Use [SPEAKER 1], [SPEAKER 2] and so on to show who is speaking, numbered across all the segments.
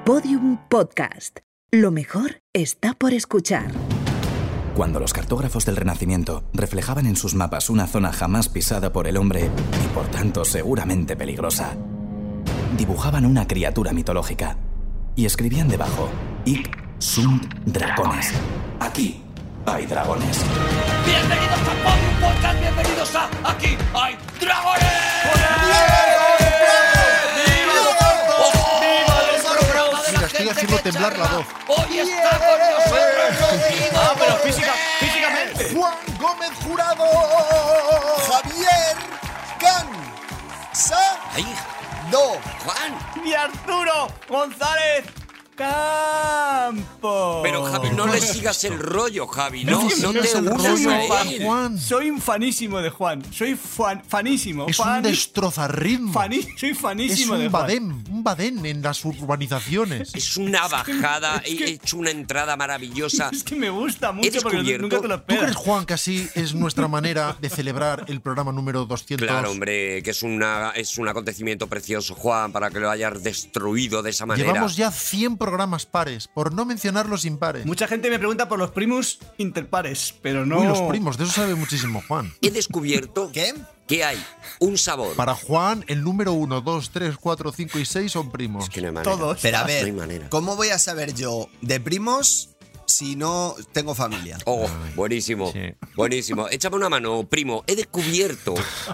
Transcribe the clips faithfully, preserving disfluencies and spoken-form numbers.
[SPEAKER 1] Podium Podcast. Lo mejor está por escuchar.
[SPEAKER 2] Cuando los cartógrafos del Renacimiento reflejaban en sus mapas una zona jamás pisada por el hombre y por tanto seguramente peligrosa, dibujaban una criatura mitológica y escribían debajo: Hic sunt dragones. Aquí hay dragones.
[SPEAKER 3] Bienvenidos a Podium Podcast, bienvenidos a Aquí hay dragones.
[SPEAKER 4] Estoy haciendo temblar la voz.
[SPEAKER 3] Hoy está con nosotros Rodrigo.
[SPEAKER 5] Ah, pero física, físicamente.
[SPEAKER 4] Juan Gómez Jurado.
[SPEAKER 6] Javier
[SPEAKER 3] Ahí,
[SPEAKER 6] Cansado.
[SPEAKER 3] Juan.
[SPEAKER 5] Y Arturo González Campos.
[SPEAKER 3] Pero Javi, no le sigas el rollo, Javi. No,
[SPEAKER 4] No
[SPEAKER 3] no
[SPEAKER 4] sigas
[SPEAKER 3] te
[SPEAKER 4] el
[SPEAKER 3] unas
[SPEAKER 4] rollo,
[SPEAKER 3] a él.
[SPEAKER 4] Juan.
[SPEAKER 5] Soy un fanísimo de Juan. Soy fan, fanísimo.
[SPEAKER 4] Es
[SPEAKER 5] fan,
[SPEAKER 4] un destrozarritmo.
[SPEAKER 5] faní- soy
[SPEAKER 4] Es
[SPEAKER 5] fanísimo de
[SPEAKER 4] un
[SPEAKER 5] Juan.
[SPEAKER 4] badén, un badén en las urbanizaciones.
[SPEAKER 3] Es una bajada,
[SPEAKER 5] es que-
[SPEAKER 3] he hecho una entrada maravillosa.
[SPEAKER 5] Es que me gusta mucho porque
[SPEAKER 3] descubierto-
[SPEAKER 5] nunca te lo
[SPEAKER 4] ¿Tú crees,
[SPEAKER 5] esperas.
[SPEAKER 4] Juan, que así es nuestra manera de celebrar el programa número doscientos?
[SPEAKER 3] Claro, hombre, que es, una, es un acontecimiento precioso, Juan, para que lo hayas destruido de esa manera.
[SPEAKER 4] Llevamos ya cien programas pares, por no mencionar los impares.
[SPEAKER 5] Mucha gente me pregunta por los primus interpares, pero no.
[SPEAKER 4] Uy, los primos, de eso sabe muchísimo Juan.
[SPEAKER 3] He descubierto
[SPEAKER 6] ¿Qué?
[SPEAKER 3] que hay un sabor.
[SPEAKER 4] Para Juan, el número uno, dos, tres, cuatro, cinco y seis son primos.
[SPEAKER 3] Es que no hay manera.
[SPEAKER 5] Todos.
[SPEAKER 6] Pero a
[SPEAKER 3] No hay
[SPEAKER 6] ver,
[SPEAKER 3] manera.
[SPEAKER 6] ¿cómo voy a saber yo de primos si no tengo familia?
[SPEAKER 3] Oh, buenísimo.
[SPEAKER 4] Sí.
[SPEAKER 3] Buenísimo. Échame una mano, primo. He descubierto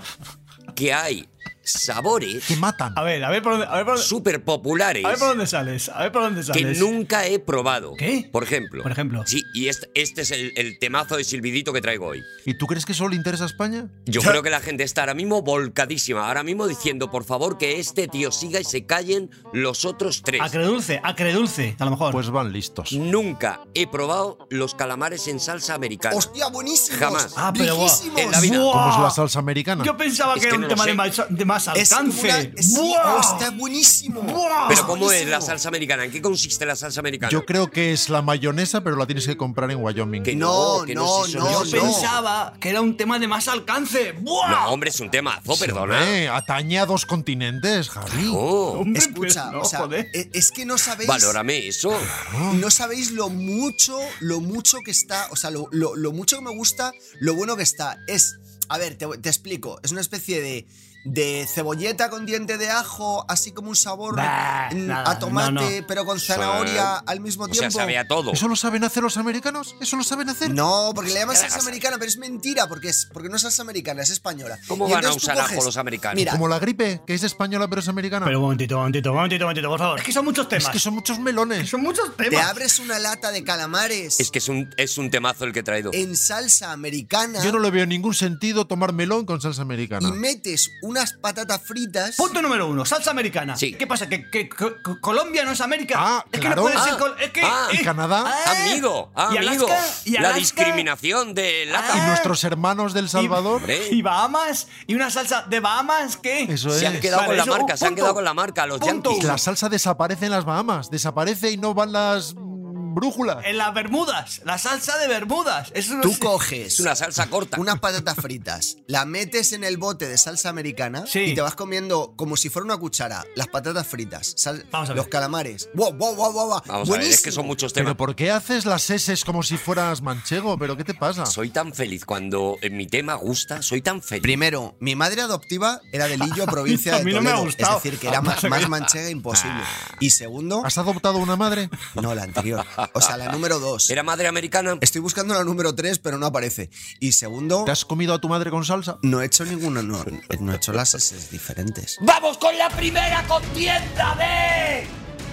[SPEAKER 3] que hay sabores
[SPEAKER 4] Que matan.
[SPEAKER 5] A ver, a ver por dónde. A ver por dónde,
[SPEAKER 3] súper populares
[SPEAKER 5] a ver por dónde sales. A ver por dónde
[SPEAKER 3] que
[SPEAKER 5] sales.
[SPEAKER 3] nunca he probado.
[SPEAKER 5] ¿Qué?
[SPEAKER 3] Por ejemplo.
[SPEAKER 5] Por ejemplo.
[SPEAKER 3] Sí, y este, este es el, el temazo de silbidito que traigo hoy.
[SPEAKER 4] ¿Y tú crees que solo le interesa a España?
[SPEAKER 3] Yo creo que la gente está ahora mismo volcadísima, ahora mismo diciendo, por favor, que este tío siga y se callen los otros tres.
[SPEAKER 5] Acredulce, acredulce, a lo mejor.
[SPEAKER 4] Pues van listos.
[SPEAKER 3] Nunca he probado los calamares en salsa americana.
[SPEAKER 6] ¡Hostia, buenísimos!
[SPEAKER 3] Jamás.
[SPEAKER 5] Ah, pero guau.
[SPEAKER 6] ¡Riquísimos!
[SPEAKER 3] En la vida.
[SPEAKER 5] ¡Buah!
[SPEAKER 4] ¿Cómo es la salsa americana?
[SPEAKER 5] Yo pensaba
[SPEAKER 3] Es
[SPEAKER 5] que
[SPEAKER 3] que
[SPEAKER 5] era
[SPEAKER 3] no
[SPEAKER 5] un
[SPEAKER 3] lo
[SPEAKER 5] tema de
[SPEAKER 3] sé.
[SPEAKER 5] más, de más
[SPEAKER 6] Es como
[SPEAKER 5] alcance.
[SPEAKER 6] una- sí,
[SPEAKER 5] ¡Buah!
[SPEAKER 6] oh, está buenísimo.
[SPEAKER 5] ¡Buah!
[SPEAKER 3] Pero ¿cómo es la
[SPEAKER 6] buenísimo.
[SPEAKER 3] salsa americana? ¿En qué consiste la salsa americana?
[SPEAKER 4] Yo creo que es la mayonesa, pero la tienes que comprar en Wyoming.
[SPEAKER 3] Que
[SPEAKER 6] No,
[SPEAKER 3] que
[SPEAKER 6] no,
[SPEAKER 3] es eso,
[SPEAKER 6] no,
[SPEAKER 5] Yo
[SPEAKER 6] no.
[SPEAKER 5] pensaba que era un tema de más alcance. ¡Buah!
[SPEAKER 3] No, hombre, es un temazo,
[SPEAKER 4] Sí,
[SPEAKER 3] perdona.
[SPEAKER 4] hombre, atañe a dos continentes, Javi.
[SPEAKER 3] Oh,
[SPEAKER 5] Hombre,
[SPEAKER 6] Escucha,
[SPEAKER 5] pero no,
[SPEAKER 6] o sea,
[SPEAKER 5] joder.
[SPEAKER 6] e- es que no sabéis.
[SPEAKER 3] valórame eso.
[SPEAKER 6] No sabéis lo mucho, lo mucho que está, o sea, lo, lo- lo mucho que me gusta, lo bueno que está. Es, a ver, te, te explico, es una especie de, de cebolleta con diente de ajo, así como un sabor
[SPEAKER 5] Bah,
[SPEAKER 6] mm,
[SPEAKER 5] nada,
[SPEAKER 6] a tomate,
[SPEAKER 5] no, no.
[SPEAKER 6] pero con zanahoria al mismo
[SPEAKER 3] O sea,
[SPEAKER 6] tiempo.
[SPEAKER 3] sabe a todo.
[SPEAKER 4] ¿Eso lo saben hacer los americanos? ¿Eso lo saben hacer?
[SPEAKER 6] No, porque le llaman
[SPEAKER 3] ¿Qué
[SPEAKER 6] salsa
[SPEAKER 3] pasa?
[SPEAKER 6] americana, pero es mentira, porque, es, porque no es salsa americana, es española.
[SPEAKER 3] ¿Cómo
[SPEAKER 6] Y
[SPEAKER 3] van a
[SPEAKER 6] entonces tú
[SPEAKER 3] usar ajo
[SPEAKER 6] coges-
[SPEAKER 3] los americanos?
[SPEAKER 6] Mira,
[SPEAKER 4] Como la gripe, que es española pero es americana.
[SPEAKER 5] Pero un momentito, un momentito, un momentito, un momentito, por favor. Es que son muchos temas.
[SPEAKER 4] es que son muchos melones.
[SPEAKER 5] Son muchos
[SPEAKER 6] te
[SPEAKER 5] temas.
[SPEAKER 6] abres una lata de calamares
[SPEAKER 3] Es que es un, es un temazo el que he traído.
[SPEAKER 6] en salsa americana
[SPEAKER 4] Yo no le veo ningún sentido tomar melón con salsa americana.
[SPEAKER 6] y metes unas patatas fritas.
[SPEAKER 5] Punto número uno, salsa americana.
[SPEAKER 3] Sí.
[SPEAKER 5] ¿Qué pasa? ¿Que, que Co- Co- Colombia no es América?
[SPEAKER 4] Ah,
[SPEAKER 5] es
[SPEAKER 4] claro.
[SPEAKER 5] que no puede ser.
[SPEAKER 3] Ah,
[SPEAKER 5] Col- es que,
[SPEAKER 3] ah,
[SPEAKER 5] eh,
[SPEAKER 4] ¿Y Canadá?
[SPEAKER 5] ah,
[SPEAKER 3] Amigo,
[SPEAKER 5] ¿Y
[SPEAKER 3] amigo.
[SPEAKER 5] Alaska? ¿Y
[SPEAKER 3] La
[SPEAKER 5] Alaska?
[SPEAKER 3] discriminación de lata.
[SPEAKER 4] ¿Y
[SPEAKER 5] Ah.
[SPEAKER 4] nuestros hermanos del Salvador?
[SPEAKER 3] Hombre.
[SPEAKER 5] ¿Y Bahamas? ¿Y una salsa de Bahamas? ¿Qué?
[SPEAKER 4] Eso
[SPEAKER 3] Se
[SPEAKER 4] es.
[SPEAKER 3] han quedado
[SPEAKER 5] Vale,
[SPEAKER 3] con la
[SPEAKER 5] eso,
[SPEAKER 3] marca,
[SPEAKER 5] un
[SPEAKER 3] se han
[SPEAKER 5] punto.
[SPEAKER 3] quedado con la marca, los
[SPEAKER 5] Punto.
[SPEAKER 3] yankees.
[SPEAKER 4] La salsa desaparece en las Bahamas. Desaparece y no van las mm, brújulas.
[SPEAKER 5] En las Bermudas. La salsa de Bermudas. Eso no
[SPEAKER 6] Tú
[SPEAKER 5] sé.
[SPEAKER 6] coges
[SPEAKER 3] Es una salsa corta.
[SPEAKER 6] unas patatas fritas, la metes en el bote de salsa americana
[SPEAKER 5] Sí.
[SPEAKER 6] y te vas comiendo como si fuera una cuchara las patatas fritas, sal-
[SPEAKER 5] Vamos a ver.
[SPEAKER 6] los calamares. ¡Wow, wow, wow, wow! wow.
[SPEAKER 3] Vamos a ver, es
[SPEAKER 6] Buenísimo.
[SPEAKER 3] que son muchos temas.
[SPEAKER 4] ¿Pero por qué haces las eses como si fueras manchego? ¿Pero qué te pasa?
[SPEAKER 3] Soy tan feliz cuando en mi tema gusta, soy tan feliz.
[SPEAKER 6] Primero, mi madre adoptiva era de Lillo, provincia
[SPEAKER 5] A
[SPEAKER 6] de
[SPEAKER 5] mí no me ha
[SPEAKER 6] Toledo.
[SPEAKER 5] gustado.
[SPEAKER 6] Es decir, que era ma- más manchega imposible. Y segundo,
[SPEAKER 4] ¿Has adoptado una madre?
[SPEAKER 6] no, la anterior. O sea, la número dos.
[SPEAKER 3] ¿Era madre americana?
[SPEAKER 6] Estoy buscando la número tres, pero no aparece. Y segundo,
[SPEAKER 4] ¿Te has comido a tu madre con salsa?
[SPEAKER 6] no he hecho ninguna, no, no he hecho las S diferentes.
[SPEAKER 3] ¡Vamos con la primera contienda de...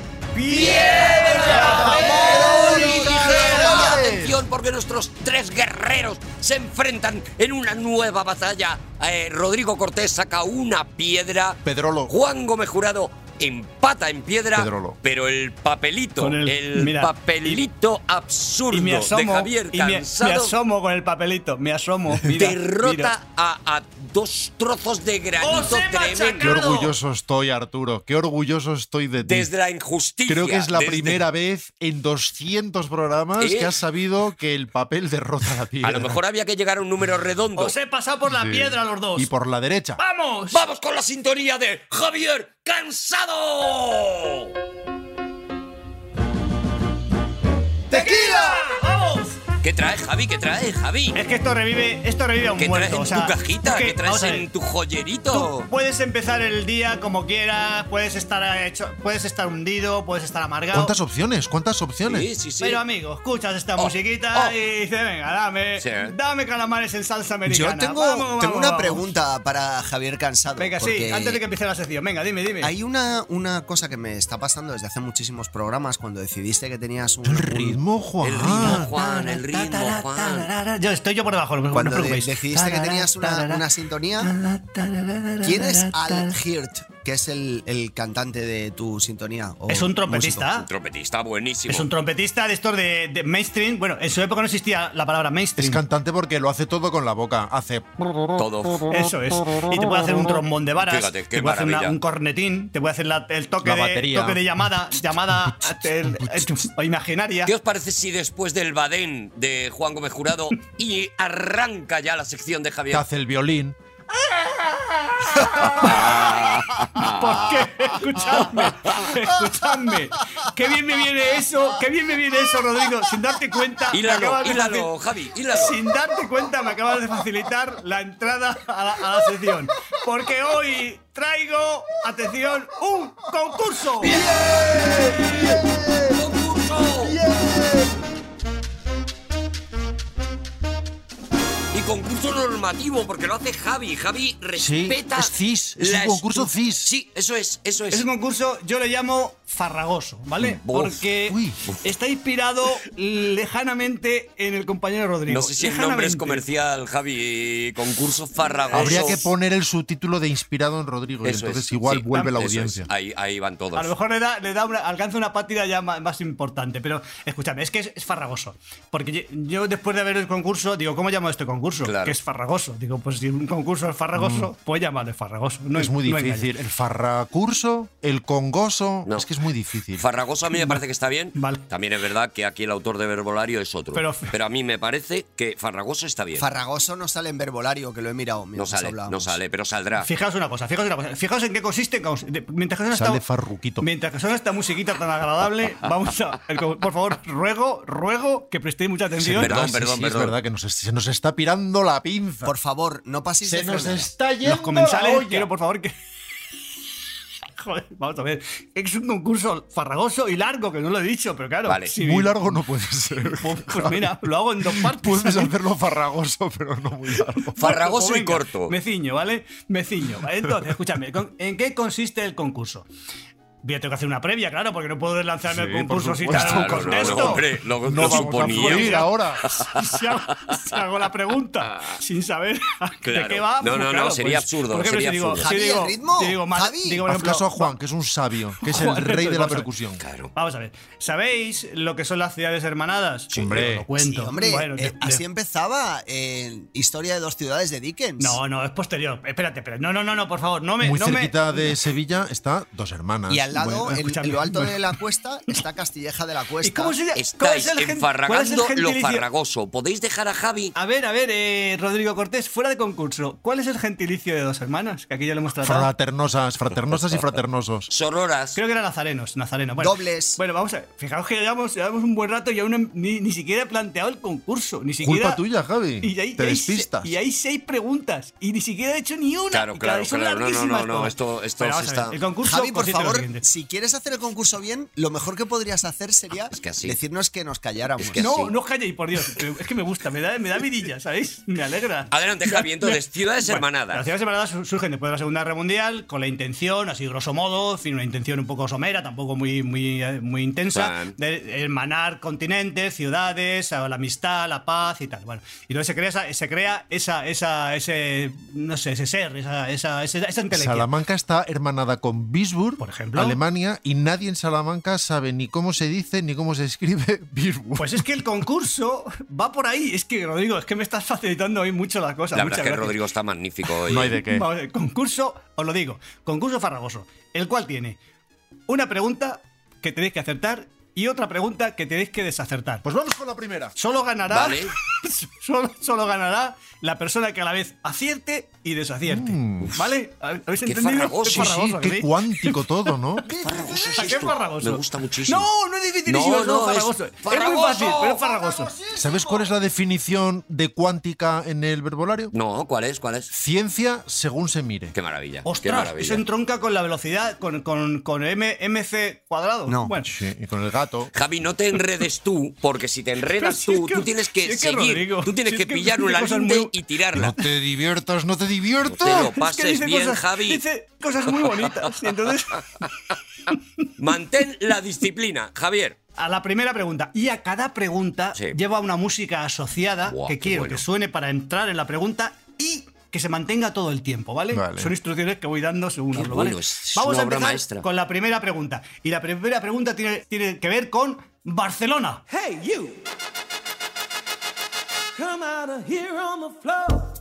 [SPEAKER 5] ¡Piedra!
[SPEAKER 3] ¡Papel y tijera! Atención, porque nuestros tres guerreros se enfrentan en una nueva batalla. Eh, Rodrigo Cortés saca una piedra.
[SPEAKER 4] Pedrolo.
[SPEAKER 3] Juan Gómez Jurado empata en piedra.
[SPEAKER 4] Pedrolo.
[SPEAKER 3] Pero el papelito,
[SPEAKER 5] Con
[SPEAKER 3] el,
[SPEAKER 5] el- mira,
[SPEAKER 3] papelito absurdo
[SPEAKER 5] Y me
[SPEAKER 3] de
[SPEAKER 5] asomo.
[SPEAKER 3] Javier
[SPEAKER 5] y me, me
[SPEAKER 3] Cansado
[SPEAKER 5] asomo con el papelito. Me asomo. Mira,
[SPEAKER 3] derrota
[SPEAKER 5] mira.
[SPEAKER 3] a, a dos trozos de granito
[SPEAKER 5] ¡Os he
[SPEAKER 3] tremendo.
[SPEAKER 4] Qué
[SPEAKER 5] machacado!
[SPEAKER 4] orgulloso estoy, Arturo. Qué orgulloso estoy de ti.
[SPEAKER 3] Desde la injusticia.
[SPEAKER 4] Creo que es la
[SPEAKER 3] desde-
[SPEAKER 4] primera vez en doscientos programas
[SPEAKER 3] ¿Eh?
[SPEAKER 4] que has sabido que el papel derrota la piedra.
[SPEAKER 3] A lo mejor había que llegar a un número redondo.
[SPEAKER 5] Os he pasado por la
[SPEAKER 4] Sí.
[SPEAKER 5] piedra los dos.
[SPEAKER 4] Y por la derecha.
[SPEAKER 5] ¡Vamos!
[SPEAKER 3] ¡Vamos con la sintonía de Javier Cansado! ¿Qué traes, Javi? ¿Qué traes, Javi?
[SPEAKER 5] Es que esto revive, esto revive a un
[SPEAKER 3] ¿Qué
[SPEAKER 5] muerto.
[SPEAKER 3] traes en
[SPEAKER 5] o sea,
[SPEAKER 3] tu cajita?
[SPEAKER 5] es que,
[SPEAKER 3] ¿Qué traes
[SPEAKER 5] vamos a ver,
[SPEAKER 3] en tu joyerito?
[SPEAKER 5] Tú puedes empezar el día como quieras, puedes estar hecho, puedes estar hundido, puedes estar amargado.
[SPEAKER 4] ¿Cuántas opciones? ¿Cuántas opciones?
[SPEAKER 3] Sí, sí, sí.
[SPEAKER 5] Pero amigo, escuchas esta
[SPEAKER 3] Oh,
[SPEAKER 5] musiquita
[SPEAKER 3] oh.
[SPEAKER 5] y dices, venga, dame,
[SPEAKER 3] Sí.
[SPEAKER 5] dame calamares en salsa americana.
[SPEAKER 6] Yo tengo,
[SPEAKER 5] Vamos, vamos,
[SPEAKER 6] tengo una
[SPEAKER 5] vamos.
[SPEAKER 6] pregunta para Javier Cansado.
[SPEAKER 5] Venga, sí,
[SPEAKER 6] porque
[SPEAKER 5] antes de que empiece la sección. Venga, dime, dime.
[SPEAKER 6] Hay una, una cosa que me está pasando desde hace muchísimos programas cuando decidiste que tenías un...
[SPEAKER 4] El ritmo, Juan.
[SPEAKER 3] El ritmo, Juan, el ritmo, Juan.
[SPEAKER 5] Yo estoy yo por debajo, no me
[SPEAKER 6] Cuando de-
[SPEAKER 5] preocupéis.
[SPEAKER 6] decidiste que tenías una, una sintonía. ¿Quién es Al Hirt, que es el, el cantante de tu sintonía? o
[SPEAKER 5] Es un trompetista.
[SPEAKER 3] Un trompetista buenísimo.
[SPEAKER 5] Es un trompetista de estos de, de mainstream. Bueno, en su época no existía la palabra
[SPEAKER 4] Es
[SPEAKER 5] mainstream.
[SPEAKER 4] cantante porque lo hace todo con la boca. Hace.
[SPEAKER 3] Todo.
[SPEAKER 5] Eso es. Y te puede hacer un trombón de varas,
[SPEAKER 3] Fíjate, qué
[SPEAKER 5] te puede hacer una-
[SPEAKER 3] maravilla.
[SPEAKER 5] un cornetín, te puede hacer la- el toque
[SPEAKER 4] La
[SPEAKER 5] de,
[SPEAKER 4] batería.
[SPEAKER 5] toque de llamada, llamada el- el- imaginaria.
[SPEAKER 3] ¿Qué os parece si después del Badén de Juan Gómez Jurado y arranca ya la sección de
[SPEAKER 4] Que
[SPEAKER 3] Javier?
[SPEAKER 4] hace el violín.
[SPEAKER 5] ¿Por qué? Escuchadme, escuchadme. Qué bien me viene eso, qué bien me viene eso, Rodrigo. Sin darte cuenta, me
[SPEAKER 3] Hílalo,
[SPEAKER 5] acabas de
[SPEAKER 3] hílalo,
[SPEAKER 5] facil-
[SPEAKER 3] Javi, hílalo.
[SPEAKER 5] Sin darte cuenta, me acabas de facilitar la entrada a la, a la sección. Porque hoy traigo, atención, un concurso.
[SPEAKER 3] ¡Concurso! Y concurso normativo, porque lo hace Javi. Javi respeta.
[SPEAKER 4] es cis, es
[SPEAKER 3] la
[SPEAKER 4] un concurso
[SPEAKER 3] estru-
[SPEAKER 4] cis.
[SPEAKER 3] Sí, eso es, eso es.
[SPEAKER 5] Es un concurso, yo le llamo farragoso, ¿vale?
[SPEAKER 3] Uf,
[SPEAKER 5] Porque
[SPEAKER 4] uy.
[SPEAKER 5] está inspirado lejanamente en el compañero Rodrigo.
[SPEAKER 3] No sé si el nombre es
[SPEAKER 5] Lejanamente.
[SPEAKER 3] comercial, Javi. Concurso farragoso.
[SPEAKER 4] Habría que poner el subtítulo de inspirado en Rodrigo. Y
[SPEAKER 3] Eso
[SPEAKER 4] entonces
[SPEAKER 3] es,
[SPEAKER 4] igual
[SPEAKER 3] sí,
[SPEAKER 4] vuelve la
[SPEAKER 3] eso
[SPEAKER 4] audiencia.
[SPEAKER 3] es. Ahí, ahí van todos.
[SPEAKER 5] A lo mejor le da, le da una, alcanza una pátida ya más, más importante, pero escúchame, es que es, es farragoso. Porque yo, yo después de ver el concurso, digo, ¿cómo llamo este concurso?
[SPEAKER 3] Claro.
[SPEAKER 5] Que es farragoso. Digo, pues si un concurso es farragoso, pues llámale farragoso. No
[SPEAKER 4] es muy
[SPEAKER 5] no
[SPEAKER 4] difícil.
[SPEAKER 5] engañes.
[SPEAKER 4] El farracurso, el congoso.
[SPEAKER 3] No.
[SPEAKER 4] Es que es muy difícil.
[SPEAKER 3] Farragoso a mí me parece que está bien.
[SPEAKER 5] Vale.
[SPEAKER 3] También es verdad que aquí el autor de Verbolario es otro.
[SPEAKER 5] Pero-
[SPEAKER 3] Pero, a mí me parece que Farragoso está bien.
[SPEAKER 6] Farragoso no sale en verbolario, que lo he mirado
[SPEAKER 3] no
[SPEAKER 6] mientras
[SPEAKER 3] sale,
[SPEAKER 6] hablábamos.
[SPEAKER 3] no sale, pero saldrá.
[SPEAKER 5] Fijaos una cosa, fijaos una cosa. Fijaos en qué consiste. cons- de- Mientras que suena
[SPEAKER 4] Sale
[SPEAKER 5] esta,
[SPEAKER 4] farruquito.
[SPEAKER 5] mientras que suena esta musiquita tan agradable, vamos a. el co- por favor, ruego, ruego que prestéis mucha atención.
[SPEAKER 3] Perdón,
[SPEAKER 4] Ah, sí,
[SPEAKER 3] perdón,
[SPEAKER 4] sí,
[SPEAKER 3] perdón.
[SPEAKER 4] Es verdad que nos, es- se nos está pirando la pinza.
[SPEAKER 6] Por favor, no paséis
[SPEAKER 4] se
[SPEAKER 6] de
[SPEAKER 4] nos
[SPEAKER 6] frenada.
[SPEAKER 4] está yendo
[SPEAKER 5] Los comensales,
[SPEAKER 4] la olla.
[SPEAKER 5] quiero por favor que. Joder, vamos a ver. Es un concurso farragoso y largo, que no lo he dicho, pero claro.
[SPEAKER 3] Vale.
[SPEAKER 5] si-
[SPEAKER 4] Muy largo no puede ser.
[SPEAKER 5] Pues mira, lo hago en dos partes.
[SPEAKER 4] Puedes hacerlo farragoso, pero no muy largo.
[SPEAKER 3] Farragoso
[SPEAKER 5] Pues
[SPEAKER 3] y
[SPEAKER 5] venga,
[SPEAKER 3] corto.
[SPEAKER 5] Me ciño, ¿vale? Me ciño. Entonces, escúchame, ¿con- ¿en qué consiste el concurso? Voy a tener que hacer una previa, claro, porque no puedo lanzarme
[SPEAKER 4] Sí,
[SPEAKER 5] el
[SPEAKER 4] por
[SPEAKER 5] concurso sin
[SPEAKER 4] supuesto.
[SPEAKER 5] dar un
[SPEAKER 3] Claro, no,
[SPEAKER 5] contexto.
[SPEAKER 3] no, hombre, lo,
[SPEAKER 4] No
[SPEAKER 3] lo
[SPEAKER 4] vamos a
[SPEAKER 3] suponía.
[SPEAKER 4] fluir ahora.
[SPEAKER 5] Si hago, si hago la pregunta sin saber de
[SPEAKER 3] Claro.
[SPEAKER 5] qué va.
[SPEAKER 3] No,
[SPEAKER 5] pues
[SPEAKER 3] no, no,
[SPEAKER 5] claro,
[SPEAKER 3] sería
[SPEAKER 5] pues,
[SPEAKER 3] absurdo,
[SPEAKER 5] por ejemplo,
[SPEAKER 3] sería
[SPEAKER 5] si digo,
[SPEAKER 3] absurdo.
[SPEAKER 5] si
[SPEAKER 6] Javi,
[SPEAKER 5] digo-
[SPEAKER 6] el ritmo,
[SPEAKER 5] si digo, mal-
[SPEAKER 6] Javi.
[SPEAKER 5] digo, por
[SPEAKER 4] Haz
[SPEAKER 5] ejemplo,
[SPEAKER 4] caso a Juan, que es un sabio, que es el
[SPEAKER 5] Juan,
[SPEAKER 4] rey de la
[SPEAKER 5] vamos a ver.
[SPEAKER 4] percusión.
[SPEAKER 3] Claro.
[SPEAKER 5] Vamos a ver. ¿Sabéis lo que son las ciudades hermanadas?
[SPEAKER 4] Sí, hombre.
[SPEAKER 5] Os lo cuento.
[SPEAKER 6] Sí, hombre,
[SPEAKER 5] Bueno,
[SPEAKER 6] eh,
[SPEAKER 5] de-
[SPEAKER 6] así
[SPEAKER 5] de-
[SPEAKER 6] empezaba en Historia de dos ciudades de Dickens.
[SPEAKER 5] No, no, es posterior. Espérate, espérate. No, no, no, no, por favor. No me.
[SPEAKER 4] Muy
[SPEAKER 5] no me-
[SPEAKER 4] cerquita de Sevilla está Dos Hermanas.
[SPEAKER 6] Y al lado,
[SPEAKER 5] Bueno,
[SPEAKER 6] en,
[SPEAKER 5] escúchame,
[SPEAKER 6] en lo alto
[SPEAKER 5] bueno.
[SPEAKER 6] de la cuesta, está Castilleja de la Cuesta.
[SPEAKER 5] ¿Y cómo se llama? ¿Cuál
[SPEAKER 3] Estáis
[SPEAKER 5] es el gen- cuál es el
[SPEAKER 3] enfarragando lo
[SPEAKER 5] gentilicio?
[SPEAKER 3] farragoso. ¿Podéis dejar a Javi?
[SPEAKER 5] A ver, a ver, eh, Rodrigo Cortés, fuera de concurso, ¿cuál es el gentilicio de Dos Hermanas? Que aquí ya lo hemos tratado.
[SPEAKER 4] Fraternosas, fraternosas y fraternosos.
[SPEAKER 3] Sororas.
[SPEAKER 5] Creo que era nazarenos, nazareno. Bueno,
[SPEAKER 6] Dobles.
[SPEAKER 5] Bueno, vamos a ver. Fijaos que llevamos, llevamos un buen rato y aún no- ni, ni siquiera he planteado el concurso. Ni siquiera.
[SPEAKER 4] Culpa tuya, Javi.
[SPEAKER 5] Y hay,
[SPEAKER 4] Te
[SPEAKER 5] y hay
[SPEAKER 4] despistas.
[SPEAKER 5] se- Y hay seis preguntas. Y ni siquiera he hecho ni una.
[SPEAKER 3] Claro,
[SPEAKER 5] Y
[SPEAKER 3] claro,
[SPEAKER 5] y son
[SPEAKER 3] claro. No, no,
[SPEAKER 5] larguísimas
[SPEAKER 3] no, no,
[SPEAKER 5] todas.
[SPEAKER 3] esto- esto
[SPEAKER 5] Bueno,
[SPEAKER 3] se
[SPEAKER 5] vamos a ver,
[SPEAKER 3] está-
[SPEAKER 5] El concurso
[SPEAKER 6] Javi, por
[SPEAKER 5] consiste en lo
[SPEAKER 6] favor,
[SPEAKER 5] siguiente.
[SPEAKER 6] si quieres hacer el concurso bien, lo mejor que podrías hacer sería
[SPEAKER 3] Es que así.
[SPEAKER 6] decirnos que nos calláramos.
[SPEAKER 3] Es que
[SPEAKER 5] No,
[SPEAKER 3] sí.
[SPEAKER 5] no os calléis, por Dios. Es que me gusta, me da, me da vidilla, ¿sabéis? Me alegra.
[SPEAKER 3] Adelante, Javi. Entonces, ciudades
[SPEAKER 5] Bueno,
[SPEAKER 3] hermanadas.
[SPEAKER 5] Las ciudades hermanadas sur- surgen después de la Segunda Guerra Mundial con la intención, así grosso modo, en fin, una intención un poco somera, tampoco muy, muy, eh, muy intensa,
[SPEAKER 3] Plan.
[SPEAKER 5] de hermanar continentes, ciudades, a la amistad, la paz y tal. Bueno, y entonces se crea esa, se crea esa, esa, ese, no sé, ese ser, esa, esa, esa, esa entelequia.
[SPEAKER 4] Salamanca está hermanada con Bisburg,
[SPEAKER 5] Por ejemplo.
[SPEAKER 4] Alemania, y nadie en Salamanca sabe ni cómo se dice ni cómo se escribe Bisburg.
[SPEAKER 5] Pues es que el concurso va por ahí. Es que, Rodrigo, es que me estás facilitando hoy mucho las cosas.
[SPEAKER 3] La
[SPEAKER 5] Muchas
[SPEAKER 3] verdad es que
[SPEAKER 5] gracias.
[SPEAKER 3] Rodrigo está magnífico hoy.
[SPEAKER 4] No hay de qué.
[SPEAKER 5] Vamos a ver, concurso, os lo digo, concurso farragoso, el cual tiene una pregunta que tenéis que acertar y otra pregunta que tenéis que desacertar.
[SPEAKER 4] Pues vamos con la primera.
[SPEAKER 5] Solo ganará,
[SPEAKER 3] Vale.
[SPEAKER 5] solo, solo ganará la persona que a la vez acierte y desacierte.
[SPEAKER 4] Mm.
[SPEAKER 5] ¿Vale? ¿Habéis
[SPEAKER 3] Qué
[SPEAKER 5] entendido?
[SPEAKER 3] farragoso,
[SPEAKER 5] Qué
[SPEAKER 4] Sí,
[SPEAKER 5] farragoso,
[SPEAKER 4] qué
[SPEAKER 5] ¿sí?
[SPEAKER 4] cuántico todo, ¿no?
[SPEAKER 3] Farragoso es
[SPEAKER 5] ¿A qué
[SPEAKER 3] esto.
[SPEAKER 5] farragoso?
[SPEAKER 3] Me gusta muchísimo.
[SPEAKER 5] No, no es dificilísimo,
[SPEAKER 3] No,
[SPEAKER 5] es solo
[SPEAKER 3] no, es
[SPEAKER 5] farragoso. Es, muy
[SPEAKER 3] farragoso,
[SPEAKER 5] fácil, pero es farragoso.
[SPEAKER 4] ¿Sabes cuál es la definición de cuántica en el verbolario?
[SPEAKER 3] No, ¿cuál es? ¿Cuál es?
[SPEAKER 4] Ciencia según se mire.
[SPEAKER 3] Qué maravilla. Qué
[SPEAKER 5] Ostras,
[SPEAKER 3] maravilla.
[SPEAKER 5] eso entronca con la velocidad, con, con, con M, MC cuadrado.
[SPEAKER 6] No.
[SPEAKER 5] Bueno,
[SPEAKER 4] Sí, y con el gato.
[SPEAKER 3] Javi, no te enredes tú, porque si te enredas
[SPEAKER 5] si es
[SPEAKER 3] tú,
[SPEAKER 5] que-
[SPEAKER 3] tú tienes que
[SPEAKER 5] si es que,
[SPEAKER 3] seguir,
[SPEAKER 5] Rodrigo,
[SPEAKER 3] tú tienes
[SPEAKER 5] si es
[SPEAKER 3] que
[SPEAKER 5] que
[SPEAKER 3] pillar
[SPEAKER 5] dice
[SPEAKER 3] una
[SPEAKER 5] cosas
[SPEAKER 3] linde
[SPEAKER 5] muy-
[SPEAKER 3] y tirarla.
[SPEAKER 4] No te diviertas, no te diviertas.
[SPEAKER 3] Te lo
[SPEAKER 5] es que
[SPEAKER 3] pases
[SPEAKER 5] dice
[SPEAKER 3] bien,
[SPEAKER 5] cosas,
[SPEAKER 3] Javi.
[SPEAKER 5] dice cosas muy bonitas. Y entonces,
[SPEAKER 3] Mantén la disciplina, Javier.
[SPEAKER 5] a la primera pregunta. Y a cada pregunta
[SPEAKER 3] Sí.
[SPEAKER 5] lleva una música asociada
[SPEAKER 3] Buah,
[SPEAKER 5] que
[SPEAKER 3] qué
[SPEAKER 5] quiero
[SPEAKER 3] bueno.
[SPEAKER 5] que suene para entrar en la pregunta y que se mantenga todo el tiempo, ¿vale?
[SPEAKER 4] Vale.
[SPEAKER 5] Son instrucciones que voy dando según
[SPEAKER 3] Qué
[SPEAKER 5] hablo,
[SPEAKER 3] bueno,
[SPEAKER 5] ¿vale?
[SPEAKER 3] es
[SPEAKER 5] Vamos
[SPEAKER 3] una
[SPEAKER 5] a
[SPEAKER 3] obra
[SPEAKER 5] empezar
[SPEAKER 3] maestra.
[SPEAKER 5] con la primera pregunta. Y la primera pregunta tiene, tiene que ver con Barcelona.
[SPEAKER 7] Hey, you. Come out of here on the floor.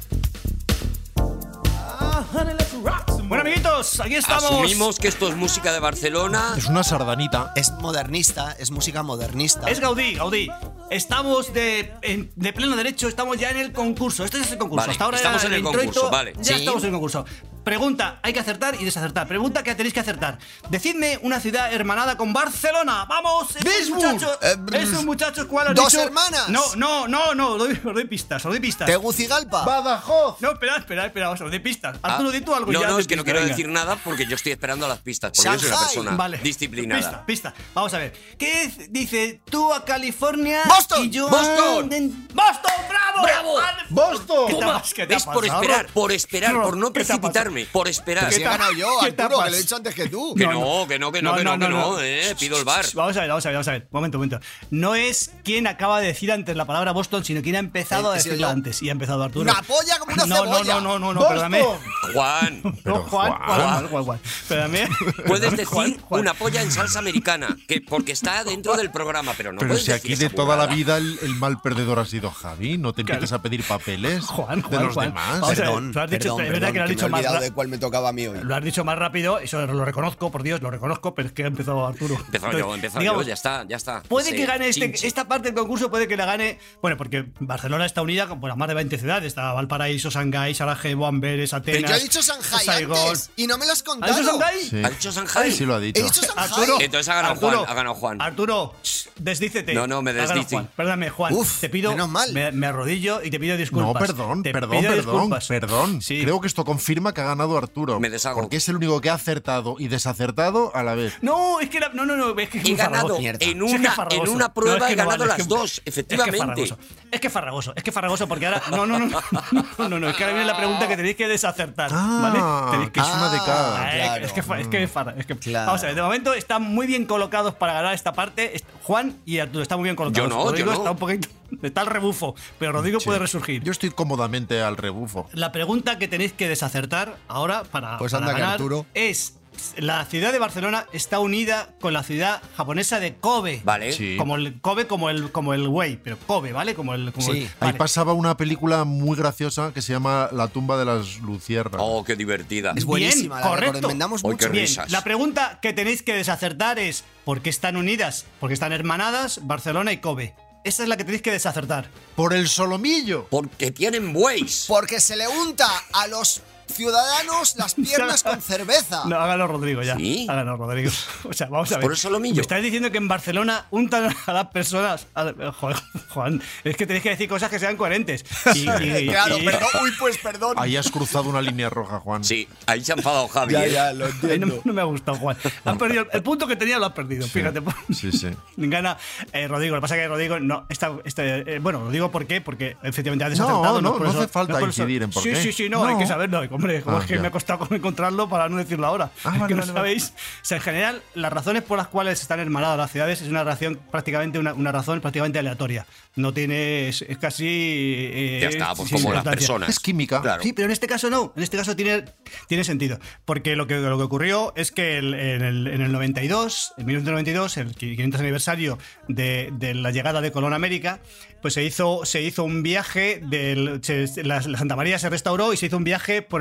[SPEAKER 7] Ah, honey, let's rock some more.
[SPEAKER 5] Bueno, amiguitos, aquí estamos.
[SPEAKER 3] Asumimos que esto es música de Barcelona.
[SPEAKER 4] Es una sardanita.
[SPEAKER 6] Es modernista, es música modernista.
[SPEAKER 5] Es Gaudí, Gaudí. Estamos de, en- de pleno derecho, estamos ya en el concurso. Este es el concurso.
[SPEAKER 3] Vale,
[SPEAKER 5] Hasta ahora
[SPEAKER 3] estamos
[SPEAKER 5] era
[SPEAKER 3] en el
[SPEAKER 5] introito,
[SPEAKER 3] concurso, vale.
[SPEAKER 5] Ya
[SPEAKER 6] Sí.
[SPEAKER 5] estamos en el concurso. Pregunta, hay que acertar y desacertar. Pregunta que tenéis que acertar. Decidme una ciudad hermanada con Barcelona. ¡Vamos! ¡Esos
[SPEAKER 6] Bisburg.
[SPEAKER 5] muchachos!
[SPEAKER 6] Eh,
[SPEAKER 5] ¡Esos muchachos! ¿Cuál has
[SPEAKER 6] ¿Dos
[SPEAKER 5] dicho?
[SPEAKER 6] hermanas?
[SPEAKER 5] No, no, no, no. Os doy, os doy pistas, os doy pistas.
[SPEAKER 6] Tegucigalpa.
[SPEAKER 4] Badajoz.
[SPEAKER 5] No, espera, espera, espera. Os doy pistas.
[SPEAKER 3] Ah,
[SPEAKER 5] Arturo, di tú algo
[SPEAKER 3] no,
[SPEAKER 5] ya.
[SPEAKER 3] no,
[SPEAKER 5] de
[SPEAKER 3] es que no
[SPEAKER 5] pista,
[SPEAKER 3] quiero
[SPEAKER 5] venga.
[SPEAKER 3] decir nada porque yo estoy esperando a las pistas. Porque yo soy una
[SPEAKER 6] Shanghai.
[SPEAKER 3] persona
[SPEAKER 5] Vale.
[SPEAKER 3] disciplinada.
[SPEAKER 5] Pista, pista. Vamos a ver. ¿Qué es- dice tú a California?
[SPEAKER 6] Boston.
[SPEAKER 5] Y yo
[SPEAKER 3] Boston.
[SPEAKER 5] a- ¡Boston! ¡Bravo!
[SPEAKER 3] ¡Bravo!
[SPEAKER 5] Vale.
[SPEAKER 4] Boston.
[SPEAKER 5] ¿Qué te
[SPEAKER 3] Toma,
[SPEAKER 5] ha- qué te ha
[SPEAKER 3] es por
[SPEAKER 5] pasado,
[SPEAKER 3] esperar,
[SPEAKER 5] Ro?
[SPEAKER 3] por esperar,
[SPEAKER 5] Ro,
[SPEAKER 3] por no
[SPEAKER 5] ¿qué te ha
[SPEAKER 3] precipitarme, por esperar.
[SPEAKER 6] Si he
[SPEAKER 5] ¿Qué te ha-
[SPEAKER 6] ganado yo,
[SPEAKER 5] qué te ha
[SPEAKER 6] Arturo, que
[SPEAKER 5] pas-
[SPEAKER 6] lo he dicho antes que tú.
[SPEAKER 3] Que
[SPEAKER 5] No,
[SPEAKER 3] no, que no, que no, que no, que no, eh, pido el bar.
[SPEAKER 5] Vamos a ver, vamos a ver, vamos a ver. Momento, momento. No es quien acaba de decir antes la palabra Boston, sino quien ha empezado
[SPEAKER 6] Eh,
[SPEAKER 5] a
[SPEAKER 6] he sido
[SPEAKER 5] decirla
[SPEAKER 6] yo.
[SPEAKER 5] antes. Y ha empezado Arturo.
[SPEAKER 6] Una polla como una
[SPEAKER 5] no,
[SPEAKER 6] cebolla.
[SPEAKER 5] No, no, no, no, no,
[SPEAKER 4] Boston.
[SPEAKER 5] perdóname.
[SPEAKER 3] Juan,
[SPEAKER 5] No,
[SPEAKER 4] Pero,
[SPEAKER 5] Juan,
[SPEAKER 4] Juan.
[SPEAKER 5] Juan, Juan, Juan, Juan. Espérame.
[SPEAKER 3] puedes
[SPEAKER 5] Juan,
[SPEAKER 3] decir
[SPEAKER 5] Juan, Juan.
[SPEAKER 3] una polla en salsa americana, que porque está dentro del programa, pero no
[SPEAKER 4] Pero
[SPEAKER 3] puedes
[SPEAKER 4] si
[SPEAKER 3] decir
[SPEAKER 4] aquí de
[SPEAKER 3] esa
[SPEAKER 4] toda la
[SPEAKER 3] burrada.
[SPEAKER 4] vida el, el mal perdedor ha sido Javi, no te empieces a pedir papeles
[SPEAKER 5] Juan,
[SPEAKER 4] de
[SPEAKER 5] Juan,
[SPEAKER 4] los
[SPEAKER 5] Juan.
[SPEAKER 4] demás.
[SPEAKER 5] Vamos a ver,
[SPEAKER 6] Perdón,
[SPEAKER 5] lo has dicho-
[SPEAKER 6] perdón,
[SPEAKER 5] es verdad
[SPEAKER 6] perdón,
[SPEAKER 5] que lo has
[SPEAKER 6] que
[SPEAKER 5] dicho
[SPEAKER 6] me he
[SPEAKER 5] más
[SPEAKER 6] olvidado
[SPEAKER 5] ra-
[SPEAKER 6] de cuál me tocaba a mí hoy.
[SPEAKER 5] Lo has dicho más rápido, eso lo reconozco, por Dios, lo reconozco, pero es que ha empezado Arturo.
[SPEAKER 3] Empezó yo,
[SPEAKER 5] Entonces,
[SPEAKER 3] empezó
[SPEAKER 5] digamos,
[SPEAKER 3] yo, ya está, ya está.
[SPEAKER 5] Puede
[SPEAKER 3] Sí,
[SPEAKER 5] que gane este-
[SPEAKER 3] chinche.
[SPEAKER 5] esta parte del concurso, puede que la gane. Bueno, porque Barcelona está unida con bueno, más de veinte ciudades. Está Valparaíso, Shanghái, Sarajevo, Amberes, Atenas.
[SPEAKER 6] Pero yo he dicho Shanghai
[SPEAKER 5] Saigón.
[SPEAKER 6] antes y no me lo has
[SPEAKER 5] ¿Has
[SPEAKER 6] contado.
[SPEAKER 5] dicho Shanghái?
[SPEAKER 4] Sí.
[SPEAKER 3] ¿Ha dicho Shanghai?
[SPEAKER 4] Sí, lo ha dicho.
[SPEAKER 6] He dicho Shanghai.
[SPEAKER 5] Arturo,
[SPEAKER 3] Entonces ha ganado
[SPEAKER 5] Arturo,
[SPEAKER 3] Juan, ha ganado Juan.
[SPEAKER 5] Arturo, shh, desdícete.
[SPEAKER 3] No, no, me
[SPEAKER 5] Ha ganado
[SPEAKER 3] desdice.
[SPEAKER 5] Juan. Perdóname, Juan.
[SPEAKER 6] Uf,
[SPEAKER 5] te pido.
[SPEAKER 6] menos mal.
[SPEAKER 5] Me, me arrodillo y te pido disculpas.
[SPEAKER 4] No, perdón,
[SPEAKER 5] Te
[SPEAKER 4] perdón,
[SPEAKER 5] pido
[SPEAKER 4] perdón,
[SPEAKER 5] disculpas.
[SPEAKER 4] perdón.
[SPEAKER 5] Sí.
[SPEAKER 4] Creo que esto confirma que ha ganado Arturo.
[SPEAKER 3] Me deshago.
[SPEAKER 4] Porque es el único que ha acertado y desacertado a la vez.
[SPEAKER 5] No, es que era- no, no, no, es que es
[SPEAKER 3] He
[SPEAKER 5] muy
[SPEAKER 3] ganado
[SPEAKER 5] farragoso.
[SPEAKER 6] Mierda.
[SPEAKER 3] en
[SPEAKER 5] Sí, es que
[SPEAKER 3] una,
[SPEAKER 5] es farragoso.
[SPEAKER 3] en una
[SPEAKER 5] No,
[SPEAKER 3] prueba
[SPEAKER 5] es que
[SPEAKER 3] he
[SPEAKER 5] no
[SPEAKER 3] ganado
[SPEAKER 5] vale,
[SPEAKER 3] las
[SPEAKER 5] es que-
[SPEAKER 3] dos, efectivamente.
[SPEAKER 5] Es que farragoso. Es que farragoso, es que farragoso porque ahora. No, no, no, no, no, no, no, es que ahora viene la pregunta que tenéis que desacertar.
[SPEAKER 4] Ah,
[SPEAKER 5] ¿Vale? Tenéis
[SPEAKER 4] que es una de cada.
[SPEAKER 5] Ah,
[SPEAKER 6] claro.
[SPEAKER 5] Es que, fa- es que, farra- es que-
[SPEAKER 6] Claro.
[SPEAKER 5] Vamos a ver, de momento están muy bien colocados para ganar esta parte. Est- Juan y Arturo están muy bien colocados.
[SPEAKER 3] Yo no,
[SPEAKER 5] Rodrigo
[SPEAKER 3] yo no.
[SPEAKER 5] está un poquito. Está el rebufo, pero Rodrigo
[SPEAKER 4] Sí.
[SPEAKER 5] puede resurgir.
[SPEAKER 4] Yo estoy cómodamente al rebufo.
[SPEAKER 5] La pregunta que tenéis que desacertar ahora para,
[SPEAKER 6] Pues
[SPEAKER 5] para
[SPEAKER 6] anda que
[SPEAKER 5] ganar
[SPEAKER 6] Arturo.
[SPEAKER 5] es: la ciudad de Barcelona está unida con la ciudad japonesa de Kobe.
[SPEAKER 3] Vale.
[SPEAKER 4] Sí.
[SPEAKER 5] Como el Kobe, como el como el Wei, pero Kobe, ¿vale? Como el. Como
[SPEAKER 6] Sí.
[SPEAKER 5] el-
[SPEAKER 4] Ahí
[SPEAKER 5] vale.
[SPEAKER 4] pasaba una película muy graciosa que se llama La tumba de las luciérnagas.
[SPEAKER 3] Oh, qué divertida.
[SPEAKER 6] Es buenísima,
[SPEAKER 5] Bien,
[SPEAKER 6] la
[SPEAKER 5] correcto.
[SPEAKER 6] recomendamos
[SPEAKER 3] Hoy
[SPEAKER 6] mucho.
[SPEAKER 3] qué
[SPEAKER 5] Bien,
[SPEAKER 3] risas.
[SPEAKER 5] la pregunta que tenéis que desacertar es: ¿por qué están unidas? Porque están hermanadas Barcelona y Kobe. Esa es la que tenéis que desacertar.
[SPEAKER 4] Por el solomillo.
[SPEAKER 3] Porque tienen bueyes.
[SPEAKER 6] Porque se le unta a los ciudadanos las piernas con cerveza.
[SPEAKER 5] No, hágalo Rodrigo ya.
[SPEAKER 3] ¿Sí?
[SPEAKER 5] Hágalo Rodrigo. O sea, vamos a ver.
[SPEAKER 3] Por el solomillo.
[SPEAKER 5] Me estáis diciendo que en Barcelona untan a las personas. a- Joder, Juan, es que tenéis que decir cosas que sean coherentes. Y, y-
[SPEAKER 6] Claro,
[SPEAKER 5] y-
[SPEAKER 6] perdón. Uy, pues perdón.
[SPEAKER 4] Ahí has cruzado una línea roja, Juan.
[SPEAKER 3] Sí, ahí se ha enfadado Javi.
[SPEAKER 6] Ya,
[SPEAKER 3] ¿eh?
[SPEAKER 6] ya, lo
[SPEAKER 5] Ay, no,
[SPEAKER 6] entiendo.
[SPEAKER 5] no me ha gustado, Juan. Has perdido, el punto que tenía lo has perdido, fíjate.
[SPEAKER 4] Sí, sí.
[SPEAKER 5] Gana eh, Rodrigo. Lo que pasa es que Rodrigo no está. este, eh, bueno, lo digo por qué, porque efectivamente ha
[SPEAKER 4] No,
[SPEAKER 5] desacertado.
[SPEAKER 4] no,
[SPEAKER 5] por
[SPEAKER 4] no
[SPEAKER 5] eso-
[SPEAKER 4] hace falta
[SPEAKER 5] por eso-
[SPEAKER 4] incidir en por
[SPEAKER 5] sí,
[SPEAKER 4] qué.
[SPEAKER 5] Sí, sí, no,
[SPEAKER 4] No.
[SPEAKER 5] hay que saberlo. Hombre, como
[SPEAKER 4] Ah,
[SPEAKER 5] es que
[SPEAKER 4] ya.
[SPEAKER 5] me ha costado encontrarlo para no decirlo ahora.
[SPEAKER 4] Ah,
[SPEAKER 5] es
[SPEAKER 4] vale,
[SPEAKER 5] que no
[SPEAKER 4] vale, vale.
[SPEAKER 5] sabéis. O sea, en general, las razones por las cuales están hermanadas las ciudades es una razón prácticamente una, una razón prácticamente aleatoria. No tiene. Es, es casi. eh,
[SPEAKER 3] Ya está, pues
[SPEAKER 5] sin
[SPEAKER 3] como las
[SPEAKER 5] importancia.
[SPEAKER 3] personas.
[SPEAKER 4] Es química.
[SPEAKER 3] Claro.
[SPEAKER 5] Sí, pero en este caso no. En este caso tiene, tiene sentido. Porque lo que, lo que ocurrió es que el- en, el, en el noventa y dos, en mil novecientos noventa y dos, el quinientos aniversario de, de la llegada de Colón a América, pues se hizo, se hizo un viaje. Del, se- la, la Santa María se restauró y se hizo un viaje por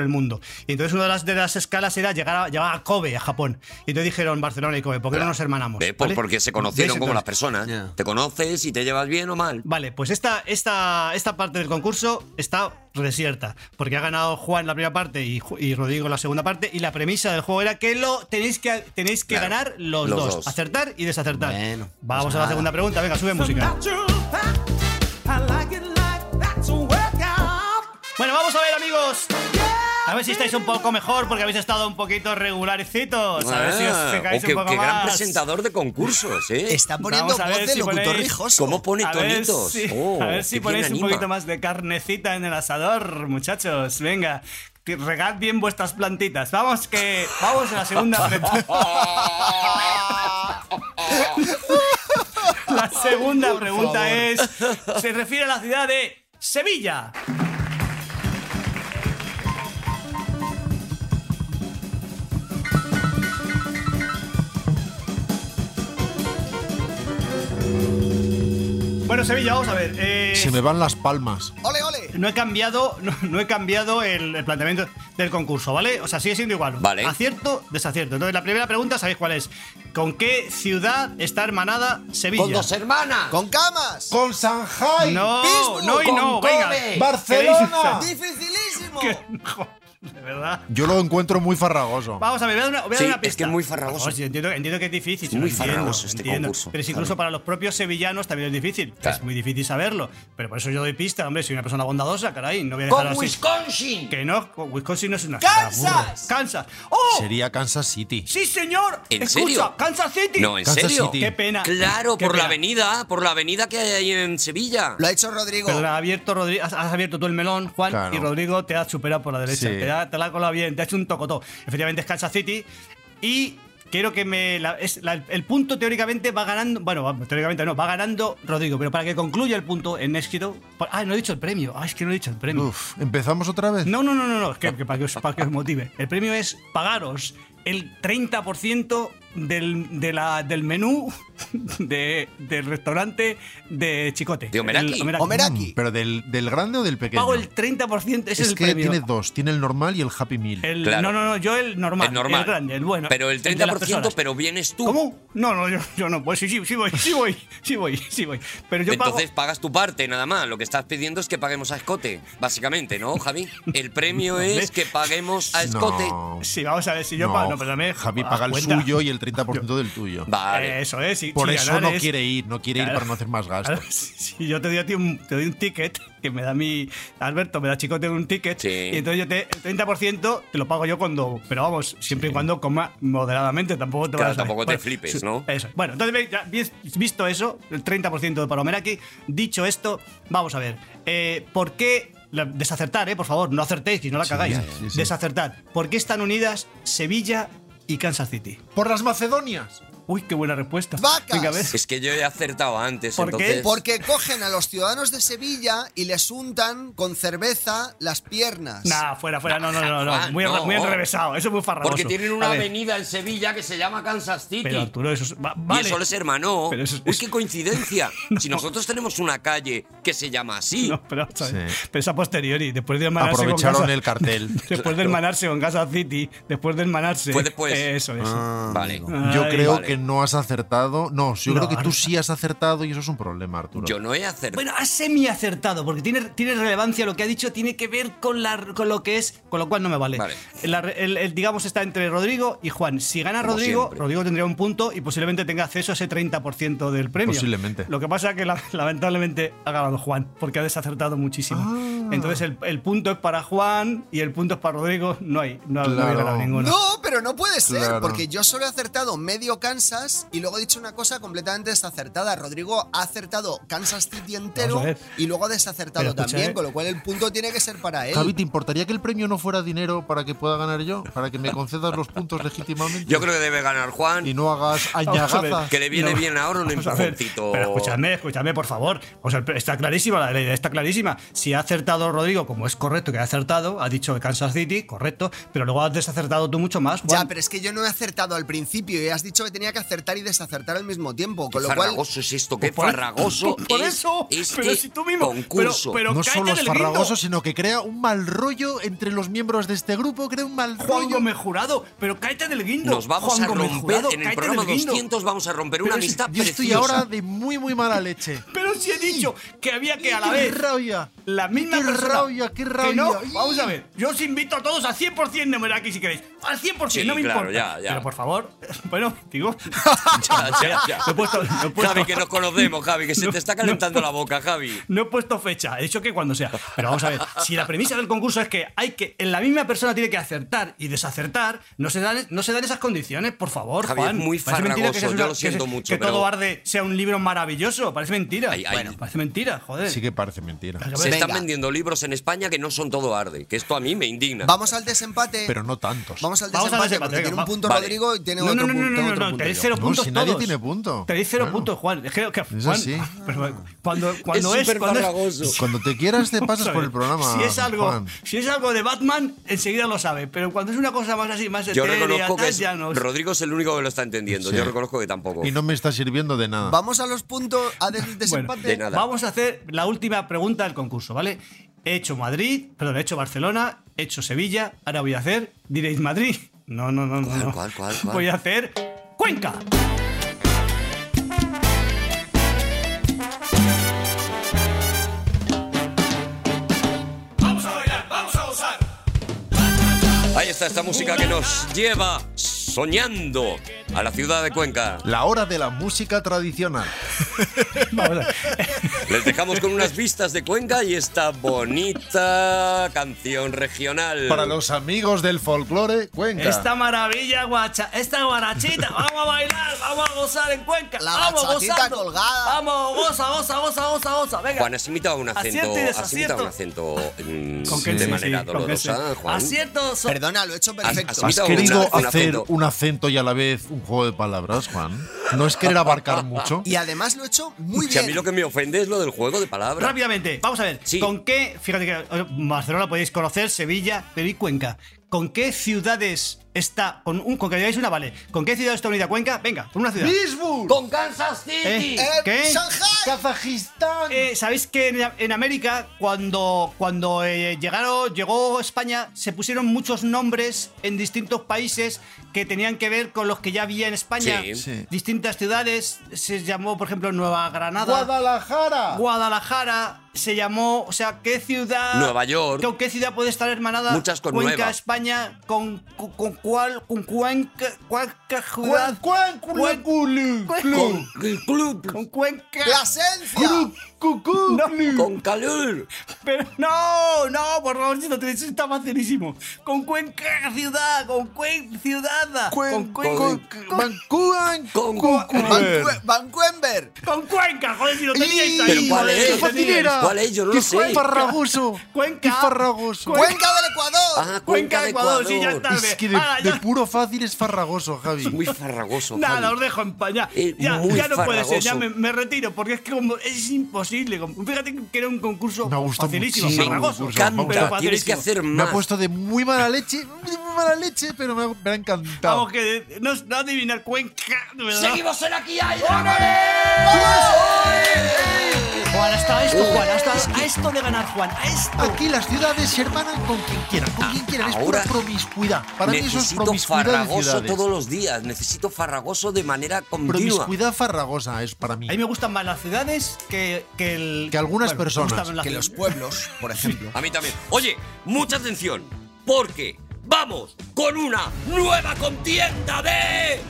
[SPEAKER 5] por el mundo. Y entonces una de las, de las escalas era llegar a, llegar a Kobe, a Japón. Y entonces dijeron Barcelona y Kobe, ¿por qué no nos hermanamos?
[SPEAKER 3] Ve, por-
[SPEAKER 5] ¿Vale?
[SPEAKER 3] Porque se conocieron
[SPEAKER 5] ¿Ves?
[SPEAKER 3] como las
[SPEAKER 5] Entonces,
[SPEAKER 3] personas.
[SPEAKER 6] Ya.
[SPEAKER 3] Te conoces y te llevas bien o mal.
[SPEAKER 5] Vale, pues esta, esta, esta parte del concurso está desierta, porque ha ganado Juan la primera parte y, Ju- y Rodrigo la segunda parte, y la premisa del juego era que lo tenéis que, tenéis que
[SPEAKER 3] Claro,
[SPEAKER 5] ganar los,
[SPEAKER 3] los
[SPEAKER 5] dos,
[SPEAKER 3] dos.
[SPEAKER 5] acertar y desacertar.
[SPEAKER 6] Bueno,
[SPEAKER 5] Vamos
[SPEAKER 6] pues
[SPEAKER 5] a la
[SPEAKER 6] nada.
[SPEAKER 5] segunda pregunta, venga, sube música.
[SPEAKER 7] Natural fact, I like it like that's a workout.
[SPEAKER 5] Bueno, vamos a ver, amigos. A ver si estáis un poco mejor, porque habéis estado un poquito regularcitos. A ver si os
[SPEAKER 3] Ah,
[SPEAKER 5] fijáis
[SPEAKER 3] oh, qué,
[SPEAKER 5] un poco
[SPEAKER 3] qué gran
[SPEAKER 5] más.
[SPEAKER 3] presentador de concursos, ¿eh?
[SPEAKER 6] Está poniendo
[SPEAKER 5] Vamos a
[SPEAKER 6] voz
[SPEAKER 5] ver
[SPEAKER 6] de
[SPEAKER 5] si
[SPEAKER 6] locutor
[SPEAKER 5] ponéis-
[SPEAKER 6] rijoso.
[SPEAKER 3] ¿Cómo pone
[SPEAKER 5] A ver
[SPEAKER 3] tonitos?
[SPEAKER 5] si,
[SPEAKER 3] Oh,
[SPEAKER 5] a ver si
[SPEAKER 3] qué bien
[SPEAKER 5] ponéis un
[SPEAKER 3] anima.
[SPEAKER 5] poquito más de carnecita en el asador, muchachos. Venga, que regad bien vuestras plantitas. Vamos que vamos a la segunda pregunta. La segunda pregunta es se refiere a la ciudad de Sevilla. Bueno, Sevilla, vamos a ver. eh,
[SPEAKER 4] Se me van las palmas.
[SPEAKER 6] ¡Ole, ole!
[SPEAKER 5] No he cambiado, no, no he cambiado el, el planteamiento del concurso, ¿vale? O sea, sigue siendo igual.
[SPEAKER 3] Vale.
[SPEAKER 5] Acierto, desacierto. Entonces, la primera pregunta, ¿sabéis cuál es? ¿Con qué ciudad está hermanada Sevilla?
[SPEAKER 3] Con dos hermanas.
[SPEAKER 6] ¡Con camas!
[SPEAKER 4] Con Shanghai.
[SPEAKER 5] No,
[SPEAKER 6] Pittsburgh,
[SPEAKER 5] no y
[SPEAKER 3] con
[SPEAKER 5] no, venga.
[SPEAKER 3] Kobe.
[SPEAKER 4] Barcelona.
[SPEAKER 5] ¿Queréis-
[SPEAKER 6] ¡Dificilísimo!
[SPEAKER 5] que- jo, de verdad.
[SPEAKER 4] Yo lo encuentro muy farragoso.
[SPEAKER 5] Vamos a ver, voy a dar una, voy a dar
[SPEAKER 3] Sí,
[SPEAKER 5] una
[SPEAKER 3] es
[SPEAKER 5] pista.
[SPEAKER 3] que es muy farragoso.
[SPEAKER 5] Por favor, sí, entiendo, entiendo que es difícil. sí,
[SPEAKER 3] Muy
[SPEAKER 5] lo entiendo,
[SPEAKER 3] farragoso este
[SPEAKER 5] entiendo.
[SPEAKER 3] concurso,
[SPEAKER 5] Pero es incluso
[SPEAKER 3] Javi.
[SPEAKER 5] para los propios sevillanos también es difícil.
[SPEAKER 3] Claro.
[SPEAKER 5] Es muy difícil saberlo. Pero por eso yo doy pista, hombre. Soy una persona bondadosa, caray. No voy a dejar
[SPEAKER 3] Con
[SPEAKER 5] así.
[SPEAKER 3] Wisconsin.
[SPEAKER 5] Que no, Wisconsin no es una ciudad,
[SPEAKER 6] ¡Kansas!
[SPEAKER 5] burro. ¡Kansas! ¡Oh!
[SPEAKER 4] Sería Kansas City.
[SPEAKER 5] ¡Sí, señor!
[SPEAKER 3] ¿En
[SPEAKER 5] Escucha,
[SPEAKER 3] serio?
[SPEAKER 5] ¡Kansas City!
[SPEAKER 3] No, ¿en
[SPEAKER 4] Kansas
[SPEAKER 3] serio?
[SPEAKER 4] City.
[SPEAKER 5] ¡Qué pena!
[SPEAKER 3] Claro,
[SPEAKER 5] Qué
[SPEAKER 3] por la
[SPEAKER 5] pena.
[SPEAKER 3] avenida, por la avenida que hay ahí en Sevilla.
[SPEAKER 6] Lo ha hecho Rodrigo.
[SPEAKER 5] Pero la ha abierto Rodrigo, has, has abierto tú el melón, Juan,
[SPEAKER 4] Claro.
[SPEAKER 5] y Rodrigo te ha superado por la derecha.
[SPEAKER 4] Sí.
[SPEAKER 5] Te, ha, te la ha colado bien, te ha hecho un tocotó. Efectivamente es Kansas City. Y quiero que me. la- es, la- el punto teóricamente va ganando. Bueno, va- teóricamente no, va ganando Rodrigo. Pero para que concluya el punto en éxito. Ah, no he dicho el premio. Ah, es que no he dicho el premio.
[SPEAKER 4] Uf, ¿empezamos otra vez?
[SPEAKER 5] No, no, no, no, no. Es que, que para, que os, para que os motive. El premio es pagaros el treinta por ciento del, de la, del menú de, del restaurante de Chicote.
[SPEAKER 3] De Omeraki.
[SPEAKER 5] El
[SPEAKER 6] Omeraki.
[SPEAKER 4] Mm, ¿Pero del, del grande o del pequeño?
[SPEAKER 5] Pago el treinta por ciento, ese es,
[SPEAKER 4] es
[SPEAKER 5] el
[SPEAKER 4] que
[SPEAKER 5] premio.
[SPEAKER 4] tiene dos. Tiene el normal y el Happy Meal.
[SPEAKER 5] El-
[SPEAKER 3] Claro.
[SPEAKER 5] No, no, no, yo el normal.
[SPEAKER 3] El normal.
[SPEAKER 5] El grande, el bueno.
[SPEAKER 3] Pero el
[SPEAKER 5] de
[SPEAKER 3] treinta
[SPEAKER 5] las
[SPEAKER 3] por ciento,
[SPEAKER 5] personas.
[SPEAKER 3] pero vienes tú.
[SPEAKER 5] ¿Cómo? No, no, yo, yo no. Pues sí, sí, sí voy, sí voy, sí voy, sí voy. Pero yo
[SPEAKER 3] Entonces
[SPEAKER 5] pago.
[SPEAKER 3] pagas tu parte, nada más. Lo que estás pidiendo es que paguemos a escote, básicamente, ¿no, Javi? El premio es que paguemos a escote.
[SPEAKER 4] No.
[SPEAKER 5] Sí, vamos a ver si yo
[SPEAKER 4] No,
[SPEAKER 5] pago. No, pero también.
[SPEAKER 4] Javi
[SPEAKER 5] haz
[SPEAKER 4] paga el
[SPEAKER 5] cuenta.
[SPEAKER 4] suyo y el treinta por ciento del tuyo.
[SPEAKER 3] Vale.
[SPEAKER 5] Eso es, sí.
[SPEAKER 4] Por
[SPEAKER 5] sí,
[SPEAKER 4] eso
[SPEAKER 5] ganar
[SPEAKER 4] no
[SPEAKER 5] es-
[SPEAKER 4] quiere ir, no quiere ir
[SPEAKER 5] Claro.
[SPEAKER 4] para no hacer más gasto.
[SPEAKER 5] Claro, si yo te doy a ti un, te doy un ticket, que me da mi. Alberto, me da Chicote un ticket.
[SPEAKER 3] Sí.
[SPEAKER 5] Y entonces yo te. El treinta por ciento te lo pago yo cuando. Pero vamos, siempre y cuando coma moderadamente. Tampoco te
[SPEAKER 3] Claro,
[SPEAKER 5] vas a-
[SPEAKER 3] tampoco te
[SPEAKER 5] Bueno,
[SPEAKER 3] flipes,
[SPEAKER 5] sí,
[SPEAKER 3] ¿no?
[SPEAKER 5] Eso. Bueno, entonces, ve, ya vis- visto eso, el treinta por ciento para Omeraki. Dicho esto, vamos a ver. Eh, ¿Por qué. la- Desacertar, eh, por favor, no acertéis y no la cagáis.
[SPEAKER 4] sí, sí.
[SPEAKER 5] Desacertar. ¿Por qué están unidas Sevilla y Kansas City?
[SPEAKER 4] Por las Macedonias.
[SPEAKER 5] Uy, qué buena respuesta.
[SPEAKER 6] ¡Vacas!
[SPEAKER 5] Venga, a ver.
[SPEAKER 3] Es que yo he acertado antes,
[SPEAKER 5] ¿Por qué?
[SPEAKER 3] entonces.
[SPEAKER 6] Porque cogen a los ciudadanos de Sevilla y les untan con cerveza las piernas.
[SPEAKER 5] Nah, fuera, fuera, no, no, no, no.
[SPEAKER 3] Juan,
[SPEAKER 5] Muy,
[SPEAKER 3] no.
[SPEAKER 5] muy enrevesado, eso es muy farragoso.
[SPEAKER 3] Porque tienen
[SPEAKER 5] A
[SPEAKER 3] una
[SPEAKER 5] ver,
[SPEAKER 3] avenida en Sevilla que se llama Kansas City.
[SPEAKER 5] Pero Arturo, eso es. va-
[SPEAKER 3] Y
[SPEAKER 5] vale.
[SPEAKER 3] eso les hermanó.
[SPEAKER 5] Pero eso es-
[SPEAKER 3] Uy, qué coincidencia. Si nosotros tenemos una calle que se llama así.
[SPEAKER 5] No, pero, vamos a ver.
[SPEAKER 4] Sí.
[SPEAKER 5] Pero es a posteriori, después de hermanarse
[SPEAKER 4] Aprovecharon
[SPEAKER 5] con Kansas-
[SPEAKER 4] el cartel.
[SPEAKER 5] Después de hermanarse con Kansas City, después de hermanarse.
[SPEAKER 3] Fue después.
[SPEAKER 5] Eso, eso.
[SPEAKER 3] Vale.
[SPEAKER 4] Yo
[SPEAKER 5] Ay,
[SPEAKER 4] creo
[SPEAKER 3] vale.
[SPEAKER 4] que no has acertado. No, yo
[SPEAKER 5] No,
[SPEAKER 4] creo que tú
[SPEAKER 5] ahora-
[SPEAKER 4] sí has acertado y eso es un problema, Arturo.
[SPEAKER 3] Yo no he acertado.
[SPEAKER 5] Bueno, ha semi acertado, porque tiene, tiene relevancia lo que ha dicho, tiene que ver con, la, con lo que es, con lo cual no me vale.
[SPEAKER 3] Vale.
[SPEAKER 5] La- el, el, digamos, está entre Rodrigo y Juan. Si gana
[SPEAKER 3] Como
[SPEAKER 5] Rodrigo,
[SPEAKER 3] siempre.
[SPEAKER 5] Rodrigo tendría un punto y posiblemente tenga acceso a ese treinta por ciento del premio.
[SPEAKER 4] Posiblemente.
[SPEAKER 5] Lo que pasa es que la- lamentablemente ha ganado Juan, porque ha desacertado muchísimo.
[SPEAKER 4] Ah.
[SPEAKER 5] Entonces el, el punto es para Juan y el punto es para Rodrigo. No hay, no, no había
[SPEAKER 4] Claro.
[SPEAKER 5] ganado ninguno.
[SPEAKER 6] No, pero no puede ser,
[SPEAKER 4] Claro.
[SPEAKER 6] porque yo solo he acertado medio Kansas y luego he dicho una cosa completamente desacertada. Rodrigo ha acertado Kansas City entero
[SPEAKER 5] Vamos a ver.
[SPEAKER 6] y luego ha desacertado
[SPEAKER 5] Pero escucha,
[SPEAKER 6] también,
[SPEAKER 5] eh.
[SPEAKER 6] con lo cual el punto tiene que ser para él.
[SPEAKER 4] Javi, ¿te importaría que el premio no fuera dinero para que pueda ganar yo? ¿Para que me concedas los puntos legítimamente?
[SPEAKER 3] Yo creo que debe ganar Juan.
[SPEAKER 4] Y no hagas
[SPEAKER 5] Vamos a ver.
[SPEAKER 4] añagazas.
[SPEAKER 3] Que le viene
[SPEAKER 5] No.
[SPEAKER 3] bien ahora un
[SPEAKER 5] Vamos a ver.
[SPEAKER 3] empujoncito.
[SPEAKER 5] Pero escúchame, escúchame, por favor. O sea, está clarísima, la ley está clarísima. Si ha acertado acertado Rodrigo, como es correcto que ha acertado, ha dicho Kansas City, correcto, pero luego has desacertado tú mucho más, Juan.
[SPEAKER 6] Ya, pero es que yo no he acertado al principio y has dicho que tenía que acertar y desacertar al mismo tiempo,
[SPEAKER 3] Qué
[SPEAKER 6] con lo cual...
[SPEAKER 3] farragoso es esto, qué
[SPEAKER 5] Por-
[SPEAKER 3] farragoso
[SPEAKER 5] por
[SPEAKER 3] es
[SPEAKER 5] eso,
[SPEAKER 3] este
[SPEAKER 5] pero si tú mismo,
[SPEAKER 3] concurso.
[SPEAKER 5] pero- pero-
[SPEAKER 4] No
[SPEAKER 5] cállate
[SPEAKER 4] solo es
[SPEAKER 5] del guindo.
[SPEAKER 4] farragoso, sino que crea un mal rollo entre los miembros de este grupo. Crea un mal
[SPEAKER 5] Juan
[SPEAKER 4] rollo.
[SPEAKER 5] Gómez Jurado, pero cállate del guindo.
[SPEAKER 3] Nos vamos
[SPEAKER 5] Juan
[SPEAKER 3] a
[SPEAKER 5] Gómez
[SPEAKER 3] romper,
[SPEAKER 5] Jurado,
[SPEAKER 3] en el
[SPEAKER 5] cállate
[SPEAKER 3] programa
[SPEAKER 5] del guindo.
[SPEAKER 3] doscientos vamos a romper
[SPEAKER 5] Pero
[SPEAKER 3] una
[SPEAKER 5] si
[SPEAKER 3] amistad
[SPEAKER 4] Yo estoy
[SPEAKER 3] preciosa.
[SPEAKER 4] ahora de muy, muy mala leche.
[SPEAKER 5] Pero si he dicho que había que a la
[SPEAKER 4] ¡Qué
[SPEAKER 5] vez
[SPEAKER 4] rabia!
[SPEAKER 5] la misma
[SPEAKER 4] ¡Qué
[SPEAKER 5] persona.
[SPEAKER 4] rabia, qué
[SPEAKER 5] Que
[SPEAKER 4] rabia!
[SPEAKER 5] no, vamos a ver, yo os invito a todos al cien por cien de Meraki si queréis. Al cien por cien,
[SPEAKER 3] Sí,
[SPEAKER 5] no me
[SPEAKER 3] claro,
[SPEAKER 5] importa.
[SPEAKER 3] ya, ya.
[SPEAKER 5] Pero por favor, bueno, digo.
[SPEAKER 3] Ya, ya, ya.
[SPEAKER 5] No he puesto, no he puesto-
[SPEAKER 3] Javi, que nos conocemos, Javi, que se
[SPEAKER 5] No,
[SPEAKER 3] te está calentando
[SPEAKER 5] no.
[SPEAKER 3] la boca, Javi.
[SPEAKER 5] No he puesto fecha, he dicho que cuando sea. Pero vamos a ver, si la premisa del concurso es que hay que, en la misma persona tiene que acertar y desacertar, no se dan, no se dan esas condiciones, por favor,
[SPEAKER 3] Javi,
[SPEAKER 5] Juan.
[SPEAKER 3] es muy
[SPEAKER 5] Parece mentira que
[SPEAKER 3] farragoso,
[SPEAKER 5] seas
[SPEAKER 3] yo
[SPEAKER 5] una-
[SPEAKER 3] lo siento
[SPEAKER 5] que, se-
[SPEAKER 3] mucho,
[SPEAKER 5] que
[SPEAKER 3] pero-
[SPEAKER 5] todo arde sea un libro maravilloso, parece mentira.
[SPEAKER 3] Ay, ay.
[SPEAKER 5] Bueno, parece mentira, joder.
[SPEAKER 4] Sí que parece mentira.
[SPEAKER 5] A ver,
[SPEAKER 3] Se están
[SPEAKER 6] Venga.
[SPEAKER 3] vendiendo libros en España que no son todo arde, que esto a mí me indigna.
[SPEAKER 6] Vamos al desempate.
[SPEAKER 4] Pero no tantos.
[SPEAKER 6] Vamos al
[SPEAKER 5] Vamos al
[SPEAKER 6] desempate,
[SPEAKER 5] desempate,
[SPEAKER 6] porque
[SPEAKER 5] venga,
[SPEAKER 6] tiene un
[SPEAKER 5] va-
[SPEAKER 6] punto
[SPEAKER 3] vale.
[SPEAKER 6] Rodrigo y tiene
[SPEAKER 5] No,
[SPEAKER 6] otro,
[SPEAKER 5] no, no,
[SPEAKER 6] punto,
[SPEAKER 5] no,
[SPEAKER 6] tengo
[SPEAKER 5] no,
[SPEAKER 6] otro
[SPEAKER 5] no,
[SPEAKER 6] punto
[SPEAKER 5] tenéis
[SPEAKER 6] yo.
[SPEAKER 5] cero
[SPEAKER 4] No,
[SPEAKER 5] puntos
[SPEAKER 4] si nadie
[SPEAKER 5] todos.
[SPEAKER 4] tiene punto.
[SPEAKER 5] Tenéis cero
[SPEAKER 4] Claro.
[SPEAKER 5] puntos, Juan. Es que, que-
[SPEAKER 4] Es
[SPEAKER 5] Juan,
[SPEAKER 4] así.
[SPEAKER 5] pero cuando, cuando es,
[SPEAKER 3] súper
[SPEAKER 5] cuando es-
[SPEAKER 3] farragoso.
[SPEAKER 4] Cuando te quieras te pasas
[SPEAKER 5] Vamos a
[SPEAKER 4] por
[SPEAKER 5] ver,
[SPEAKER 4] el programa.
[SPEAKER 5] Si es algo,
[SPEAKER 4] Juan.
[SPEAKER 5] si es algo de Batman, enseguida lo sabe. Pero cuando es una cosa más así, más
[SPEAKER 3] Yo
[SPEAKER 5] etérea,
[SPEAKER 3] reconozco que
[SPEAKER 5] tal,
[SPEAKER 3] es,
[SPEAKER 5] ya no.
[SPEAKER 3] Rodrigo es el único que lo está entendiendo.
[SPEAKER 4] Sí.
[SPEAKER 3] Yo reconozco que tampoco.
[SPEAKER 4] Y no me está sirviendo de nada.
[SPEAKER 6] Vamos a los puntos a des- desempate.
[SPEAKER 3] de nada.
[SPEAKER 5] Vamos a hacer la última pregunta del concurso, ¿vale? He hecho Madrid, perdón, he hecho Barcelona, he hecho Sevilla, ahora voy a hacer, diréis Madrid. No, no, no, no.
[SPEAKER 3] ¿Cuál,
[SPEAKER 5] no.
[SPEAKER 3] cuál, cuál, cuál?
[SPEAKER 5] Voy a hacer Cuenca.
[SPEAKER 3] Ahí está esta música que nos lleva soñando a la ciudad de Cuenca.
[SPEAKER 4] La hora de la música tradicional.
[SPEAKER 5] Vamos a ver.
[SPEAKER 3] Les dejamos con unas vistas de Cuenca y esta bonita canción regional.
[SPEAKER 4] Para los amigos del folclore, Cuenca.
[SPEAKER 5] Esta maravilla, guacha, esta guarachita, vamos a bailar, vamos a gozar en Cuenca.
[SPEAKER 6] La
[SPEAKER 5] vamos
[SPEAKER 6] bachatita
[SPEAKER 5] gozando.
[SPEAKER 6] colgada.
[SPEAKER 5] Vamos, goza, goza, goza, goza, goza. Venga.
[SPEAKER 3] Juan, has imitado un acento,
[SPEAKER 5] Acierto y
[SPEAKER 3] has imitado un
[SPEAKER 5] desacierto.
[SPEAKER 3] acento mm,
[SPEAKER 5] ¿Con qué
[SPEAKER 3] de
[SPEAKER 5] sí,
[SPEAKER 3] manera
[SPEAKER 5] sí, con qué sí?
[SPEAKER 3] dolorosa, Juan.
[SPEAKER 5] Acierto. so-
[SPEAKER 6] Perdona, lo he hecho perfecto.
[SPEAKER 3] has
[SPEAKER 4] ¿Has
[SPEAKER 3] imitado
[SPEAKER 4] querido
[SPEAKER 3] una- un
[SPEAKER 4] hacer
[SPEAKER 3] acento.
[SPEAKER 4] un acento y a la vez un juego de palabras, Juan? ¿No es querer abarcar mucho?
[SPEAKER 6] Y además lo he hecho muy
[SPEAKER 3] Si a mí
[SPEAKER 6] bien.
[SPEAKER 3] lo que me ofende es lo del juego de palabras.
[SPEAKER 5] Rápidamente, vamos a ver.
[SPEAKER 3] Sí.
[SPEAKER 5] ¿Con qué? Fíjate que eh, Barcelona podéis conocer, Sevilla, pero y Cuenca. ¿Con qué ciudades está? Con, un, con que digáis una, vale. ¿Con qué ciudad está unida Cuenca? Venga, por una ciudad.
[SPEAKER 4] ¡Lisboa!
[SPEAKER 3] ¡Con Kansas City!
[SPEAKER 5] Eh,
[SPEAKER 6] Eh,
[SPEAKER 5] ¿Qué?
[SPEAKER 6] Shanghai.
[SPEAKER 4] ¡Kazajistán!
[SPEAKER 5] Eh, ¿Sabéis que en, en América, cuando, cuando eh, llegaron, llegó España, se pusieron muchos nombres en distintos países que tenían que ver con los que ya había en España?
[SPEAKER 3] Sí.
[SPEAKER 4] Sí.
[SPEAKER 5] Distintas ciudades. Se llamó, por ejemplo, Nueva Granada.
[SPEAKER 4] ¡Guadalajara!
[SPEAKER 5] Guadalajara se llamó, o sea, ¿qué ciudad?
[SPEAKER 3] Nueva York.
[SPEAKER 5] ¿Con qué ciudad puede estar hermanada?
[SPEAKER 3] Muchas con
[SPEAKER 5] Cuenca,
[SPEAKER 3] Nueva.
[SPEAKER 5] España, con, con, con cuál, con Cuenca, Cuenca, ciudad.
[SPEAKER 4] ¡Cuán, cuán, culu,
[SPEAKER 3] Con el club.
[SPEAKER 5] Con Cuenca.
[SPEAKER 6] Plasencia.
[SPEAKER 4] cucú,
[SPEAKER 3] Con Calur.
[SPEAKER 5] Pero no, no, por favor, si no te está facilísimo. Con Cuenca, ciudad, con Cuenca, ciudad. Con Cuenca.
[SPEAKER 4] Vancouver,
[SPEAKER 3] Con-
[SPEAKER 4] Vancouver.
[SPEAKER 6] Vancouver. Vancouver.
[SPEAKER 5] Con Cuenca, joder, si lo teníais ahí.
[SPEAKER 3] ¿Pero cuál
[SPEAKER 5] joder,
[SPEAKER 3] es?
[SPEAKER 5] si lo
[SPEAKER 4] ¡Qué fácil
[SPEAKER 5] teníais.
[SPEAKER 4] era!
[SPEAKER 3] ¿Cuál es? Yo no
[SPEAKER 4] ¡Qué
[SPEAKER 3] lo sé.
[SPEAKER 4] farragoso!
[SPEAKER 5] Cuenca.
[SPEAKER 4] ¡Qué farragoso!
[SPEAKER 6] Cuenca del Ecuador.
[SPEAKER 3] Ah,
[SPEAKER 5] Cuenca, Ecuador, sí, ya está.
[SPEAKER 4] Es que de,
[SPEAKER 5] Ah, ya.
[SPEAKER 4] de puro fácil es farragoso, Javi.
[SPEAKER 3] Muy farragoso,
[SPEAKER 5] Nada,
[SPEAKER 3] Javi.
[SPEAKER 5] os dejo en paz. Ya,
[SPEAKER 3] Eh,
[SPEAKER 5] ya,
[SPEAKER 3] muy
[SPEAKER 5] ya no puede ser, ya
[SPEAKER 3] farragoso.
[SPEAKER 5] me, me retiro, porque es que como, es imposible. como- Fíjate que era un concurso
[SPEAKER 4] Me ha gustado
[SPEAKER 5] facilísimo,
[SPEAKER 4] muchísimo
[SPEAKER 3] Me
[SPEAKER 4] el
[SPEAKER 5] farragoso.
[SPEAKER 4] concurso.
[SPEAKER 3] encanta.
[SPEAKER 5] pero
[SPEAKER 3] Tienes que
[SPEAKER 5] facilísimo.
[SPEAKER 3] hacer
[SPEAKER 4] Me ha
[SPEAKER 3] más.
[SPEAKER 4] puesto de muy mala leche, muy mala leche, pero me ha, me ha encantado.
[SPEAKER 5] Vamos, que no, no adivinar Cuenca, de verdad.
[SPEAKER 3] ¡Seguimos en Aquí hay
[SPEAKER 5] Juan, hasta esto, Juan, hasta a esto de ganar, Juan, a esto.
[SPEAKER 4] Aquí las ciudades se hermanan con quien quieran, con quien quieran. Es pura
[SPEAKER 3] ahora
[SPEAKER 4] promiscuidad. Para mí eso es
[SPEAKER 3] Necesito
[SPEAKER 4] promiscuidad de
[SPEAKER 3] farragoso
[SPEAKER 4] ciudades.
[SPEAKER 3] todos los días. Necesito farragoso de manera continua.
[SPEAKER 4] Promiscuidad farragosa es para mí.
[SPEAKER 5] A mí me gustan más las ciudades que, que el.
[SPEAKER 4] Que algunas
[SPEAKER 5] bueno, me
[SPEAKER 4] personas.
[SPEAKER 5] gustan las
[SPEAKER 6] Que los
[SPEAKER 5] ciudades.
[SPEAKER 6] pueblos, por ejemplo.
[SPEAKER 3] A mí también. Oye, mucha atención, porque vamos con una nueva contienda de...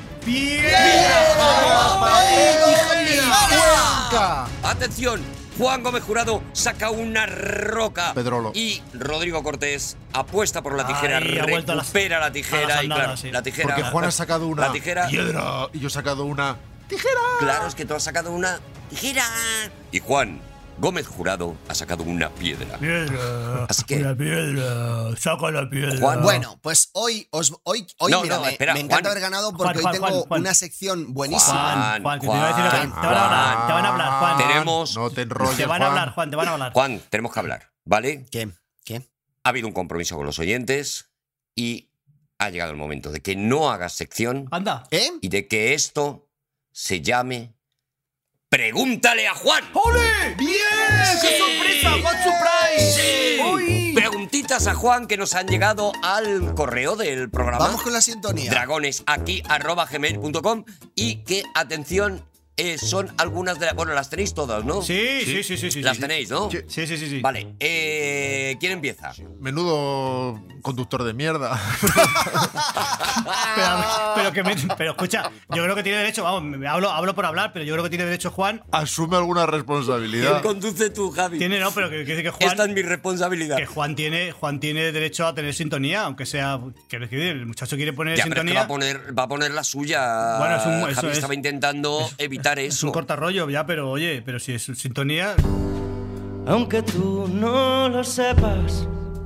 [SPEAKER 4] ¡Cuenca!
[SPEAKER 3] Atención, Juan Gómez Jurado saca una roca.
[SPEAKER 4] Pedrolo.
[SPEAKER 3] Y Rodrigo Cortés apuesta por la tijera,
[SPEAKER 5] Ay, ha vuelto a las-
[SPEAKER 3] recupera la
[SPEAKER 5] a
[SPEAKER 3] tijera
[SPEAKER 5] las
[SPEAKER 3] y
[SPEAKER 5] andadas,
[SPEAKER 3] claro,
[SPEAKER 5] sí.
[SPEAKER 3] la tijera.
[SPEAKER 4] Porque Juan ha sacado una
[SPEAKER 3] La tijera.
[SPEAKER 4] piedra y yo he sacado una tijera.
[SPEAKER 3] Claro, es que tú has sacado una tijera. Y Juan Gómez Jurado ha sacado una piedra.
[SPEAKER 5] Piedra.
[SPEAKER 3] Así que-
[SPEAKER 5] Una piedra. Saca la piedra.
[SPEAKER 3] Juan,
[SPEAKER 6] Bueno, pues hoy, os, hoy, hoy
[SPEAKER 3] No,
[SPEAKER 6] mira,
[SPEAKER 3] no,
[SPEAKER 6] me,
[SPEAKER 3] espera,
[SPEAKER 6] me encanta
[SPEAKER 3] Juan.
[SPEAKER 6] haber ganado porque
[SPEAKER 5] Juan,
[SPEAKER 6] hoy
[SPEAKER 5] Juan,
[SPEAKER 6] tengo
[SPEAKER 5] Juan, Juan.
[SPEAKER 6] una sección buenísima.
[SPEAKER 5] Juan, Juan, que te iba a decir una cosa. Te van a hablar, te van a hablar, Juan.
[SPEAKER 3] Tenemos-
[SPEAKER 4] No te enrolles,
[SPEAKER 5] Te van a
[SPEAKER 4] Juan.
[SPEAKER 5] hablar, Juan, te van a hablar.
[SPEAKER 3] Juan, tenemos que hablar, ¿vale?
[SPEAKER 6] ¿Qué? ¿Qué?
[SPEAKER 3] Ha habido un compromiso con los oyentes y ha llegado el momento de que no hagas sección
[SPEAKER 5] Anda.
[SPEAKER 6] ¿Eh?
[SPEAKER 3] y de que esto se llame Pregúntale a Juan.
[SPEAKER 5] ¡Ole! ¡Bien! ¡Qué
[SPEAKER 3] Sí.
[SPEAKER 5] sorpresa! ¡What surprise!
[SPEAKER 3] Sí.
[SPEAKER 5] ¡Uy!
[SPEAKER 3] Preguntitas a Juan que nos han llegado al correo del programa.
[SPEAKER 6] Vamos con la sintonía.
[SPEAKER 3] Dragones aquí arroba gmail punto com y que, atención, eh, son algunas de las... Bueno, las tenéis todas, ¿no?
[SPEAKER 5] Sí, sí, sí, sí, sí.
[SPEAKER 3] Las
[SPEAKER 5] sí.
[SPEAKER 3] tenéis, ¿no?
[SPEAKER 4] Sí.
[SPEAKER 5] Sí, sí, sí, sí.
[SPEAKER 3] Vale, eh, ¿quién empieza?
[SPEAKER 4] Menudo conductor de mierda.
[SPEAKER 5] Pero, pero que me- pero escucha, yo creo que tiene derecho, vamos, me- hablo, hablo por hablar, pero yo creo que tiene derecho Juan.
[SPEAKER 4] Asume alguna
[SPEAKER 3] ¿Quién
[SPEAKER 4] responsabilidad.
[SPEAKER 3] conduce tú, Javi?
[SPEAKER 5] Tiene, no, pero que, que, que Juan.
[SPEAKER 3] Esta es mi responsabilidad.
[SPEAKER 5] Que Juan tiene, Juan tiene derecho a tener sintonía, aunque sea. Quiero decir, el muchacho quiere poner
[SPEAKER 3] Ya, pero es que
[SPEAKER 5] sintonía.
[SPEAKER 3] va a poner, va a poner la suya.
[SPEAKER 5] Bueno, es un- eso
[SPEAKER 3] Javi
[SPEAKER 5] es-
[SPEAKER 3] estaba intentando evitar
[SPEAKER 5] Es
[SPEAKER 3] eso.
[SPEAKER 5] un cortarrollo, ya, pero oye, pero si es sintonía.
[SPEAKER 8] Aunque tú no lo sepas,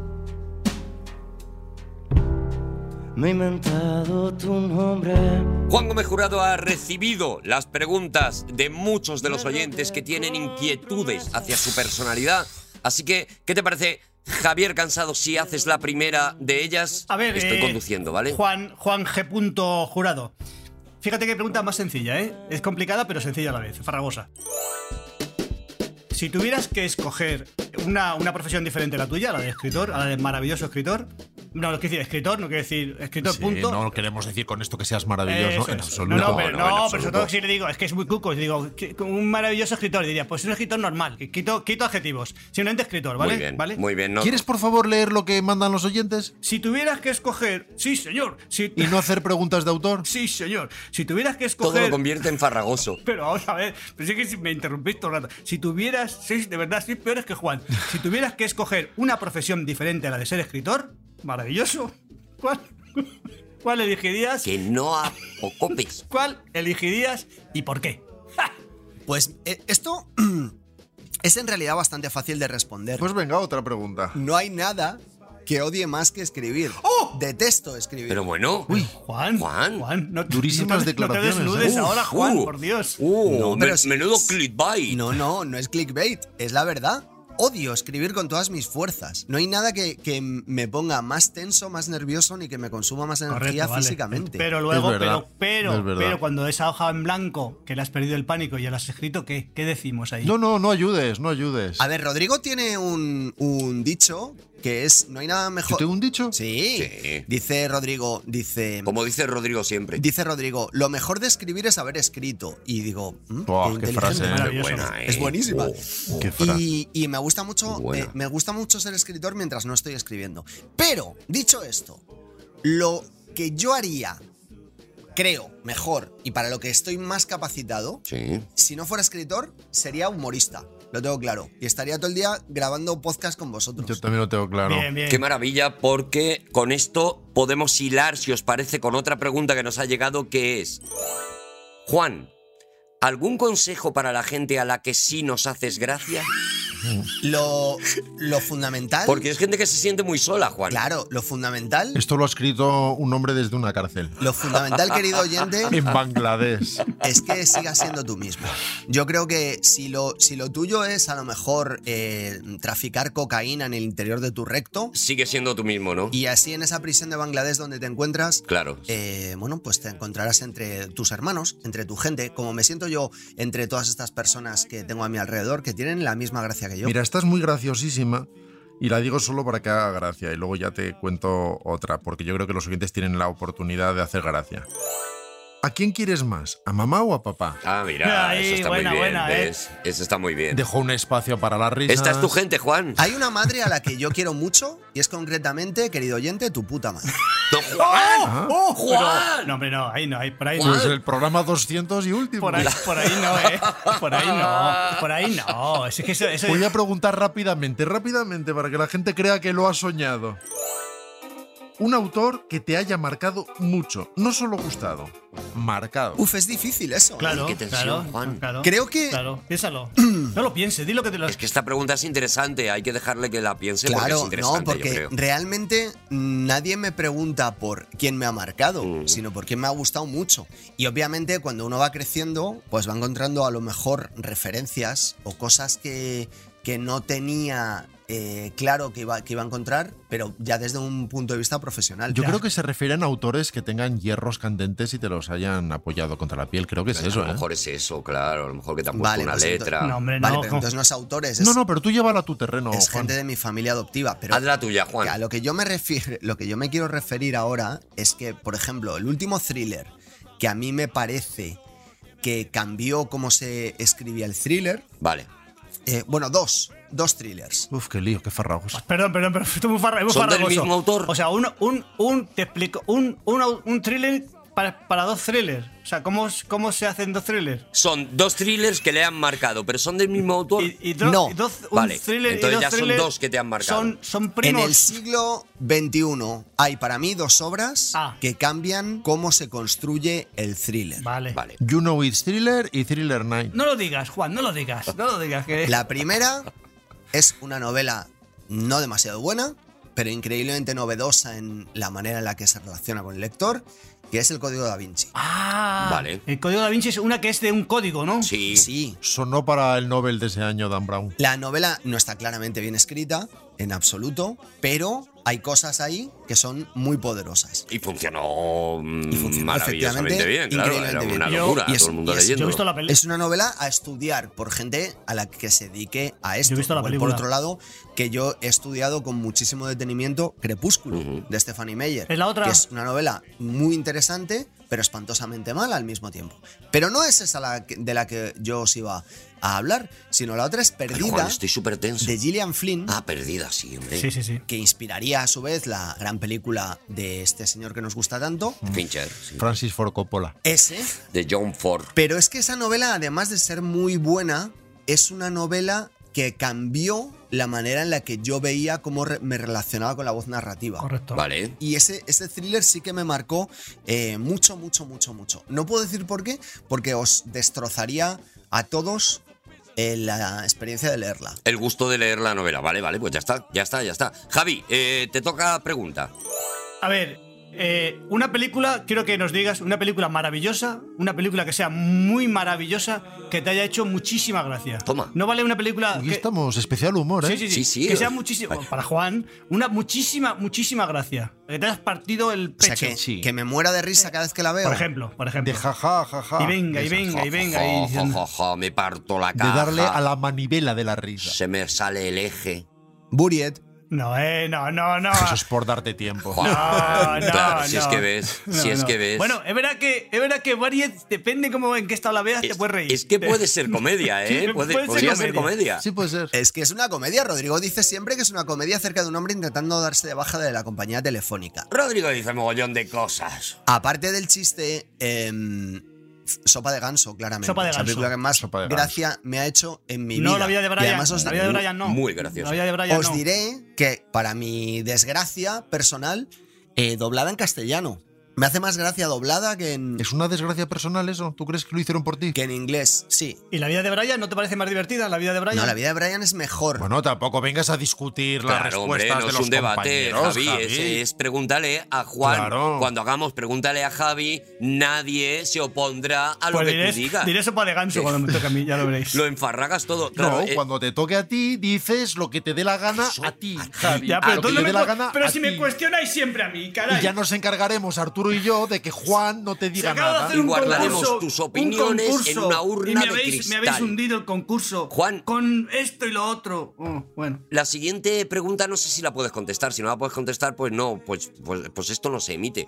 [SPEAKER 8] me he inventado tu nombre.
[SPEAKER 3] Juan Gómez Jurado ha recibido las preguntas de muchos de los oyentes que tienen inquietudes hacia su personalidad. Así que, ¿qué te parece, Javier Cansado, si haces la primera de ellas?
[SPEAKER 5] A ver,
[SPEAKER 3] Estoy
[SPEAKER 5] eh,
[SPEAKER 3] conduciendo, ¿vale?
[SPEAKER 5] Juan, Juan G. punto Jurado. Fíjate qué pregunta más sencilla, ¿eh? Es complicada, pero sencilla a la vez, farragosa. Si tuvieras que escoger una, una profesión diferente a la tuya, a la de escritor, a la de maravilloso escritor. No, no quiero decir escritor, no quiero decir escritor,
[SPEAKER 4] Sí,
[SPEAKER 5] punto.
[SPEAKER 4] no queremos decir con esto que seas maravilloso,
[SPEAKER 5] Eso
[SPEAKER 4] en
[SPEAKER 5] es.
[SPEAKER 4] absoluto.
[SPEAKER 5] No, no, pero,
[SPEAKER 3] No,
[SPEAKER 5] no,
[SPEAKER 3] en
[SPEAKER 5] pero
[SPEAKER 3] absoluto.
[SPEAKER 5] sobre todo si le digo, es que es muy cuco, y digo, que- un maravilloso escritor, y diría, pues un escritor normal, que quito, quito adjetivos, simplemente escritor, ¿vale?
[SPEAKER 3] Muy bien,
[SPEAKER 5] ¿Vale?
[SPEAKER 3] muy bien. No,
[SPEAKER 4] ¿Quieres, por favor, leer lo que mandan los oyentes?
[SPEAKER 5] Si tuvieras que escoger, sí, señor, si,
[SPEAKER 4] Y no hacer preguntas de autor.
[SPEAKER 5] sí, señor, si tuvieras que
[SPEAKER 3] todo
[SPEAKER 5] escoger.
[SPEAKER 3] lo convierte en farragoso.
[SPEAKER 5] Pero vamos a ver, pensé que si me interrumpís todo el rato. Si tuvieras, sí, de verdad, sí, peores que Juan. Si tuvieras que escoger una profesión diferente a la de ser escritor, maravilloso. ¿Cuál, cuál elegirías?
[SPEAKER 3] Que no apocopes.
[SPEAKER 5] ¿Cuál elegirías y por qué?
[SPEAKER 6] Pues eh, esto es en realidad bastante fácil de responder.
[SPEAKER 4] Pues venga, otra pregunta.
[SPEAKER 6] No hay nada que odie más que escribir.
[SPEAKER 5] ¡Oh!
[SPEAKER 6] Detesto escribir.
[SPEAKER 3] Pero bueno.
[SPEAKER 5] Uy, Juan,
[SPEAKER 3] Juan.
[SPEAKER 5] Juan, no,
[SPEAKER 4] Durísimas
[SPEAKER 5] no te,
[SPEAKER 4] declaraciones,
[SPEAKER 5] No te desnudes
[SPEAKER 4] ¿eh?
[SPEAKER 5] ahora,
[SPEAKER 3] Uf,
[SPEAKER 5] Juan,
[SPEAKER 3] uh,
[SPEAKER 5] por Dios.
[SPEAKER 3] Uh,
[SPEAKER 6] No,
[SPEAKER 3] me-
[SPEAKER 6] pero si-
[SPEAKER 3] menudo clickbait.
[SPEAKER 6] No, no, no es clickbait, es la verdad. Odio escribir con todas mis fuerzas. No hay nada que, que me ponga más tenso, más nervioso, ni que me consuma más energía
[SPEAKER 5] Correcto, vale.
[SPEAKER 6] físicamente.
[SPEAKER 5] Pero luego,
[SPEAKER 4] Es verdad,
[SPEAKER 5] pero, pero,
[SPEAKER 4] es verdad.
[SPEAKER 5] pero cuando esa hoja en blanco que le has perdido el pánico y ya la has escrito, ¿qué? ¿Qué decimos ahí?
[SPEAKER 4] No, no, no ayudes, no ayudes.
[SPEAKER 6] A ver, Rodrigo tiene un, un dicho que es, no hay nada
[SPEAKER 4] ¿Yo
[SPEAKER 6] mejor...
[SPEAKER 4] tengo un dicho?
[SPEAKER 6] Sí.
[SPEAKER 3] Sí.
[SPEAKER 6] Dice Rodrigo, dice...
[SPEAKER 3] Como dice Rodrigo siempre.
[SPEAKER 6] Dice Rodrigo, lo mejor de escribir es haber escrito. Y digo, ¿mm?
[SPEAKER 4] Buah, qué
[SPEAKER 6] inteligente.
[SPEAKER 4] frase, ¿eh?
[SPEAKER 5] Maravilloso.
[SPEAKER 3] Buena, ¿eh?
[SPEAKER 6] Es buenísima.
[SPEAKER 3] Oh.
[SPEAKER 4] Qué fra-
[SPEAKER 6] Y, y me gusta mucho,
[SPEAKER 3] Buena.
[SPEAKER 6] eh, me gusta mucho ser escritor mientras no estoy escribiendo. Pero, dicho esto, lo que yo haría, creo, mejor y para lo que estoy más capacitado,
[SPEAKER 3] Sí.
[SPEAKER 6] si no fuera escritor, sería humorista. Lo tengo claro. Y estaría todo el día grabando podcast con vosotros.
[SPEAKER 4] Yo también lo tengo claro.
[SPEAKER 5] Bien, bien.
[SPEAKER 3] Qué maravilla, porque con esto podemos hilar, si os parece, con otra pregunta que nos ha llegado, que es: Juan, ¿algún consejo para la gente a la que sí nos haces gracia?
[SPEAKER 6] Lo, lo fundamental.
[SPEAKER 3] Porque es gente que se siente muy sola, Juan.
[SPEAKER 6] Claro, lo fundamental.
[SPEAKER 4] Esto lo ha escrito un hombre desde una cárcel.
[SPEAKER 6] Lo fundamental, querido oyente,
[SPEAKER 4] En Bangladesh.
[SPEAKER 6] es que sigas siendo tú mismo. Yo creo que si lo, si lo tuyo es a lo mejor eh, traficar cocaína en el interior de tu recto,
[SPEAKER 3] Sigue siendo tú mismo, ¿no?
[SPEAKER 6] y así en esa prisión de Bangladesh donde te encuentras,
[SPEAKER 3] Claro.
[SPEAKER 6] eh, bueno, pues te encontrarás entre tus hermanos, entre tu gente, como me siento yo entre todas estas personas que tengo a mi alrededor, que tienen la misma gracia que yo.
[SPEAKER 4] Mira, esta es muy graciosísima y la digo solo para que haga gracia y luego ya te cuento otra, porque yo creo que los oyentes tienen la oportunidad de hacer gracia. ¿A quién quieres más? ¿A mamá o a papá?
[SPEAKER 3] Ah, mira,
[SPEAKER 5] Ahí,
[SPEAKER 3] eso está
[SPEAKER 5] buena,
[SPEAKER 3] muy bien.
[SPEAKER 5] buena, ¿eh?
[SPEAKER 3] ¿Ves? Eso está muy bien.
[SPEAKER 4] Dejó un espacio para la risa.
[SPEAKER 3] Esta es tu gente, Juan.
[SPEAKER 6] Hay una madre a la que yo quiero mucho y es concretamente, querido oyente, tu puta madre.
[SPEAKER 3] ¡No, Juan!
[SPEAKER 5] ¡Oh,
[SPEAKER 3] ¡Juan!
[SPEAKER 5] pero- no, hombre, no, ahí no, ahí, por ahí
[SPEAKER 4] Pues
[SPEAKER 5] no.
[SPEAKER 4] el programa doscientos y último.
[SPEAKER 5] Por ahí, por ahí no, eh. Por ahí no, por ahí no. Es que eso, eso
[SPEAKER 4] Voy a preguntar rápidamente, rápidamente, para que la gente crea que lo ha soñado. Un autor que te haya marcado mucho, no solo gustado, marcado.
[SPEAKER 6] Uf, es difícil eso.
[SPEAKER 5] Claro,
[SPEAKER 3] qué tensión,
[SPEAKER 5] claro,
[SPEAKER 3] Juan.
[SPEAKER 5] claro.
[SPEAKER 6] Creo que-
[SPEAKER 5] Claro, piénsalo. No lo pienses, di lo que te lo...
[SPEAKER 3] Es que esta pregunta es interesante, hay que dejarle que la piense porque es
[SPEAKER 6] Claro,
[SPEAKER 3] interesante,
[SPEAKER 6] no, porque
[SPEAKER 3] yo creo.
[SPEAKER 6] realmente nadie me pregunta por quién me ha marcado,
[SPEAKER 3] Mm.
[SPEAKER 6] sino por quién me ha gustado mucho. Y obviamente cuando uno va creciendo, pues va encontrando a lo mejor referencias o cosas que, que no tenía eh, claro que iba, que iba a encontrar, pero ya desde un punto de vista profesional.
[SPEAKER 4] Yo
[SPEAKER 5] Ya.
[SPEAKER 4] creo que se refieren a autores que tengan hierros candentes y te los hayan apoyado contra la piel. Creo que es
[SPEAKER 3] a
[SPEAKER 4] eso,
[SPEAKER 3] lo
[SPEAKER 4] ¿eh?
[SPEAKER 3] mejor es eso, claro, a lo mejor que te han puesto
[SPEAKER 6] Vale,
[SPEAKER 3] una
[SPEAKER 6] pues
[SPEAKER 3] letra.
[SPEAKER 5] No, hombre,
[SPEAKER 6] Vale,
[SPEAKER 5] no.
[SPEAKER 6] pero entonces no es autores, es,
[SPEAKER 4] No, no, pero tú llévala a tu terreno,
[SPEAKER 6] es
[SPEAKER 4] Juan.
[SPEAKER 6] gente de mi familia adoptiva. Pero
[SPEAKER 3] Haz la tuya,
[SPEAKER 6] que
[SPEAKER 3] Juan.
[SPEAKER 6] a lo que yo me refiero, lo que yo me quiero referir ahora es que, por ejemplo, el último thriller que a mí me parece que cambió cómo se escribía el thriller,
[SPEAKER 3] Vale.
[SPEAKER 6] eh, bueno, dos, dos thrillers.
[SPEAKER 4] Uf, qué lío, qué farragos.
[SPEAKER 5] Perdón, perdón, pero esto es muy, farra, muy
[SPEAKER 3] ¿Son del
[SPEAKER 5] farragoso.
[SPEAKER 3] mismo autor?
[SPEAKER 5] O sea, un, un, un te explico, un, un, un thriller para, para dos thrillers. O sea, ¿cómo, cómo se hacen dos thrillers?
[SPEAKER 3] Son dos thrillers que le han marcado, pero son del mismo autor.
[SPEAKER 5] Y, y do-
[SPEAKER 6] No.
[SPEAKER 5] y dos, un
[SPEAKER 3] Vale,
[SPEAKER 5] thriller y
[SPEAKER 3] entonces
[SPEAKER 5] dos
[SPEAKER 3] ya son
[SPEAKER 5] thrillers
[SPEAKER 3] dos que te han marcado.
[SPEAKER 5] Son, son
[SPEAKER 6] En
[SPEAKER 5] primos.
[SPEAKER 6] el siglo veintiuno hay para mí dos obras
[SPEAKER 5] Ah.
[SPEAKER 6] que cambian cómo se construye el thriller.
[SPEAKER 5] Vale.
[SPEAKER 3] Vale.
[SPEAKER 4] You Know It's Thriller y Thriller Night.
[SPEAKER 5] No lo digas, Juan, no lo digas. No lo digas. Que...
[SPEAKER 6] La primera es una novela no demasiado buena, pero increíblemente novedosa en la manera en la que se relaciona con el lector, que es El Código Da Vinci.
[SPEAKER 5] Ah,
[SPEAKER 3] Vale.
[SPEAKER 5] El Código Da Vinci es una que es de un código, ¿no?
[SPEAKER 3] Sí.
[SPEAKER 6] Sí,
[SPEAKER 4] Sonó para el Nobel de ese año, Dan Brown.
[SPEAKER 6] la novela no está claramente bien escrita, en absoluto, pero hay cosas ahí que son muy poderosas.
[SPEAKER 3] Y funcionó, mm,
[SPEAKER 6] Y funcionó
[SPEAKER 3] maravillosamente
[SPEAKER 6] efectivamente
[SPEAKER 3] bien, claro. Era
[SPEAKER 6] increíblemente
[SPEAKER 3] una
[SPEAKER 6] bien.
[SPEAKER 3] locura,
[SPEAKER 6] Yo- y es-
[SPEAKER 3] todo el mundo
[SPEAKER 6] y es-
[SPEAKER 3] leyendo.
[SPEAKER 5] Yo he visto la película.
[SPEAKER 6] Es una novela a estudiar por gente a la que se dedique a esto.
[SPEAKER 5] Yo he visto la
[SPEAKER 6] Igual,
[SPEAKER 5] película.
[SPEAKER 6] por otro lado, que yo he estudiado con muchísimo detenimiento Crepúsculo, de Stephanie Meyer.
[SPEAKER 5] ¿Es la otra?
[SPEAKER 6] Que es una novela muy interesante, pero espantosamente mala al mismo tiempo. Pero no es esa la que- de la que yo os iba a hablar, sino la otra es
[SPEAKER 3] Ay,
[SPEAKER 6] Perdida,
[SPEAKER 3] Juan, estoy súper tenso.
[SPEAKER 6] de Gillian Flynn.
[SPEAKER 3] Ah, perdida, sí, hombre.
[SPEAKER 5] Sí, sí, sí.
[SPEAKER 6] Que inspiraría a su vez la gran película de este señor que nos gusta tanto,
[SPEAKER 3] Fincher, sí.
[SPEAKER 4] Francis Ford Coppola.
[SPEAKER 6] ese.
[SPEAKER 3] De John Ford.
[SPEAKER 6] Pero es que esa novela, además de ser muy buena, es una novela que cambió la manera en la que yo veía cómo re- me relacionaba con la voz narrativa.
[SPEAKER 5] Correcto.
[SPEAKER 3] Vale.
[SPEAKER 6] Y ese, ese thriller sí que me marcó eh, mucho, mucho, mucho, mucho. No puedo decir por qué, porque os destrozaría a todos eh, la experiencia de leerla.
[SPEAKER 3] El gusto de leer la novela. Vale, vale, pues ya está, ya está, ya está. Javi, eh, te toca pregunta.
[SPEAKER 5] A ver, eh, una película, quiero que nos digas, una película maravillosa, una película que sea muy maravillosa, que te haya hecho muchísima gracia.
[SPEAKER 3] Toma.
[SPEAKER 5] No vale una película
[SPEAKER 4] Aquí
[SPEAKER 5] que,
[SPEAKER 4] estamos, especial humor, ¿eh?
[SPEAKER 5] sí, sí, sí,
[SPEAKER 3] Sí, sí.
[SPEAKER 5] que sea muchísimo, para Juan, una muchísima, muchísima gracia. Que te hayas partido el
[SPEAKER 6] O sea,
[SPEAKER 5] pecho.
[SPEAKER 6] que,
[SPEAKER 4] Sí.
[SPEAKER 6] que me muera de risa cada vez que la veo.
[SPEAKER 5] Por ejemplo, por ejemplo.
[SPEAKER 4] De jaja, jaja.
[SPEAKER 5] Y venga, y
[SPEAKER 4] Esa.
[SPEAKER 5] venga, y venga.
[SPEAKER 3] Jo,
[SPEAKER 5] y
[SPEAKER 3] jo,
[SPEAKER 5] diciendo-
[SPEAKER 3] jo, jo, me parto la
[SPEAKER 4] De
[SPEAKER 3] caja.
[SPEAKER 4] darle a la manivela de la risa.
[SPEAKER 3] Se me sale el eje.
[SPEAKER 6] Buried.
[SPEAKER 5] No, eh, no, no, no.
[SPEAKER 4] Eso es por darte tiempo.
[SPEAKER 5] No, no,
[SPEAKER 3] Claro, si
[SPEAKER 5] no.
[SPEAKER 3] es que ves,
[SPEAKER 5] No,
[SPEAKER 3] si es
[SPEAKER 5] no.
[SPEAKER 3] que ves.
[SPEAKER 5] Bueno, es verdad que, es verdad que varias, depende cómo en qué estado la veas, te
[SPEAKER 3] es,
[SPEAKER 5] puedes reír.
[SPEAKER 3] es que puede ser comedia, ¿eh?
[SPEAKER 5] Sí,
[SPEAKER 3] Puede-
[SPEAKER 5] puede ser
[SPEAKER 3] podría ser
[SPEAKER 5] comedia.
[SPEAKER 3] comedia.
[SPEAKER 4] Sí, puede ser.
[SPEAKER 6] Es que es una comedia. Rodrigo dice siempre que es una comedia acerca de un hombre intentando darse de baja de la compañía telefónica.
[SPEAKER 3] Rodrigo dice mogollón de cosas.
[SPEAKER 6] Aparte del chiste, em, Sopa de Ganso, claramente.
[SPEAKER 5] Sopa de
[SPEAKER 6] Es la
[SPEAKER 5] Ganso.
[SPEAKER 6] película que más
[SPEAKER 4] Sopa de Ganso.
[SPEAKER 6] gracia me ha hecho en mi vida.
[SPEAKER 5] No, la vida de
[SPEAKER 6] Y
[SPEAKER 5] Brian.
[SPEAKER 6] además os,
[SPEAKER 5] La vida de Brian no.
[SPEAKER 3] Muy graciosa.
[SPEAKER 5] La vida de Brian
[SPEAKER 6] os
[SPEAKER 5] no.
[SPEAKER 6] diré que, para mi desgracia personal, eh, doblada en castellano. Me hace más gracia doblada que en,
[SPEAKER 4] ¿Es una desgracia personal eso? ¿Tú crees que lo hicieron por ti?
[SPEAKER 6] que en inglés. Sí.
[SPEAKER 5] ¿Y la vida de Brian no te parece más divertida? ¿La vida de Brian?
[SPEAKER 6] No, la vida de Brian es mejor.
[SPEAKER 4] Bueno, tampoco vengas a discutir las
[SPEAKER 3] Claro, hombre,
[SPEAKER 4] respuestas
[SPEAKER 3] no
[SPEAKER 4] de
[SPEAKER 3] es
[SPEAKER 4] los
[SPEAKER 3] un debate,
[SPEAKER 4] compañeros,
[SPEAKER 3] Javi.
[SPEAKER 4] Javi.
[SPEAKER 3] Es, es pregúntale a Juan.
[SPEAKER 4] Claro.
[SPEAKER 3] Cuando hagamos pregúntale a Javi, nadie se opondrá a lo
[SPEAKER 5] Pues
[SPEAKER 3] que
[SPEAKER 5] diré,
[SPEAKER 3] tú digas.
[SPEAKER 5] diré sopa de ganso cuando me toque a mí, ya lo veréis.
[SPEAKER 3] Lo enfarragas todo.
[SPEAKER 4] No,
[SPEAKER 3] Claro, eh,
[SPEAKER 4] cuando te toque a ti, dices lo que te dé la gana a ti, Javi.
[SPEAKER 5] Ya,
[SPEAKER 4] A
[SPEAKER 5] pero
[SPEAKER 4] lo
[SPEAKER 5] tú
[SPEAKER 4] que
[SPEAKER 5] no
[SPEAKER 4] te
[SPEAKER 5] me
[SPEAKER 4] dé la
[SPEAKER 5] cu-
[SPEAKER 4] gana
[SPEAKER 5] pero
[SPEAKER 4] a
[SPEAKER 5] si
[SPEAKER 4] ti.
[SPEAKER 5] me cuestionáis siempre a mí, caray.
[SPEAKER 4] Y ya nos encargaremos, Arturo y yo, de que Juan no te
[SPEAKER 5] Se
[SPEAKER 4] diga
[SPEAKER 5] acaba de
[SPEAKER 4] nada.
[SPEAKER 5] hacer un
[SPEAKER 3] guardaremos
[SPEAKER 5] concurso,
[SPEAKER 3] tus
[SPEAKER 5] un
[SPEAKER 3] opiniones
[SPEAKER 5] concurso,
[SPEAKER 3] en una urna
[SPEAKER 5] y me
[SPEAKER 3] de
[SPEAKER 5] habéis,
[SPEAKER 3] cristal.
[SPEAKER 5] Me habéis hundido el concurso
[SPEAKER 3] Juan.
[SPEAKER 5] con esto y lo otro. Oh, bueno.
[SPEAKER 3] La siguiente pregunta no sé si la puedes contestar. Si no la puedes contestar, pues no, pues, pues, pues esto no se emite.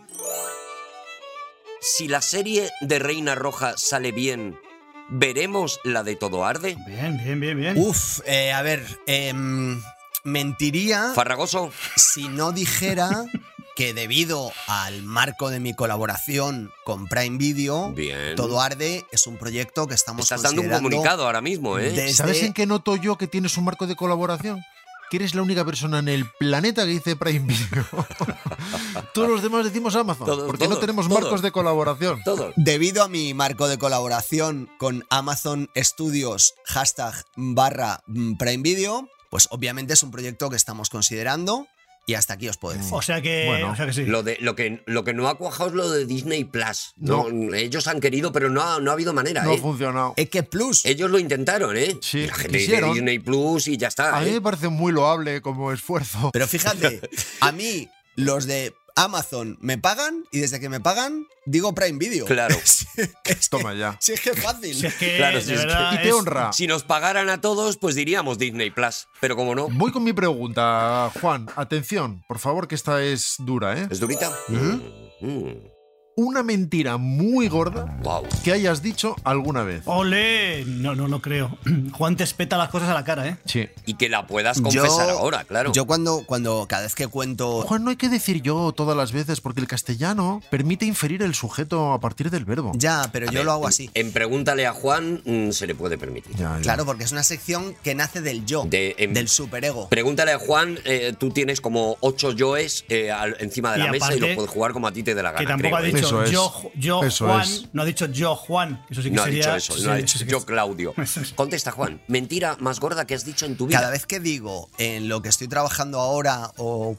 [SPEAKER 3] Si la serie de Reina Roja sale bien, ¿veremos la de Todo Arde?
[SPEAKER 5] Bien, bien, bien, bien.
[SPEAKER 6] Uf, eh, a ver, em, mentiría
[SPEAKER 3] Farragoso.
[SPEAKER 6] si no dijera que debido al marco de mi colaboración con Prime Video,
[SPEAKER 3] Bien.
[SPEAKER 6] Todo Arde es un proyecto que estamos
[SPEAKER 3] Estás dando un
[SPEAKER 6] considerando
[SPEAKER 3] comunicado ahora mismo, ¿eh?
[SPEAKER 6] desde-
[SPEAKER 4] ¿Sabes en qué noto yo que tienes un marco de colaboración? Que eres la única persona en el planeta que dice Prime Video. Todos los demás decimos Amazon.
[SPEAKER 3] Todos,
[SPEAKER 4] porque no
[SPEAKER 3] todos,
[SPEAKER 4] tenemos
[SPEAKER 3] todos.
[SPEAKER 4] marcos de colaboración.
[SPEAKER 3] Todo.
[SPEAKER 6] Debido a mi marco de colaboración con Amazon Studios, hashtag barra mm, Prime Video, pues obviamente es un proyecto que estamos considerando y hasta aquí os puedo decir.
[SPEAKER 5] O sea que,
[SPEAKER 4] Bueno.
[SPEAKER 5] o sea que sí.
[SPEAKER 3] Lo, de, lo, que, lo que no ha cuajado es lo de Disney Plus. No, ellos han querido, pero no ha, no ha habido manera.
[SPEAKER 4] No
[SPEAKER 3] ¿eh?
[SPEAKER 4] ha funcionado.
[SPEAKER 6] Es que Plus.
[SPEAKER 3] Ellos lo intentaron, ¿eh?
[SPEAKER 4] Sí,
[SPEAKER 3] Y la gente dice
[SPEAKER 4] quisieron.
[SPEAKER 3] Disney Plus y ya está.
[SPEAKER 4] A mí
[SPEAKER 3] ¿eh?
[SPEAKER 4] me parece muy loable como esfuerzo.
[SPEAKER 6] Pero fíjate, a mí los de Amazon me pagan y desde que me pagan digo Prime Video.
[SPEAKER 3] Claro.
[SPEAKER 6] Es
[SPEAKER 4] Toma ya.
[SPEAKER 6] Si es que es fácil.
[SPEAKER 5] Si es que,
[SPEAKER 3] Claro,
[SPEAKER 5] de
[SPEAKER 3] si es que-
[SPEAKER 5] verdad,
[SPEAKER 4] Y te
[SPEAKER 5] es-
[SPEAKER 4] honra.
[SPEAKER 3] Si nos pagaran a todos, pues diríamos Disney Plus. Pero como no,
[SPEAKER 4] Voy con mi pregunta, Juan. Atención, por favor, que esta es dura, ¿eh?
[SPEAKER 3] ¿es durita? Mm.
[SPEAKER 4] Una mentira muy gorda
[SPEAKER 3] Wow.
[SPEAKER 4] que hayas dicho alguna vez.
[SPEAKER 5] ¡Ole! No, no lo creo. Juan te espeta las cosas a la cara, ¿eh?
[SPEAKER 4] Sí.
[SPEAKER 3] Y que la puedas confesar ahora, claro.
[SPEAKER 6] Yo cuando, cuando cada vez que cuento.
[SPEAKER 4] Juan, no hay que decir yo todas las veces porque el castellano permite inferir el sujeto a partir del verbo.
[SPEAKER 6] Ya, pero
[SPEAKER 3] A
[SPEAKER 6] yo
[SPEAKER 3] ver,
[SPEAKER 6] lo hago así.
[SPEAKER 3] En Pregúntale a Juan mm, se le puede permitir.
[SPEAKER 4] Ya, ya.
[SPEAKER 6] Claro, porque es una sección que nace del yo,
[SPEAKER 3] De- em-
[SPEAKER 6] del superego.
[SPEAKER 3] Pregúntale a Juan, eh, tú tienes como ocho yoes eh, al- encima de
[SPEAKER 5] Y
[SPEAKER 3] la mesa y
[SPEAKER 5] aparte,
[SPEAKER 3] los puedes jugar como a ti te dé la gana.
[SPEAKER 5] Que tampoco
[SPEAKER 3] creo,
[SPEAKER 5] ha
[SPEAKER 3] ¿eh?
[SPEAKER 5] dicho
[SPEAKER 4] Eso es.
[SPEAKER 5] yo, yo
[SPEAKER 4] Eso
[SPEAKER 5] Juan,
[SPEAKER 4] es.
[SPEAKER 5] no ha dicho yo Juan. Eso sí que
[SPEAKER 3] No ha
[SPEAKER 5] sería.
[SPEAKER 3] dicho eso,
[SPEAKER 5] sí,
[SPEAKER 3] no ha
[SPEAKER 5] sí,
[SPEAKER 3] dicho
[SPEAKER 5] sí que-
[SPEAKER 3] yo Claudio.
[SPEAKER 5] Eso es.
[SPEAKER 3] Contesta, Juan. Mentira más gorda que has dicho en tu vida.
[SPEAKER 6] Cada vez que digo en lo que estoy trabajando ahora o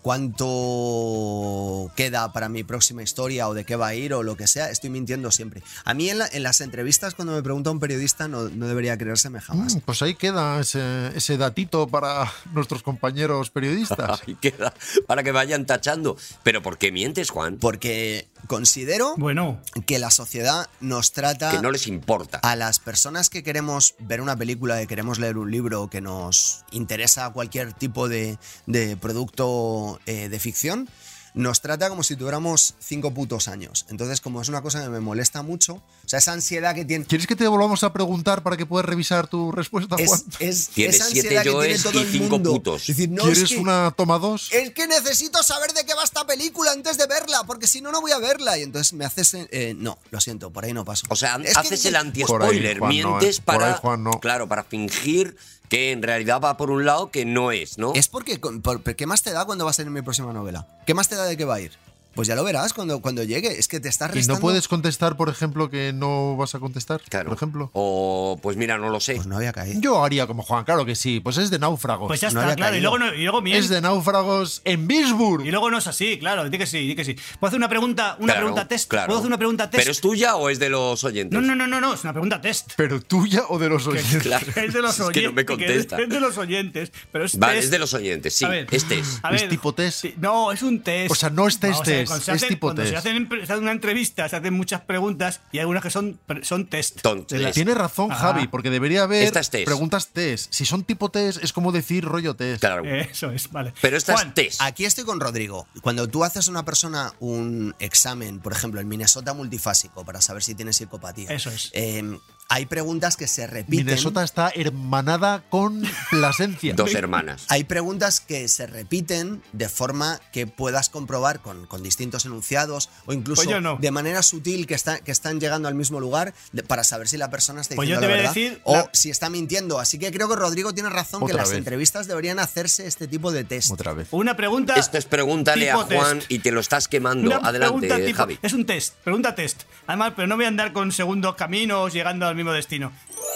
[SPEAKER 6] cuánto queda para mi próxima historia o de qué va a ir o lo que sea, estoy mintiendo siempre. A mí en, la- en las entrevistas cuando me pregunta un periodista no, no debería creérseme jamás.
[SPEAKER 4] Mm, Pues ahí queda ese, ese datito para nuestros compañeros periodistas.
[SPEAKER 3] Ahí queda, para que vayan tachando. Pero ¿por qué mientes, Juan?
[SPEAKER 6] Porque considero
[SPEAKER 5] Bueno,
[SPEAKER 6] que la sociedad nos trata
[SPEAKER 3] Que no les importa.
[SPEAKER 6] a las personas que queremos ver una película, que queremos leer un libro, que nos interesa cualquier tipo de, de producto eh, de ficción, nos trata como si tuviéramos cinco putos años. Entonces, como es una cosa que me molesta mucho, o sea, esa ansiedad que tiene...
[SPEAKER 4] ¿Quieres que te volvamos a preguntar para que puedas revisar tu respuesta, Juan?
[SPEAKER 6] Es, es
[SPEAKER 3] Tienes
[SPEAKER 6] esa
[SPEAKER 3] siete
[SPEAKER 6] ansiedad que tiene
[SPEAKER 3] yoes
[SPEAKER 6] todo
[SPEAKER 3] y
[SPEAKER 6] el
[SPEAKER 3] cinco
[SPEAKER 6] mundo.
[SPEAKER 3] putos.
[SPEAKER 6] Es decir, no,
[SPEAKER 4] ¿Quieres
[SPEAKER 6] es que,
[SPEAKER 4] una toma dos?
[SPEAKER 6] es que necesito saber de qué va esta película antes de verla, porque si no, no voy a verla. Y entonces me haces... eh, no, lo siento, por ahí no paso.
[SPEAKER 3] O sea,
[SPEAKER 6] Es que-
[SPEAKER 3] haces el
[SPEAKER 4] Por ahí,
[SPEAKER 3] anti-spoiler,
[SPEAKER 4] Juan, no,
[SPEAKER 3] mientes
[SPEAKER 4] ¿eh? Por
[SPEAKER 3] para,
[SPEAKER 4] ahí, Juan, no.
[SPEAKER 3] claro, para fingir que en realidad va por un lado que no es, ¿no?
[SPEAKER 6] Es porque, con- por- ¿qué más te da cuando va a ser mi próxima novela? ¿Qué más te da de qué va a ir? Pues ya lo verás cuando, cuando llegue. Es que te estás
[SPEAKER 4] ¿Y
[SPEAKER 6] restando...
[SPEAKER 4] no puedes contestar, por ejemplo, que no vas a contestar?
[SPEAKER 3] Claro.
[SPEAKER 4] Por ejemplo.
[SPEAKER 3] O, pues mira, no lo sé.
[SPEAKER 6] Pues no había caído.
[SPEAKER 4] Yo haría como Juan, claro que sí. Pues es de náufragos.
[SPEAKER 5] pues ya
[SPEAKER 6] no
[SPEAKER 5] está,
[SPEAKER 6] había
[SPEAKER 5] claro. Y
[SPEAKER 6] caído.
[SPEAKER 5] luego, no, y luego miente.
[SPEAKER 4] Es de náufragos en Bisburg.
[SPEAKER 5] Y luego no es así, claro. Di que sí, di que sí. ¿Puedo hacer una pregunta, una
[SPEAKER 3] Claro,
[SPEAKER 5] pregunta test?
[SPEAKER 3] claro.
[SPEAKER 5] ¿Puedo hacer una pregunta test?
[SPEAKER 3] ¿Pero es tuya o es de los oyentes?
[SPEAKER 5] No, no, no, no, no, es una pregunta test.
[SPEAKER 4] ¿Pero tuya o de los oyentes?
[SPEAKER 3] Claro.
[SPEAKER 5] Es de los
[SPEAKER 3] Es que
[SPEAKER 5] oyentes.
[SPEAKER 3] no me contesta.
[SPEAKER 5] Es de los oyentes. Pero es
[SPEAKER 3] Vale,
[SPEAKER 5] test.
[SPEAKER 3] es de los oyentes, sí.
[SPEAKER 5] A ver,
[SPEAKER 3] Este es.
[SPEAKER 5] a
[SPEAKER 4] ¿Es
[SPEAKER 5] ver,
[SPEAKER 4] tipo test?
[SPEAKER 5] sí, no, es un test.
[SPEAKER 4] O sea, no es test,
[SPEAKER 5] Vamos a ver,
[SPEAKER 4] test,
[SPEAKER 5] cuando se
[SPEAKER 4] es
[SPEAKER 5] hacen-
[SPEAKER 4] tipo
[SPEAKER 5] cuando
[SPEAKER 4] test.
[SPEAKER 5] Se hacen, se hace una entrevista, se hacen muchas preguntas y algunas que son, son test.
[SPEAKER 3] Ton-
[SPEAKER 5] De las-
[SPEAKER 4] Tiene razón,
[SPEAKER 5] Ah.
[SPEAKER 4] Javi, porque debería haber
[SPEAKER 3] Esta es test.
[SPEAKER 4] preguntas test. Si son tipo test, es como decir rollo test.
[SPEAKER 3] Claro.
[SPEAKER 5] Eso es, vale.
[SPEAKER 3] Pero esta
[SPEAKER 5] Juan,
[SPEAKER 3] es test.
[SPEAKER 6] Aquí estoy con Rodrigo. Cuando tú haces a una persona un examen, por ejemplo, el Minnesota multifásico, para saber si tiene psicopatía.
[SPEAKER 5] Eso es.
[SPEAKER 6] eh, hay preguntas que se repiten.
[SPEAKER 4] Minnesota está hermanada con Plasencia.
[SPEAKER 3] Dos hermanas.
[SPEAKER 6] Hay preguntas que se repiten de forma que puedas comprobar con, con distintos enunciados o incluso
[SPEAKER 5] Pues yo no.
[SPEAKER 6] de manera sutil que, está, que están llegando al mismo lugar de- para saber si la persona está
[SPEAKER 5] Pues yo
[SPEAKER 6] diciendo
[SPEAKER 5] te
[SPEAKER 6] la
[SPEAKER 5] voy a
[SPEAKER 6] verdad
[SPEAKER 5] decir
[SPEAKER 6] o
[SPEAKER 5] la-
[SPEAKER 6] si está mintiendo. Así que creo que Rodrigo tiene razón que
[SPEAKER 4] Otra
[SPEAKER 6] las
[SPEAKER 4] vez.
[SPEAKER 6] entrevistas deberían hacerse este tipo de test.
[SPEAKER 4] Otra vez.
[SPEAKER 5] Una pregunta.
[SPEAKER 3] Esto es pregúntale a
[SPEAKER 5] tipo test.
[SPEAKER 3] Juan y te lo estás quemando.
[SPEAKER 5] Una
[SPEAKER 3] Adelante,
[SPEAKER 5] pregunta tipo-
[SPEAKER 3] Javi.
[SPEAKER 5] Es un test, pregunta test. Además, pero no voy a andar con segundos caminos llegando al mismo destino.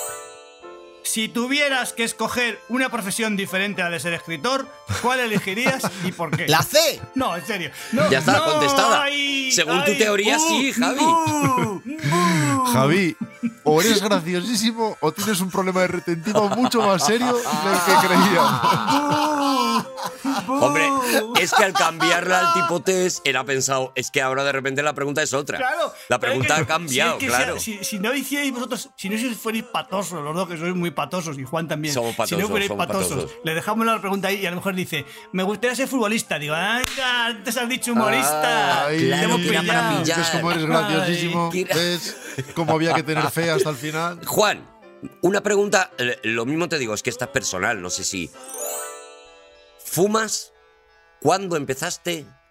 [SPEAKER 5] Si tuvieras que escoger una profesión diferente a la de ser escritor, ¿cuál elegirías y por qué?
[SPEAKER 6] ¡La C!
[SPEAKER 5] No, en serio. No,
[SPEAKER 3] Ya está
[SPEAKER 5] no,
[SPEAKER 3] contestada.
[SPEAKER 5] ay,
[SPEAKER 3] Según tu
[SPEAKER 5] ay,
[SPEAKER 3] teoría,
[SPEAKER 5] bu,
[SPEAKER 3] sí, Javi.
[SPEAKER 5] bu, bu.
[SPEAKER 4] Javi, o eres graciosísimo o tienes un problema de retentiva mucho más serio del que creíamos.
[SPEAKER 3] Hombre, es que al cambiarla al tipo test, él ha pensado, es que ahora de repente la pregunta es otra.
[SPEAKER 5] Claro.
[SPEAKER 3] La
[SPEAKER 5] pero es
[SPEAKER 3] pregunta
[SPEAKER 5] que-
[SPEAKER 3] ha cambiado,
[SPEAKER 5] si es que
[SPEAKER 3] claro.
[SPEAKER 5] Si, si- si no hicierais vosotros, si no fuerais patosos, los dos que sois muy patosos y Juan también.
[SPEAKER 3] Somos
[SPEAKER 5] si
[SPEAKER 3] patosos,
[SPEAKER 5] no fuerais
[SPEAKER 3] somos
[SPEAKER 5] patosos,
[SPEAKER 3] patosos.
[SPEAKER 5] le dejamos la pregunta ahí y a lo mejor dice, me gustaría ser futbolista. Digo, ¡anda! Antes has dicho humorista.
[SPEAKER 4] Ay,
[SPEAKER 5] Te
[SPEAKER 3] claro,
[SPEAKER 5] hemos
[SPEAKER 3] que era para
[SPEAKER 5] pillado.
[SPEAKER 3] pillar.
[SPEAKER 4] ¿Ves cómo eres graciosísimo?
[SPEAKER 3] Ay, que-
[SPEAKER 4] ¿Ves cómo había que tener fe hasta el final?
[SPEAKER 3] Juan, una pregunta, eh, lo mismo te digo, es que esta es personal, no sé si. ¿Fumas? ¿Cuándo empezaste?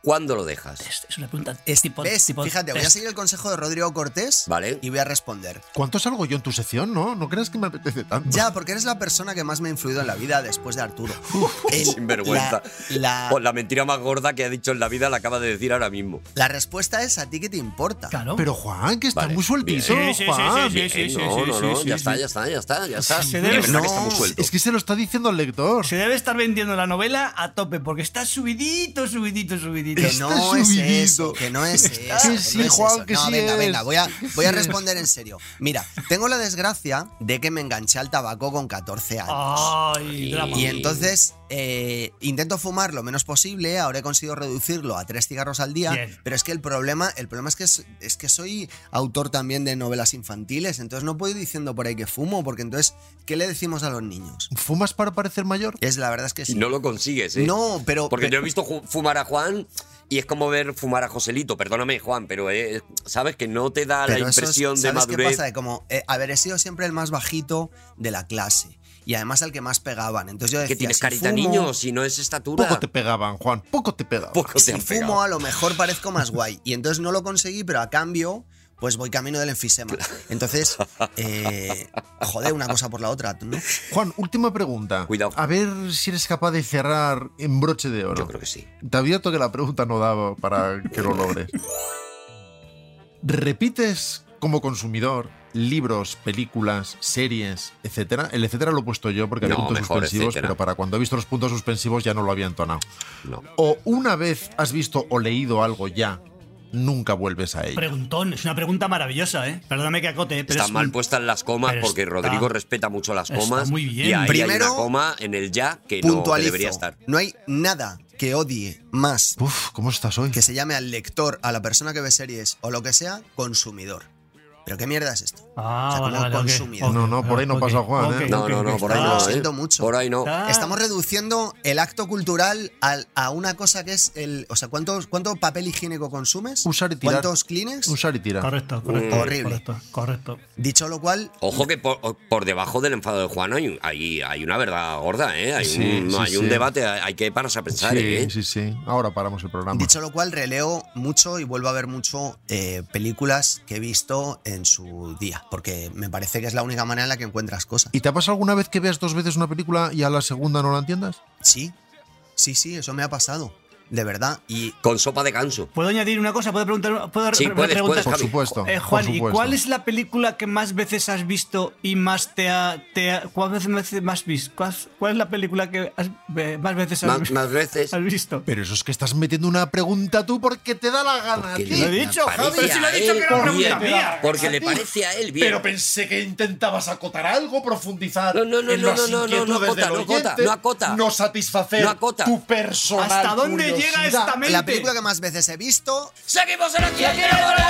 [SPEAKER 3] ¿cuándo lo dejas?
[SPEAKER 5] Es, es una pregunta
[SPEAKER 6] Es-
[SPEAKER 5] tipo,
[SPEAKER 6] ¿Ves?
[SPEAKER 5] tipo
[SPEAKER 6] Fíjate, voy a
[SPEAKER 5] test.
[SPEAKER 6] seguir el consejo de Rodrigo Cortés
[SPEAKER 3] Vale.
[SPEAKER 6] y voy a responder.
[SPEAKER 4] ¿Cuánto salgo yo en tu sección, no? ¿No creas que me apetece tanto?
[SPEAKER 6] Ya, porque eres la persona que más me ha influido en la vida después de Arturo. El-
[SPEAKER 3] Sin vergüenza.
[SPEAKER 6] La,
[SPEAKER 3] Pues
[SPEAKER 6] la,
[SPEAKER 3] la mentira más gorda que ha dicho en la vida la acaba de decir ahora mismo.
[SPEAKER 6] la respuesta es a ti que te importa.
[SPEAKER 5] Claro.
[SPEAKER 4] Pero Juan, que estás
[SPEAKER 3] Vale,
[SPEAKER 4] muy sueltito,
[SPEAKER 5] bien. Sí, sí,
[SPEAKER 4] Juan.
[SPEAKER 5] sí, sí, sí,
[SPEAKER 3] Eh,
[SPEAKER 5] sí,
[SPEAKER 3] no,
[SPEAKER 5] sí,
[SPEAKER 3] no,
[SPEAKER 5] sí,
[SPEAKER 3] no,
[SPEAKER 5] sí,
[SPEAKER 3] ya
[SPEAKER 5] sí.
[SPEAKER 3] está, ya está, ya está, ya está.
[SPEAKER 5] Se
[SPEAKER 3] Y
[SPEAKER 5] debe-
[SPEAKER 3] es verdad que
[SPEAKER 6] no,
[SPEAKER 3] está muy suelto.
[SPEAKER 4] Es que se lo está diciendo al lector.
[SPEAKER 5] Se debe estar vendiendo la novela a tope porque está subidito, subidito, subidito.
[SPEAKER 6] Que
[SPEAKER 4] Está
[SPEAKER 6] no es
[SPEAKER 4] subidito.
[SPEAKER 6] eso, que no es eso.
[SPEAKER 4] Que sí,
[SPEAKER 6] no es
[SPEAKER 4] Juan,
[SPEAKER 6] eso.
[SPEAKER 4] que
[SPEAKER 6] no,
[SPEAKER 4] sí
[SPEAKER 6] venga,
[SPEAKER 4] es.
[SPEAKER 6] venga, voy a,
[SPEAKER 4] Que
[SPEAKER 6] voy a
[SPEAKER 4] sí es.
[SPEAKER 6] responder en serio. Mira, tengo la desgracia de que me enganché al tabaco con catorce años.
[SPEAKER 5] Ay, drama.
[SPEAKER 6] Y entonces eh, intento fumar lo menos posible, ahora he conseguido reducirlo a tres cigarros al día,
[SPEAKER 5] Bien.
[SPEAKER 6] pero es que el problema, el problema es que es, es que soy autor también de novelas infantiles, entonces no puedo ir diciendo por ahí que fumo, porque entonces, ¿qué le decimos a los niños?
[SPEAKER 4] ¿Fumas para parecer mayor?
[SPEAKER 6] Es la verdad es que
[SPEAKER 3] Y
[SPEAKER 6] sí.
[SPEAKER 3] no lo consigues, ¿eh?
[SPEAKER 6] No, pero...
[SPEAKER 3] Porque
[SPEAKER 6] pero-
[SPEAKER 3] yo he visto ju- fumar a Juan y es como ver fumar a Joselito. Perdóname, Juan, pero eh, sabes que no te da la
[SPEAKER 6] Pero eso es-
[SPEAKER 3] impresión de
[SPEAKER 6] ¿sabes qué
[SPEAKER 3] madurez.
[SPEAKER 6] pasa? De como, eh, haber he sido siempre el más bajito de la clase. Y además el que más pegaban. Entonces yo decía,
[SPEAKER 3] Que tienes
[SPEAKER 6] si
[SPEAKER 3] carita
[SPEAKER 6] fumo,
[SPEAKER 3] niño, si no es estatura.
[SPEAKER 4] Poco te pegaban, Juan, poco te pegaban.
[SPEAKER 3] Poco te
[SPEAKER 6] si
[SPEAKER 3] han
[SPEAKER 6] fumo
[SPEAKER 3] pegado.
[SPEAKER 6] a lo mejor parezco más guay. Y entonces no lo conseguí, pero a cambio, pues voy camino del enfisema. Entonces, eh, joder, una cosa por la otra, ¿no?
[SPEAKER 4] Juan, última pregunta.
[SPEAKER 3] Cuidado.
[SPEAKER 4] A ver si eres capaz de cerrar en broche de oro.
[SPEAKER 3] Yo creo que sí.
[SPEAKER 4] Te advierto que la pregunta no daba para que lo logres. ¿Repites como consumidor libros, películas, series, etcétera? El etcétera lo he puesto yo porque había
[SPEAKER 3] No,
[SPEAKER 4] puntos
[SPEAKER 3] mejor
[SPEAKER 4] suspensivos,
[SPEAKER 3] etcétera.
[SPEAKER 4] pero para cuando he visto los puntos suspensivos ya no lo había entonado.
[SPEAKER 3] No.
[SPEAKER 4] O una vez has visto o leído algo ya, nunca vuelves a ello.
[SPEAKER 5] Preguntón, es una pregunta maravillosa, ¿eh? Perdóname que acote, pero
[SPEAKER 3] Están
[SPEAKER 5] es
[SPEAKER 3] mal
[SPEAKER 5] un-
[SPEAKER 3] puestas las comas
[SPEAKER 5] pero
[SPEAKER 3] porque
[SPEAKER 5] está-
[SPEAKER 3] Rodrigo respeta mucho las
[SPEAKER 5] está
[SPEAKER 3] comas.
[SPEAKER 5] muy bien.
[SPEAKER 3] Y ahí hay
[SPEAKER 6] Primero,
[SPEAKER 3] una coma en el ya que no que
[SPEAKER 6] Puntualizo.
[SPEAKER 3] debería estar.
[SPEAKER 6] No hay nada que odie más
[SPEAKER 4] Uf, ¿cómo estás hoy?
[SPEAKER 6] que se llame al lector, a la persona que ve series o lo que sea, consumidor. ¿Pero qué mierda es esto?
[SPEAKER 5] Ah,
[SPEAKER 6] O sea, como
[SPEAKER 5] vale, vale, ok,
[SPEAKER 6] consumidor.
[SPEAKER 5] ok,
[SPEAKER 4] No, no, por ahí no
[SPEAKER 5] ok,
[SPEAKER 4] pasa Juan,
[SPEAKER 5] ok,
[SPEAKER 4] ¿eh?
[SPEAKER 3] No,
[SPEAKER 5] ok,
[SPEAKER 3] no, no,
[SPEAKER 5] ok.
[SPEAKER 3] por ahí
[SPEAKER 5] Ah,
[SPEAKER 3] no,
[SPEAKER 6] lo
[SPEAKER 3] ¿eh?
[SPEAKER 6] siento mucho.
[SPEAKER 3] Por ahí no.
[SPEAKER 5] Ah.
[SPEAKER 6] Estamos reduciendo el acto cultural al- a una cosa que es el. O sea, ¿cuánto, cuánto papel higiénico consumes?
[SPEAKER 4] Usar y tirar.
[SPEAKER 6] ¿Cuántos Kleenex?
[SPEAKER 4] Usar y tirar.
[SPEAKER 5] Correcto, correcto.
[SPEAKER 6] Mm. Horrible.
[SPEAKER 5] Correcto, correcto.
[SPEAKER 6] Dicho lo cual,
[SPEAKER 3] Ojo que por, por debajo del enfado de Juan hay, hay, hay una verdad gorda, ¿eh? Hay,
[SPEAKER 4] Sí,
[SPEAKER 3] un,
[SPEAKER 4] sí,
[SPEAKER 3] hay un
[SPEAKER 4] sí.
[SPEAKER 3] debate, hay que pararse a pensar,
[SPEAKER 4] Sí,
[SPEAKER 3] ¿eh?
[SPEAKER 4] sí, sí. Ahora paramos el programa.
[SPEAKER 6] dicho lo cual, releo mucho y vuelvo a ver mucho eh, películas que he visto en su día. Porque me parece que es la única manera en la que encuentras cosas.
[SPEAKER 4] ¿Y te ha pasado alguna vez que veas dos veces una película y a la segunda no la entiendas?
[SPEAKER 6] Sí, sí, sí, eso me ha pasado. De verdad. Y
[SPEAKER 3] Con sopa de ganso.
[SPEAKER 5] ¿Puedo añadir una cosa? ¿Puedo preguntar? ¿Puedo
[SPEAKER 3] Sí,
[SPEAKER 5] re-
[SPEAKER 3] puedes,
[SPEAKER 5] preguntar?
[SPEAKER 3] puedes,
[SPEAKER 4] Por
[SPEAKER 3] Javi.
[SPEAKER 4] supuesto.
[SPEAKER 5] Eh, Juan,
[SPEAKER 4] por
[SPEAKER 5] ¿y
[SPEAKER 4] supuesto.
[SPEAKER 5] cuál es la película que más veces has visto y más te ha... Te ha ¿Cuántas veces más visto? ¿Cuál, cuál es la película que has- ve- más veces has,
[SPEAKER 3] Más, más veces.
[SPEAKER 5] has visto?
[SPEAKER 4] Pero eso es que estás metiendo una pregunta tú porque te da la gana.
[SPEAKER 3] Porque
[SPEAKER 4] tío.
[SPEAKER 5] Lo he
[SPEAKER 3] le
[SPEAKER 5] dicho,
[SPEAKER 3] parece
[SPEAKER 5] Javi, pero si lo he
[SPEAKER 3] a
[SPEAKER 5] dicho
[SPEAKER 3] él
[SPEAKER 5] que era una pregunta
[SPEAKER 3] bien.
[SPEAKER 5] mía.
[SPEAKER 3] Porque le parece a él bien.
[SPEAKER 4] Pero pensé que intentabas acotar algo, profundizar
[SPEAKER 3] No, no, no,
[SPEAKER 4] en
[SPEAKER 3] no,
[SPEAKER 4] las
[SPEAKER 3] no, no, no,
[SPEAKER 4] inquietudes
[SPEAKER 3] no acota,
[SPEAKER 4] del
[SPEAKER 3] no acota,
[SPEAKER 4] oyente,
[SPEAKER 3] no acota.
[SPEAKER 4] no satisfacer
[SPEAKER 3] No acota.
[SPEAKER 4] tu personal
[SPEAKER 5] ¿Hasta dónde llega
[SPEAKER 4] curiosidad.
[SPEAKER 5] esta mente?
[SPEAKER 6] la película que más veces he visto.
[SPEAKER 3] ¡Seguimos en aquí! ¡Aquí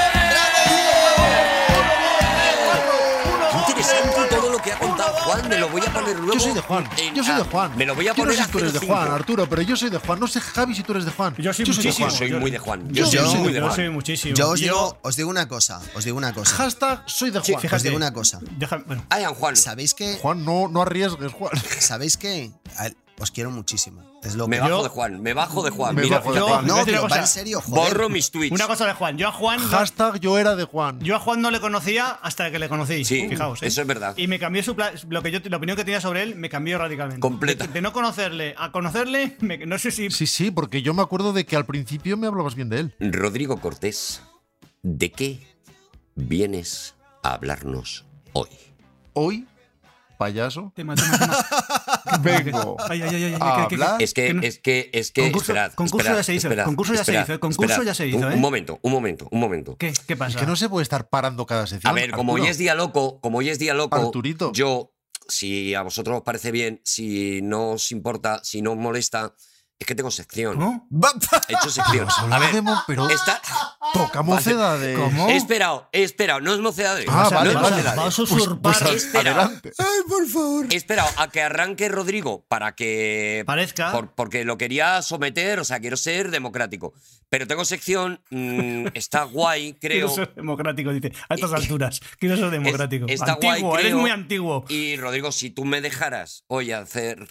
[SPEAKER 3] Qué interesante todo lo que ha contado Juan. Me lo voy a poner luego.
[SPEAKER 4] Yo soy de Juan,
[SPEAKER 3] en-
[SPEAKER 4] yo soy de
[SPEAKER 3] ah,
[SPEAKER 4] Juan.
[SPEAKER 3] Me lo voy a
[SPEAKER 4] Yo
[SPEAKER 3] poner
[SPEAKER 4] no sé
[SPEAKER 3] a
[SPEAKER 4] si tú eres de
[SPEAKER 3] cero coma
[SPEAKER 4] Juan,
[SPEAKER 3] cinco.
[SPEAKER 4] Arturo, pero yo soy de Juan. No sé, Javi, si tú eres de Juan.
[SPEAKER 5] Yo soy
[SPEAKER 4] de
[SPEAKER 5] muchísimo.
[SPEAKER 4] Juan.
[SPEAKER 3] Soy
[SPEAKER 5] Yo-
[SPEAKER 3] muy de Juan.
[SPEAKER 4] yo
[SPEAKER 3] Yo soy
[SPEAKER 6] soy
[SPEAKER 3] muy de
[SPEAKER 5] Yo
[SPEAKER 3] Juan.
[SPEAKER 5] soy muchísimo.
[SPEAKER 6] Yo os
[SPEAKER 5] Yo-
[SPEAKER 6] digo, os digo una cosa, os digo una cosa.
[SPEAKER 4] Hashtag soy de
[SPEAKER 5] Sí,
[SPEAKER 4] Juan.
[SPEAKER 5] fíjate.
[SPEAKER 6] Os digo una cosa.
[SPEAKER 5] Déjame- bueno.
[SPEAKER 3] Ay, Juan.
[SPEAKER 6] ¿Sabéis que
[SPEAKER 4] Juan, no, no arriesgues, Juan.
[SPEAKER 6] ¿Sabéis qué? A- Os quiero muchísimo. Es lo
[SPEAKER 3] Me
[SPEAKER 6] que.
[SPEAKER 3] bajo
[SPEAKER 5] Yo-
[SPEAKER 3] de Juan. Me bajo de Juan.
[SPEAKER 4] Me
[SPEAKER 3] Mira,
[SPEAKER 4] bajo de
[SPEAKER 3] fíjate.
[SPEAKER 4] Juan.
[SPEAKER 6] No,
[SPEAKER 5] Voy a decir
[SPEAKER 6] pero
[SPEAKER 5] una
[SPEAKER 6] va en
[SPEAKER 5] cosa.
[SPEAKER 6] serio, joder.
[SPEAKER 3] Borro mis tweets.
[SPEAKER 5] Una cosa de Juan. Yo a Juan... no-
[SPEAKER 4] Hashtag yo era de Juan.
[SPEAKER 5] Yo a Juan no le conocía hasta que le conocí.
[SPEAKER 3] Sí,
[SPEAKER 5] fijaos. ¿eh?
[SPEAKER 3] eso es verdad.
[SPEAKER 5] Y me cambió su pla- lo que yo la opinión que tenía sobre él me cambió radicalmente.
[SPEAKER 3] Completa.
[SPEAKER 5] De, de no conocerle a conocerle, me- no sé si
[SPEAKER 4] Sí, sí, porque yo me acuerdo de que al principio me hablabas bien de él.
[SPEAKER 3] Rodrigo Cortés, ¿de qué vienes a hablarnos hoy?
[SPEAKER 4] Hoy, payaso,
[SPEAKER 5] Tema, tema, tema.
[SPEAKER 4] vengo
[SPEAKER 5] Ay, ay, ay, ay,
[SPEAKER 4] a
[SPEAKER 5] que- que-
[SPEAKER 4] hablar.
[SPEAKER 3] Es que,
[SPEAKER 5] que no-
[SPEAKER 3] es que, es que.
[SPEAKER 5] Concurso-
[SPEAKER 3] esperad,
[SPEAKER 5] concurso
[SPEAKER 3] esperad,
[SPEAKER 5] ya se hizo,
[SPEAKER 3] esperad,
[SPEAKER 5] concurso ya se
[SPEAKER 3] esperad,
[SPEAKER 5] hizo, concurso
[SPEAKER 3] esperad.
[SPEAKER 5] ya se hizo,
[SPEAKER 3] Un,
[SPEAKER 5] ¿eh?
[SPEAKER 3] un momento, un momento, un momento.
[SPEAKER 5] ¿Qué, ¿Qué pasa?
[SPEAKER 4] Es que no se puede estar parando cada sección.
[SPEAKER 3] A ver, como
[SPEAKER 4] Arturo.
[SPEAKER 3] hoy es día loco, como hoy es día loco,
[SPEAKER 4] Arturito.
[SPEAKER 3] yo, si a vosotros os parece bien, si no os importa, si no os molesta, es que tengo sección.
[SPEAKER 5] ¿Cómo?
[SPEAKER 6] Va-
[SPEAKER 3] He hecho sección.
[SPEAKER 4] Has
[SPEAKER 3] A
[SPEAKER 4] hablado
[SPEAKER 3] ver,
[SPEAKER 4] de mo- pero
[SPEAKER 3] está.
[SPEAKER 4] toca mocedades.
[SPEAKER 5] ¿Cómo?
[SPEAKER 3] He esperado, he esperado, no es mocedades.
[SPEAKER 4] Ah,
[SPEAKER 5] O sea,
[SPEAKER 4] vale,
[SPEAKER 3] no es
[SPEAKER 5] vas,
[SPEAKER 4] vale.
[SPEAKER 5] a,
[SPEAKER 3] mocedades.
[SPEAKER 5] vas a usurpar.
[SPEAKER 4] Pues,
[SPEAKER 3] Espera.
[SPEAKER 4] adelante.
[SPEAKER 6] Ay, por favor.
[SPEAKER 3] He esperado a que arranque Rodrigo para que.
[SPEAKER 5] Parezca.
[SPEAKER 3] por- porque lo quería someter, o sea, quiero ser democrático. Pero tengo sección, mm, está guay,
[SPEAKER 5] Quiero
[SPEAKER 3] creo.
[SPEAKER 5] ser democrático, dice. A estas alturas. Quiero ser democrático.
[SPEAKER 3] Es- está
[SPEAKER 5] antiguo,
[SPEAKER 3] guay,
[SPEAKER 5] eres
[SPEAKER 3] creo.
[SPEAKER 5] muy antiguo.
[SPEAKER 3] Y Rodrigo, si tú me dejaras hoy hacer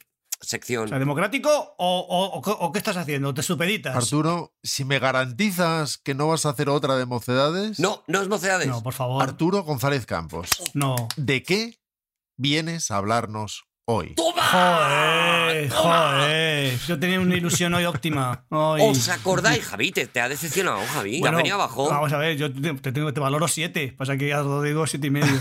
[SPEAKER 3] sección.
[SPEAKER 5] O sea, ¿democrático o, o, o, o qué estás haciendo? ¿Te supeditas?
[SPEAKER 4] Arturo, si me garantizas que no vas a hacer otra de mocedades...
[SPEAKER 3] No, no es mocedades.
[SPEAKER 5] No, por favor.
[SPEAKER 4] Arturo González Campos,
[SPEAKER 5] No.
[SPEAKER 4] ¿de qué vienes a hablarnos hoy?
[SPEAKER 3] ¡Toma!
[SPEAKER 5] Joder, joder. Yo tenía una ilusión hoy óptima. Hoy.
[SPEAKER 3] ¿Os acordáis, Javi? Te, te ha decepcionado, Javi.
[SPEAKER 5] Bueno,
[SPEAKER 3] la venía abajo.
[SPEAKER 5] Vamos a ver, yo te, te, tengo, te valoro siete. Pasa que ya lo digo siete y medio.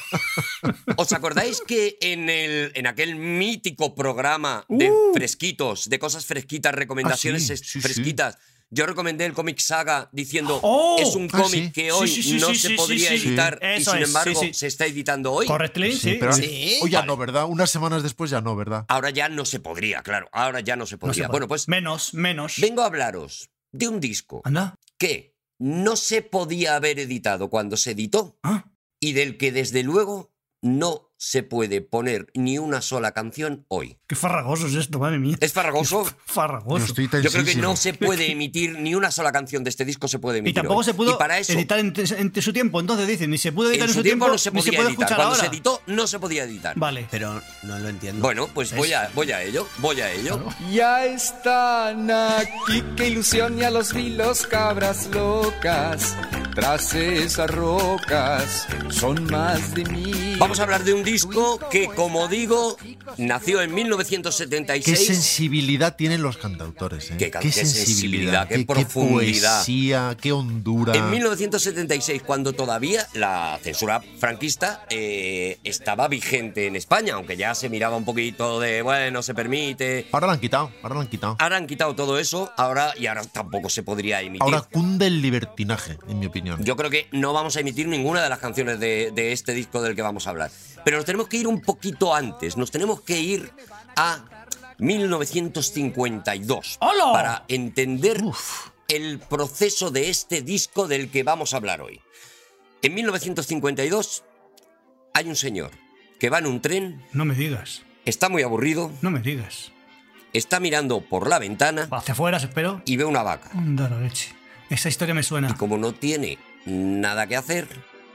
[SPEAKER 3] ¿Os acordáis que en, el, en aquel mítico programa de
[SPEAKER 5] Uh.
[SPEAKER 3] fresquitos, de cosas fresquitas, recomendaciones
[SPEAKER 4] Ah, sí,
[SPEAKER 3] es-
[SPEAKER 4] sí, sí.
[SPEAKER 3] fresquitas, yo recomendé el cómic Saga diciendo
[SPEAKER 5] ¡Oh!
[SPEAKER 3] es un
[SPEAKER 4] Ah,
[SPEAKER 3] cómic
[SPEAKER 4] sí.
[SPEAKER 3] que
[SPEAKER 5] Sí,
[SPEAKER 3] hoy
[SPEAKER 5] sí, sí,
[SPEAKER 3] no
[SPEAKER 5] sí,
[SPEAKER 3] se
[SPEAKER 5] sí,
[SPEAKER 3] podría
[SPEAKER 5] sí, sí.
[SPEAKER 3] editar y
[SPEAKER 5] Eso
[SPEAKER 3] sin
[SPEAKER 5] es,
[SPEAKER 3] embargo
[SPEAKER 5] sí, sí.
[SPEAKER 3] se está editando hoy?
[SPEAKER 5] ¿Correctly?
[SPEAKER 4] Sí,
[SPEAKER 5] Sí.
[SPEAKER 4] pero
[SPEAKER 6] Sí.
[SPEAKER 4] hoy ya
[SPEAKER 5] Vale.
[SPEAKER 4] no, ¿verdad? Unas semanas después ya no, ¿verdad?
[SPEAKER 3] Ahora ya no se podría, claro. Ahora ya no se
[SPEAKER 5] No
[SPEAKER 3] podría.
[SPEAKER 5] se puede.
[SPEAKER 3] Bueno, pues
[SPEAKER 5] Menos, menos.
[SPEAKER 3] vengo a hablaros de un disco
[SPEAKER 5] Anda.
[SPEAKER 3] que no se podía haber editado cuando se editó
[SPEAKER 5] Ah.
[SPEAKER 3] y del que desde luego no se puede poner ni una sola canción hoy.
[SPEAKER 5] Qué farragoso es esto, madre mía.
[SPEAKER 3] ¿Es farragoso?
[SPEAKER 4] Yo
[SPEAKER 5] Farragoso.
[SPEAKER 4] estoy
[SPEAKER 3] Yo creo que
[SPEAKER 4] tensísimo.
[SPEAKER 3] no se puede emitir ni una sola canción de este disco se puede
[SPEAKER 5] Y
[SPEAKER 3] emitir
[SPEAKER 5] tampoco
[SPEAKER 3] hoy.
[SPEAKER 5] se pudo
[SPEAKER 3] Y para eso,
[SPEAKER 5] editar en, en su tiempo. Entonces dicen, ni se pudo editar
[SPEAKER 3] en
[SPEAKER 5] en,
[SPEAKER 3] su tiempo no se
[SPEAKER 5] ni se
[SPEAKER 3] podía
[SPEAKER 5] puede
[SPEAKER 3] editar.
[SPEAKER 5] escuchar
[SPEAKER 3] Cuando
[SPEAKER 5] ahora.
[SPEAKER 3] se editó no se podía editar.
[SPEAKER 5] Vale.
[SPEAKER 6] Pero no lo entiendo.
[SPEAKER 3] Bueno, pues voy a, voy a ello, voy a ello.
[SPEAKER 9] Ya están aquí, qué ilusión, ya los vi los cabras locas. Tras esas rocas son más de mí.
[SPEAKER 3] Vamos a hablar de un disco que, como digo, nació en mil novecientos setenta y
[SPEAKER 4] Qué
[SPEAKER 3] seis.
[SPEAKER 4] sensibilidad tienen los cantautores, ¿eh?
[SPEAKER 3] Qué can- qué sensibilidad, qué
[SPEAKER 4] qué,
[SPEAKER 3] profundidad.
[SPEAKER 4] poesía, qué hondura.
[SPEAKER 3] En mil novecientos setenta y seis, cuando todavía la censura franquista eh, estaba vigente en España, aunque ya se miraba un poquito de, bueno, se permite.
[SPEAKER 4] Ahora la han quitado, ahora la han quitado.
[SPEAKER 3] Ahora han quitado todo eso, ahora y ahora tampoco se podría emitir.
[SPEAKER 4] Ahora cunde el libertinaje, en mi opinión.
[SPEAKER 3] Yo creo que no vamos a emitir ninguna de las canciones de, de este disco del que vamos a hablar. Pero nos tenemos que ir un poquito antes, nos tenemos que ir a mil novecientos cincuenta y dos
[SPEAKER 5] ¡Hola!
[SPEAKER 3] para entender el proceso de este disco del que vamos a hablar hoy. En mil novecientos cincuenta y dos hay un señor que va en un tren,
[SPEAKER 5] No me digas.
[SPEAKER 3] está muy aburrido,
[SPEAKER 5] No me digas.
[SPEAKER 3] está mirando por la ventana
[SPEAKER 5] Hacia afuera, espero.
[SPEAKER 3] y ve una vaca.
[SPEAKER 5] Anda la leche. Esa historia me
[SPEAKER 3] Y
[SPEAKER 5] suena.
[SPEAKER 3] como no tiene nada que hacer,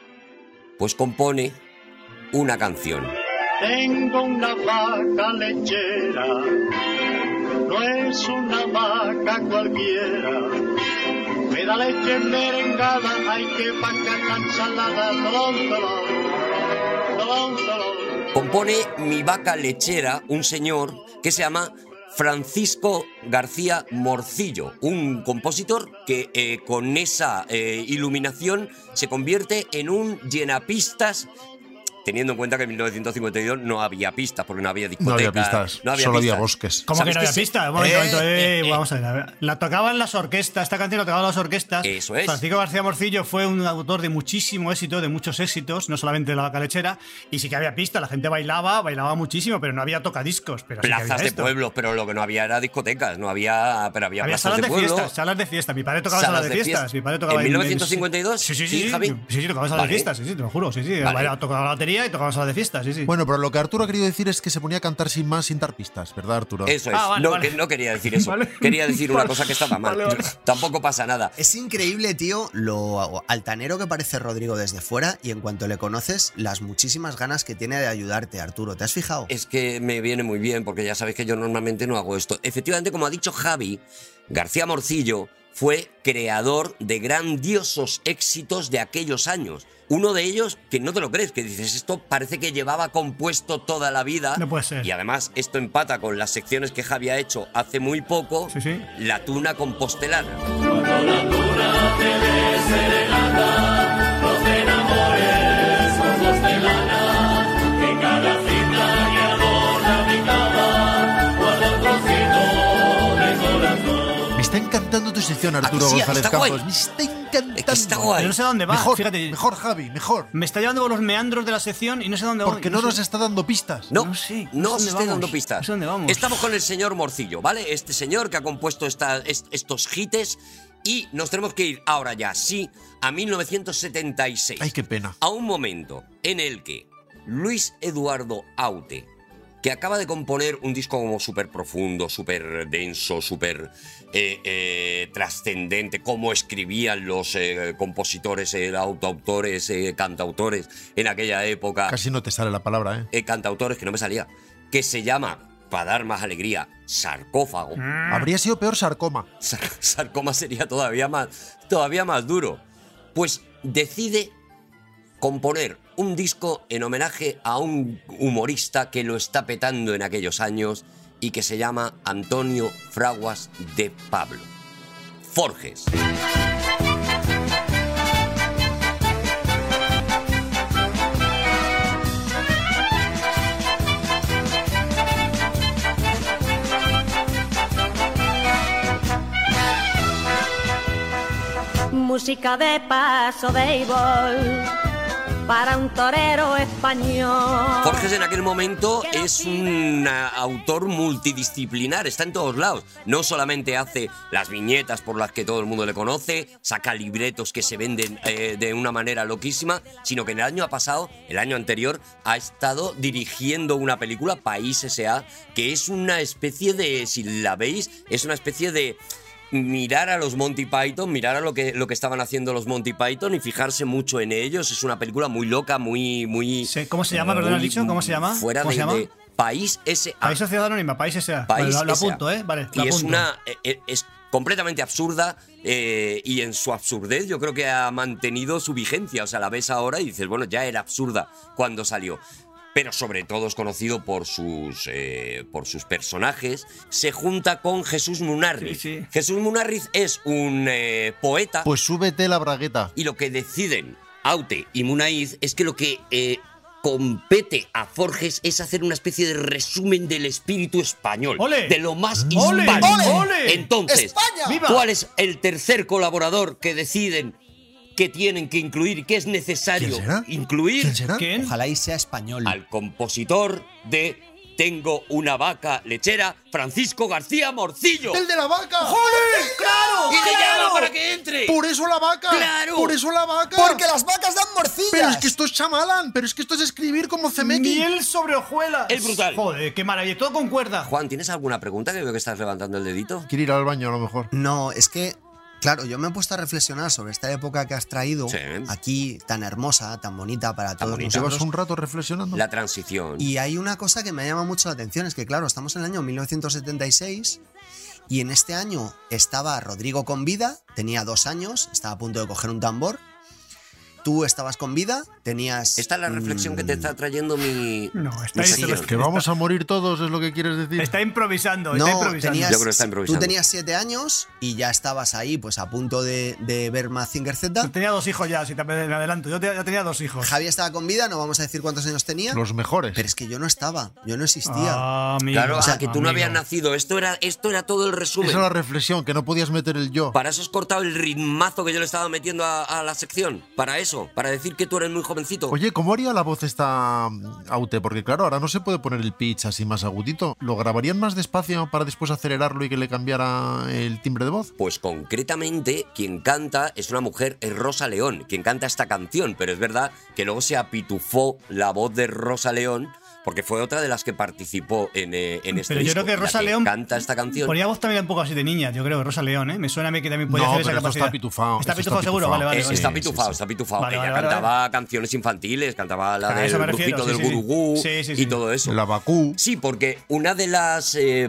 [SPEAKER 3] pues compone una canción.
[SPEAKER 10] Tengo una vaca lechera, no es una vaca cualquiera. Me da leche merengada, hay que vaca tan salada, tolón, tolón, tolón, tolón.
[SPEAKER 3] Compone Mi vaca lechera un señor que se llama Francisco García Morcillo, un compositor que eh, con esa eh, iluminación se convierte en un llenapistas, teniendo en cuenta que en mil novecientos cincuenta y dos no había pistas, porque no había
[SPEAKER 4] No
[SPEAKER 3] discotecas.
[SPEAKER 4] había pistas,
[SPEAKER 3] no había
[SPEAKER 4] solo
[SPEAKER 3] pistas.
[SPEAKER 4] había bosques.
[SPEAKER 5] ¿Cómo que
[SPEAKER 3] ¿Sabes
[SPEAKER 5] no había
[SPEAKER 3] que se-
[SPEAKER 5] pista? Un momento, un momento,
[SPEAKER 3] Eh,
[SPEAKER 5] eh,
[SPEAKER 3] eh, eh.
[SPEAKER 5] Vamos a ver, a ver. La tocaban las orquestas. Esta canción la tocaban las orquestas.
[SPEAKER 3] Eso es.
[SPEAKER 5] Francisco García Morcillo fue un autor de muchísimo éxito, de muchos éxitos, no solamente de la vaca lechera. Y sí que había pista, la gente bailaba, bailaba muchísimo, pero no había tocadiscos. Pero sí que
[SPEAKER 3] Plazas
[SPEAKER 5] había
[SPEAKER 3] de
[SPEAKER 5] esto.
[SPEAKER 3] pueblos, pero lo que no había era discotecas, no había, pero había,
[SPEAKER 5] Había
[SPEAKER 3] plazas
[SPEAKER 5] salas
[SPEAKER 3] de,
[SPEAKER 5] de,
[SPEAKER 3] pueblo.
[SPEAKER 5] fiestas, salas de fiestas. Mi padre tocaba
[SPEAKER 3] Salas
[SPEAKER 5] salas de
[SPEAKER 3] de
[SPEAKER 5] fiestas.
[SPEAKER 3] fiestas.
[SPEAKER 5] Mi padre tocaba
[SPEAKER 3] ¿En mil novecientos cincuenta y dos?
[SPEAKER 5] Sí, sí,
[SPEAKER 3] Sí,
[SPEAKER 5] sí.
[SPEAKER 3] Javi.
[SPEAKER 5] Sí, sí, tocaba salas
[SPEAKER 3] Vale.
[SPEAKER 5] de fiestas. Sí, sí, te lo juro. Sí, sí.
[SPEAKER 3] Vale.
[SPEAKER 5] Bailaba, tocaba la batería y tocaba salas de fiestas. Sí, sí.
[SPEAKER 4] Bueno, pero lo que Arturo ha querido decir es que se ponía a cantar sin más, sin dar pistas, ¿verdad, Arturo?
[SPEAKER 3] Eso es.
[SPEAKER 5] Ah, vale,
[SPEAKER 3] no,
[SPEAKER 5] vale.
[SPEAKER 3] que no quería decir eso.
[SPEAKER 5] Vale.
[SPEAKER 3] Quería decir una
[SPEAKER 5] Vale.
[SPEAKER 3] cosa que estaba mal.
[SPEAKER 5] Vale, vale.
[SPEAKER 3] Tampoco pasa nada.
[SPEAKER 6] Es increíble, tío, lo altanero que parece Rodrigo desde fuera y en cuanto le conoces, las muchísimas ganas que tiene de ayudarte, Arturo. ¿Te has fijado?
[SPEAKER 3] Es que me viene muy bien porque ya sabéis que yo normalmente no hago esto. Efectivamente, como ha dicho Javi, García Morcillo fue creador de grandiosos éxitos de aquellos años. Uno de ellos, que no te lo crees, que dices, esto parece que llevaba compuesto toda la vida.
[SPEAKER 5] No puede ser.
[SPEAKER 3] Y además esto empata con las secciones que Javi ha hecho hace muy poco,
[SPEAKER 5] Sí, sí.
[SPEAKER 3] La tuna compostelana.
[SPEAKER 4] Me está encantando tu sección, Arturo
[SPEAKER 3] ¿A que sí?
[SPEAKER 4] González
[SPEAKER 3] Está guay.
[SPEAKER 4] Campos. Me está encantando.
[SPEAKER 3] Es que está guay.
[SPEAKER 5] Pero no sé dónde va.
[SPEAKER 4] Mejor,
[SPEAKER 5] Fíjate.
[SPEAKER 4] mejor, Javi, mejor.
[SPEAKER 5] Me está llevando por los meandros de la sección y no sé dónde voy.
[SPEAKER 4] Porque no
[SPEAKER 5] sé.
[SPEAKER 4] nos está dando pistas.
[SPEAKER 3] No,
[SPEAKER 5] No
[SPEAKER 3] no,
[SPEAKER 5] sé,
[SPEAKER 3] no
[SPEAKER 5] no sé
[SPEAKER 3] os
[SPEAKER 5] dónde
[SPEAKER 3] estoy dando
[SPEAKER 5] vamos,
[SPEAKER 3] pistas.
[SPEAKER 5] no sé dónde vamos.
[SPEAKER 3] Estamos con el señor Morcillo, ¿vale? Este señor que ha compuesto esta- est- estos hites y nos tenemos que ir ahora ya, sí, a mil novecientos setenta y seis.
[SPEAKER 4] Ay, qué pena.
[SPEAKER 3] A un momento en el que Luis Eduardo Aute, que acaba de componer un disco como súper profundo, súper denso, súper eh, eh, trascendente, como escribían los eh, compositores, eh, autoautores, eh, cantautores en aquella época.
[SPEAKER 4] Casi no te sale la palabra, ¿eh?
[SPEAKER 3] Eh, cantautores, que no me salía, que se llama para dar más alegría, sarcófago.
[SPEAKER 4] Habría sido peor sarcoma.
[SPEAKER 3] Sar- sarcoma sería todavía más, todavía más duro. Pues decide componer un disco en homenaje a un humorista que lo está petando en aquellos años y que se llama Antonio Fraguas de Pablo. Forges.
[SPEAKER 11] Música de paso béisbol para un torero español.
[SPEAKER 3] Forges en aquel momento es un uh, autor multidisciplinar, está en todos lados. No solamente hace las viñetas por las que todo el mundo le conoce, saca libretos que se venden eh, de una manera loquísima, sino que en el año pasado, el año anterior, ha estado dirigiendo una película, País ese a, que es una especie de, si la veis, es una especie de mirar a los Monty Python, mirar a lo que, lo que estaban haciendo los Monty Python y fijarse mucho en ellos. Es una película muy loca, muy... muy
[SPEAKER 5] Sí, ¿cómo se llama? Perdón, ¿has dicho? ¿Cómo se llama?
[SPEAKER 3] Fuera
[SPEAKER 5] ¿Cómo
[SPEAKER 3] de,
[SPEAKER 5] se llama?
[SPEAKER 3] de País ese a.
[SPEAKER 5] País Sociedad Anónima, País S A.
[SPEAKER 3] País
[SPEAKER 5] Vale, lo, lo
[SPEAKER 3] S A.
[SPEAKER 5] apunto, ¿eh? Vale, lo
[SPEAKER 3] Y es
[SPEAKER 5] apunto.
[SPEAKER 3] una... eh, es completamente absurda eh, y en su absurdez yo creo que ha mantenido su vigencia. O sea, la ves ahora y dices, bueno, ya era absurda cuando salió. Pero sobre todo es conocido por sus, eh, por sus personajes. Se junta con Jesús Munarriz.
[SPEAKER 5] Sí, sí.
[SPEAKER 3] Jesús Munarriz es un eh, poeta.
[SPEAKER 4] Pues súbete la bragueta.
[SPEAKER 3] Y lo que deciden Aute y Munaiz es que lo que eh, compete a Forges es hacer una especie de resumen del espíritu español.
[SPEAKER 5] ¡Ole!
[SPEAKER 3] De lo más
[SPEAKER 5] ¡Ole!
[SPEAKER 3] hispano.
[SPEAKER 5] ¡Ole! ¡Ole!
[SPEAKER 3] Entonces,
[SPEAKER 6] ¡España!
[SPEAKER 5] ¡Viva!
[SPEAKER 3] ¿cuál es el tercer colaborador que deciden que tienen que incluir y que es necesario
[SPEAKER 4] ¿Quién será?
[SPEAKER 3] incluir?
[SPEAKER 4] ¿Quién será?
[SPEAKER 5] ¿Quién?
[SPEAKER 6] Ojalá y sea español.
[SPEAKER 3] Al compositor de Tengo una vaca lechera, Francisco García Morcillo.
[SPEAKER 4] ¡El de la vaca!
[SPEAKER 6] ¡Joder! ¡Claro!
[SPEAKER 3] ¡Y le
[SPEAKER 6] claro!
[SPEAKER 3] llama para que entre!
[SPEAKER 4] ¡Por eso la vaca!
[SPEAKER 3] ¡Claro!
[SPEAKER 4] ¡Por eso la vaca!
[SPEAKER 6] Porque las vacas dan morcillas.
[SPEAKER 4] Pero es que esto es chamalan, pero es que esto es escribir como Zemeckis.
[SPEAKER 5] Miel sobre hojuelas.
[SPEAKER 3] Es brutal.
[SPEAKER 5] Joder, qué maravilla. Todo con cuerda.
[SPEAKER 3] Juan, ¿tienes alguna pregunta? Que veo que estás levantando el dedito.
[SPEAKER 4] Quiere ir al baño a lo mejor.
[SPEAKER 6] No, es que, claro, yo me he puesto a reflexionar sobre esta época que has traído
[SPEAKER 3] Sí.
[SPEAKER 6] aquí, tan hermosa, tan bonita para todos
[SPEAKER 3] bonita.
[SPEAKER 6] nosotros.
[SPEAKER 4] Llevas un rato reflexionando.
[SPEAKER 3] La transición.
[SPEAKER 6] Y hay una cosa que me llama mucho la atención, es que claro, estamos en el año mil novecientos setenta y seis y en este año estaba Rodrigo con vida, tenía dos años, estaba a punto de coger un tambor. Tú estabas con vida, tenías...
[SPEAKER 3] Esta es la reflexión que te está trayendo mi...
[SPEAKER 5] No,
[SPEAKER 3] mi
[SPEAKER 5] estáis-
[SPEAKER 3] sección.
[SPEAKER 4] Que vamos a morir todos, es lo que quieres decir.
[SPEAKER 5] Está improvisando,
[SPEAKER 6] No,
[SPEAKER 5] está improvisando.
[SPEAKER 6] tenías,
[SPEAKER 3] Yo creo que está improvisando.
[SPEAKER 6] tú tenías siete años y ya estabas ahí pues a punto de, de ver Mazinger
[SPEAKER 5] Yo
[SPEAKER 6] Z.
[SPEAKER 5] tenía dos hijos ya, si te me adelanto. Yo te- ya tenía dos hijos.
[SPEAKER 6] Javi estaba con vida, no vamos a decir cuántos años tenía.
[SPEAKER 4] Los mejores.
[SPEAKER 6] Pero es que yo no estaba, yo no existía.
[SPEAKER 5] Ah, amigo,
[SPEAKER 3] Claro, o sea, que tú no
[SPEAKER 5] amigo.
[SPEAKER 3] habías nacido. Esto era, esto era todo el resumen.
[SPEAKER 4] Esa es la reflexión, que no podías meter el yo.
[SPEAKER 3] Para eso has cortado el ritmazo que yo le estaba metiendo a, a la sección. Para eso, para decir que tú eres muy jovencito.
[SPEAKER 4] Oye, ¿cómo haría la voz esta mm, Aute? Porque claro, ahora no se puede poner el pitch así más agudito. ¿Lo grabarían más despacio para después acelerarlo y que le cambiara el timbre de voz?
[SPEAKER 3] Pues concretamente, quien canta es una mujer, es Rosa León, quien canta esta canción, pero es verdad que luego se apitufó la voz de Rosa León, porque fue otra de las que participó en, eh, en este
[SPEAKER 5] Pero yo
[SPEAKER 3] disco.
[SPEAKER 5] creo que
[SPEAKER 3] La
[SPEAKER 5] Rosa León
[SPEAKER 3] canta esta canción.
[SPEAKER 5] Ponía voz también un poco así de niña, yo creo, Rosa León, ¿eh? Me suena a mí que también podía
[SPEAKER 4] No,
[SPEAKER 5] hacer esa
[SPEAKER 4] pero esto
[SPEAKER 5] capacidad.
[SPEAKER 4] está pitufado,
[SPEAKER 5] Está
[SPEAKER 4] esto está
[SPEAKER 5] pitufado seguro,
[SPEAKER 4] pitufado.
[SPEAKER 5] vale, vale.
[SPEAKER 3] Es-
[SPEAKER 5] vale.
[SPEAKER 3] está
[SPEAKER 4] sí,
[SPEAKER 3] pitufado,
[SPEAKER 4] sí.
[SPEAKER 3] está pitufado.
[SPEAKER 5] Vale,
[SPEAKER 3] Ella
[SPEAKER 5] vale, vale,
[SPEAKER 3] cantaba canciones infantiles, cantaba la
[SPEAKER 5] A
[SPEAKER 3] del
[SPEAKER 5] eso me
[SPEAKER 3] brujito
[SPEAKER 5] refiero,
[SPEAKER 3] del
[SPEAKER 5] sí, sí.
[SPEAKER 3] gurugú
[SPEAKER 5] Sí, sí, sí.
[SPEAKER 3] y todo eso.
[SPEAKER 4] La Bakú.
[SPEAKER 3] Sí, porque una de las eh,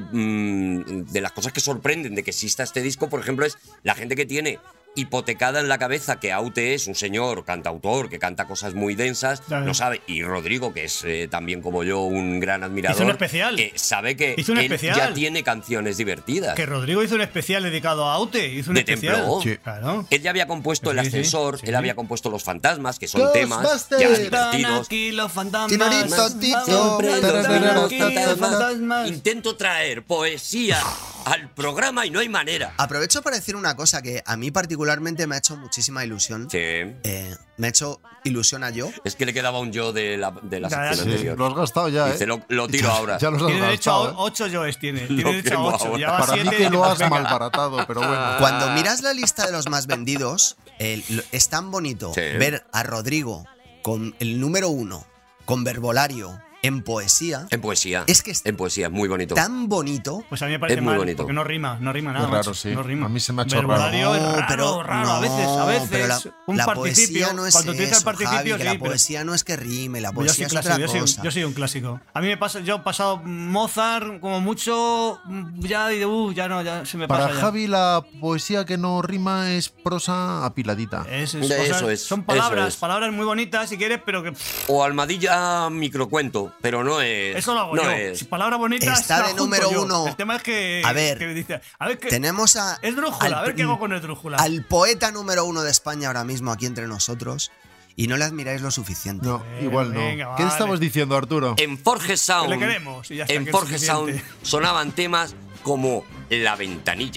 [SPEAKER 3] mm, de las cosas que sorprenden de que exista este disco, por ejemplo, es la gente que tiene hipotecada en la cabeza que Aute es un señor cantautor que canta cosas muy densas,
[SPEAKER 5] Claro.
[SPEAKER 3] lo sabe. Y Rodrigo, que es eh, también como yo un gran admirador,
[SPEAKER 5] Hizo un especial.
[SPEAKER 3] eh, sabe que
[SPEAKER 5] Hizo un
[SPEAKER 3] él
[SPEAKER 5] especial.
[SPEAKER 3] ya tiene canciones divertidas.
[SPEAKER 5] Que Rodrigo hizo un especial dedicado a Aute. Hizo un
[SPEAKER 3] De
[SPEAKER 5] especial.
[SPEAKER 3] Templo.
[SPEAKER 4] Sí.
[SPEAKER 5] Claro.
[SPEAKER 3] Él ya había compuesto El
[SPEAKER 5] Sí, sí,
[SPEAKER 3] Ascensor,
[SPEAKER 5] sí.
[SPEAKER 3] él había compuesto Los Fantasmas, que son temas
[SPEAKER 4] Ghostbusters.
[SPEAKER 3] ya
[SPEAKER 5] Están
[SPEAKER 3] divertidos.
[SPEAKER 5] aquí los fantasmas.
[SPEAKER 6] Tinorito, tito,
[SPEAKER 3] Siempre los
[SPEAKER 6] tararara,
[SPEAKER 3] mismos
[SPEAKER 5] aquí los
[SPEAKER 3] fantasmas.
[SPEAKER 5] fantasmas.
[SPEAKER 3] Intento traer poesía al programa y no hay manera.
[SPEAKER 6] Aprovecho para decir una cosa que a mí particularmente me ha hecho muchísima ilusión.
[SPEAKER 3] Sí.
[SPEAKER 6] Eh, me ha hecho ilusión a yo.
[SPEAKER 3] Es que le quedaba un yo de la, de la
[SPEAKER 5] Ya, ya,
[SPEAKER 3] sección
[SPEAKER 5] sí,
[SPEAKER 3] anterior.
[SPEAKER 4] Lo has gastado ya,
[SPEAKER 3] Dice,
[SPEAKER 4] ¿eh?
[SPEAKER 3] lo, lo tiro ahora.
[SPEAKER 4] Ya los has
[SPEAKER 5] Tiene derecho a
[SPEAKER 4] gastado, ¿eh?
[SPEAKER 5] ocho yoes, tiene.
[SPEAKER 3] Lo
[SPEAKER 5] Tiene derecho a
[SPEAKER 3] quemo
[SPEAKER 5] ocho.
[SPEAKER 3] ahora.
[SPEAKER 5] Lleva
[SPEAKER 4] Para
[SPEAKER 5] siete
[SPEAKER 4] mí que
[SPEAKER 5] y
[SPEAKER 4] lo
[SPEAKER 5] pues
[SPEAKER 4] has
[SPEAKER 5] venga.
[SPEAKER 4] malbaratado, pero bueno.
[SPEAKER 6] Cuando miras la lista de los más vendidos, el- lo- es tan bonito
[SPEAKER 3] Sí.
[SPEAKER 6] ver a Rodrigo con el número uno, con Verbolario, en poesía.
[SPEAKER 3] En poesía.
[SPEAKER 6] Es que es
[SPEAKER 3] en poesía, muy bonito.
[SPEAKER 6] Tan bonito.
[SPEAKER 5] Pues a mí me parece
[SPEAKER 3] Es muy
[SPEAKER 5] mal,
[SPEAKER 3] bonito.
[SPEAKER 5] porque no rima, no rima nada.
[SPEAKER 4] Es raro,
[SPEAKER 5] macho,
[SPEAKER 4] sí.
[SPEAKER 5] No rima.
[SPEAKER 4] A mí se me ha hecho
[SPEAKER 5] Verbolario
[SPEAKER 6] raro.
[SPEAKER 5] es
[SPEAKER 6] No,
[SPEAKER 5] raro,
[SPEAKER 6] pero
[SPEAKER 5] raro,
[SPEAKER 6] no,
[SPEAKER 5] a veces, a veces.
[SPEAKER 6] pero la,
[SPEAKER 5] un
[SPEAKER 6] la
[SPEAKER 5] participio.
[SPEAKER 6] poesía no es
[SPEAKER 5] Cuando utiliza el
[SPEAKER 6] eso,
[SPEAKER 5] participio,
[SPEAKER 6] Javi, que
[SPEAKER 5] sí,
[SPEAKER 6] la
[SPEAKER 5] pero-
[SPEAKER 6] poesía no es que rime, la
[SPEAKER 5] Yo
[SPEAKER 6] poesía
[SPEAKER 5] soy
[SPEAKER 6] es
[SPEAKER 5] clásico,
[SPEAKER 6] otra
[SPEAKER 5] yo soy, un,
[SPEAKER 6] cosa.
[SPEAKER 5] yo soy un clásico. A mí me pasa, yo he pasado Mozart como mucho, ya y de uh, ya no, ya se me
[SPEAKER 4] Para
[SPEAKER 5] pasa ya.
[SPEAKER 4] Javi la poesía que no rima es prosa apiladita.
[SPEAKER 5] Es- es
[SPEAKER 3] De
[SPEAKER 5] cosas-
[SPEAKER 3] eso es,
[SPEAKER 5] son palabras,
[SPEAKER 3] eso es.
[SPEAKER 5] palabras muy bonitas si quieres, pero que pff,
[SPEAKER 3] O Almadilla microcuento, pero no es.
[SPEAKER 5] eso lo hago
[SPEAKER 3] no
[SPEAKER 5] yo.
[SPEAKER 3] Es.
[SPEAKER 5] Si palabras bonitas
[SPEAKER 6] Está
[SPEAKER 5] las
[SPEAKER 6] de
[SPEAKER 5] junto
[SPEAKER 6] número
[SPEAKER 5] yo.
[SPEAKER 6] uno.
[SPEAKER 5] El tema es que
[SPEAKER 6] A ver,
[SPEAKER 5] que dice, a ver qué
[SPEAKER 6] Tenemos a.
[SPEAKER 5] es drújula, a
[SPEAKER 6] al
[SPEAKER 5] ver qué
[SPEAKER 6] pr-
[SPEAKER 5] hago con el drújula.
[SPEAKER 6] Al poeta número uno de España ahora mismo aquí entre nosotros y no le admiráis lo suficiente.
[SPEAKER 4] No, igual no.
[SPEAKER 5] venga,
[SPEAKER 4] ¿Qué
[SPEAKER 5] vale.
[SPEAKER 4] estabas diciendo, Arturo?
[SPEAKER 3] En Forge Sound.
[SPEAKER 5] Le queremos y ya está,
[SPEAKER 3] en
[SPEAKER 5] que es
[SPEAKER 3] Forge Sound
[SPEAKER 5] suficiente.
[SPEAKER 3] sonaban temas como La Ventanilla.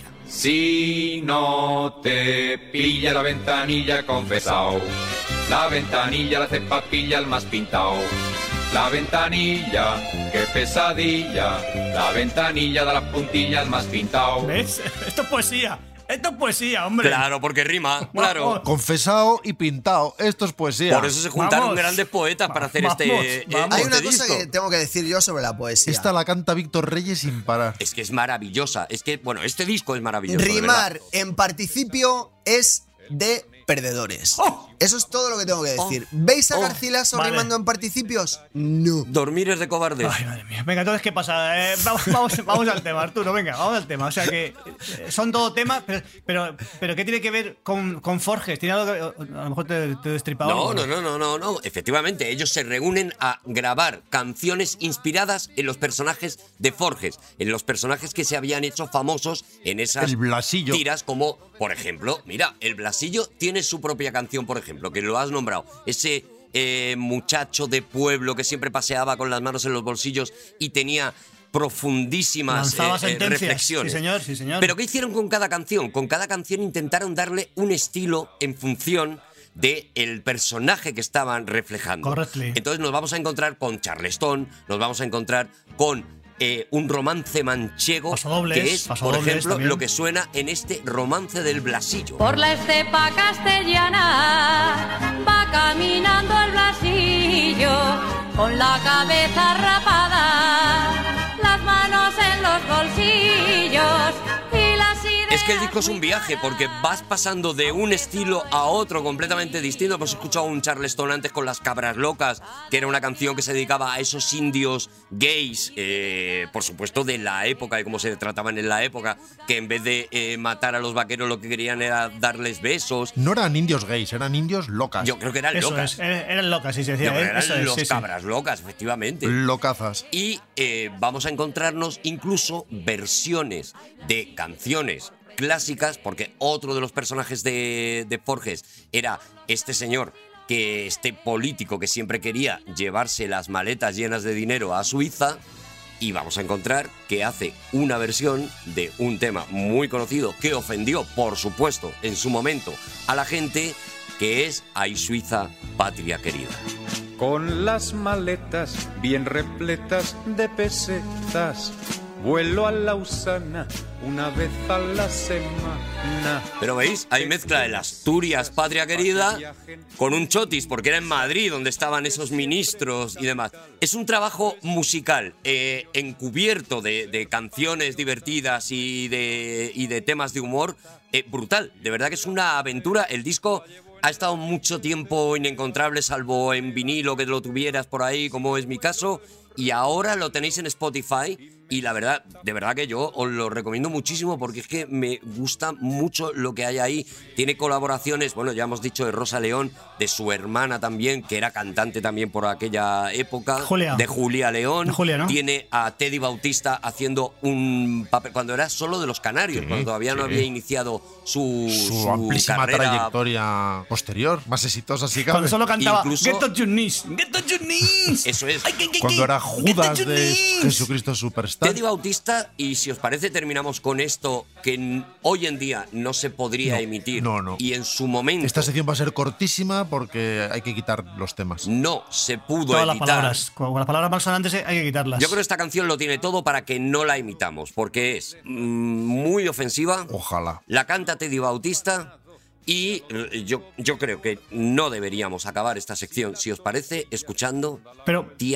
[SPEAKER 9] Si no te pilla la ventanilla, confesao. La ventanilla la hace papilla el más pintao. La ventanilla, qué pesadilla. La ventanilla da las puntillas al más pintao.
[SPEAKER 5] ¿Ves? Esto es poesía. Esto es poesía, hombre.
[SPEAKER 3] Claro, porque rima, claro.
[SPEAKER 4] Confesado y pintado. Esto es poesía.
[SPEAKER 3] Por eso se juntaron
[SPEAKER 5] Vamos.
[SPEAKER 3] grandes poetas para hacer
[SPEAKER 5] Vamos,
[SPEAKER 3] este, eh,
[SPEAKER 5] vamos.
[SPEAKER 6] Hay
[SPEAKER 3] este
[SPEAKER 6] una cosa
[SPEAKER 3] disco.
[SPEAKER 6] que tengo que decir yo sobre la poesía.
[SPEAKER 4] Esta la canta Víctor Reyes sin parar.
[SPEAKER 3] Es que es maravillosa. Es que, bueno, este disco es maravilloso. de
[SPEAKER 6] Rimar
[SPEAKER 3] verdad.
[SPEAKER 6] en participio es de perdedores.
[SPEAKER 5] ¡Oh!
[SPEAKER 6] Eso es todo lo que tengo que
[SPEAKER 3] Oh.
[SPEAKER 6] decir. ¿Veis a
[SPEAKER 3] Oh.
[SPEAKER 6] Garcilaso
[SPEAKER 5] Vale.
[SPEAKER 6] rimando en participios? No.
[SPEAKER 3] Dormir es de cobardes.
[SPEAKER 5] Ay, madre mía. Venga, entonces, ¿qué pasa? Eh, vamos, vamos, vamos al tema, Arturo, venga, vamos al tema. O sea que eh, son todo temas, pero, pero, pero ¿qué tiene que ver con, con Forges? ¿Tiene algo que, a lo mejor te, te he destripado
[SPEAKER 3] No,
[SPEAKER 5] algo?
[SPEAKER 3] no, no, no, no, no. Efectivamente, ellos se reúnen a grabar canciones inspiradas en los personajes de Forges, en los personajes que se habían hecho famosos en esas
[SPEAKER 4] El Blasillo.
[SPEAKER 3] tiras, como, por ejemplo, mira, el Blasillo tiene su propia canción, por ejemplo, que lo has nombrado. Ese eh, muchacho de pueblo que siempre paseaba con las manos en los bolsillos y tenía profundísimas
[SPEAKER 5] Lanzaba
[SPEAKER 3] eh, eh,
[SPEAKER 5] sentencias.
[SPEAKER 3] reflexiones.
[SPEAKER 5] Sí, señor, sí, señor.
[SPEAKER 3] Pero ¿qué hicieron con cada canción? Con cada canción intentaron darle un estilo en función del personaje que estaban reflejando.
[SPEAKER 5] Correctly.
[SPEAKER 3] Entonces nos vamos a encontrar con Charleston, nos vamos a encontrar con eh, un romance manchego,
[SPEAKER 5] Pasodobles,
[SPEAKER 3] que es, por
[SPEAKER 5] pasodobles
[SPEAKER 3] ejemplo,
[SPEAKER 5] también.
[SPEAKER 3] lo que suena en este romance del Blasillo.
[SPEAKER 11] Por la estepa castellana va caminando el Blasillo con la cabeza rapada, las manos en los bolsillos y las ideas.
[SPEAKER 3] Es que el disco es un viaje, porque vas pasando de un estilo a otro completamente distinto. Hemos escuchado un Charleston antes con Las Cabras Locas, que era una canción que se dedicaba a esos indios gays, eh, por supuesto de la época y cómo se trataban en la época, que en vez de eh, matar a los vaqueros lo que querían era darles besos.
[SPEAKER 4] No eran indios gays, eran indios locas.
[SPEAKER 3] Yo creo que eran
[SPEAKER 5] Eso
[SPEAKER 3] locas.
[SPEAKER 5] es, eran eran locas, sí se decía.
[SPEAKER 3] Yo creo
[SPEAKER 5] ¿eh?
[SPEAKER 3] que eran
[SPEAKER 5] Eso es,
[SPEAKER 3] los
[SPEAKER 5] sí, sí.
[SPEAKER 3] Cabras Locas, efectivamente.
[SPEAKER 4] Locazas.
[SPEAKER 3] Y eh, vamos a encontrarnos incluso versiones de canciones clásicas, porque otro de los personajes de, de Forges era este señor, que este político que siempre quería llevarse las maletas llenas de dinero a Suiza, y vamos a encontrar que hace una versión de un tema muy conocido que ofendió, por supuesto, en su momento a la gente, que es Ay Suiza, patria querida.
[SPEAKER 9] Con las maletas bien repletas de pesetas, vuelo a Lausana una vez a la semana.
[SPEAKER 3] Pero veis, hay mezcla de las Asturias, patria querida, con un chotis, porque era en Madrid donde estaban esos ministros y demás. Es un trabajo musical eh, encubierto de, de canciones divertidas y de, y de temas de humor eh, brutal. De verdad que es una aventura. El disco ha estado mucho tiempo inencontrable, salvo en vinilo que lo tuvieras por ahí, como es mi caso. Y ahora lo tenéis en Spotify y la verdad, de verdad que yo os lo recomiendo muchísimo porque es que me gusta mucho lo que hay ahí. Tiene colaboraciones, bueno, ya hemos dicho de Rosa León, de su hermana también, que era cantante también por aquella época.
[SPEAKER 5] Julia.
[SPEAKER 3] De Julia León.
[SPEAKER 5] De Julia, ¿no?
[SPEAKER 3] Tiene a Teddy Bautista haciendo un papel, cuando era solo de los Canarios,
[SPEAKER 4] Sí,
[SPEAKER 3] cuando todavía no
[SPEAKER 4] sí.
[SPEAKER 3] había iniciado su,
[SPEAKER 4] Su,
[SPEAKER 3] su
[SPEAKER 4] amplísima
[SPEAKER 3] carrera.
[SPEAKER 4] trayectoria posterior, más exitosa si cabe.
[SPEAKER 5] Cuando solo cantaba
[SPEAKER 3] Incluso-
[SPEAKER 5] Get on your knees, get on your knees.
[SPEAKER 3] Eso es.
[SPEAKER 5] Ay, que- que-
[SPEAKER 4] Cuando
[SPEAKER 5] que-
[SPEAKER 4] era Judas
[SPEAKER 5] get on your
[SPEAKER 4] de
[SPEAKER 5] knees.
[SPEAKER 4] Jesucristo Superstar.
[SPEAKER 3] Teddy Bautista, y si os parece terminamos con esto que n- hoy en día no se podría
[SPEAKER 4] No,
[SPEAKER 3] emitir,
[SPEAKER 4] no, no.
[SPEAKER 3] y en su momento
[SPEAKER 4] Esta sección va a ser cortísima porque hay que quitar los temas.
[SPEAKER 3] no se pudo
[SPEAKER 5] Todas las
[SPEAKER 3] editar.
[SPEAKER 5] palabras, con las palabras malsonantes eh, hay que quitarlas.
[SPEAKER 3] Yo creo que esta canción lo tiene todo para que no la imitamos, porque es mm, muy ofensiva,
[SPEAKER 4] Ojalá.
[SPEAKER 3] la canta Teddy Bautista, y eh, yo, yo creo que no deberíamos acabar esta sección, si os parece, escuchando
[SPEAKER 5] Pero
[SPEAKER 3] Tía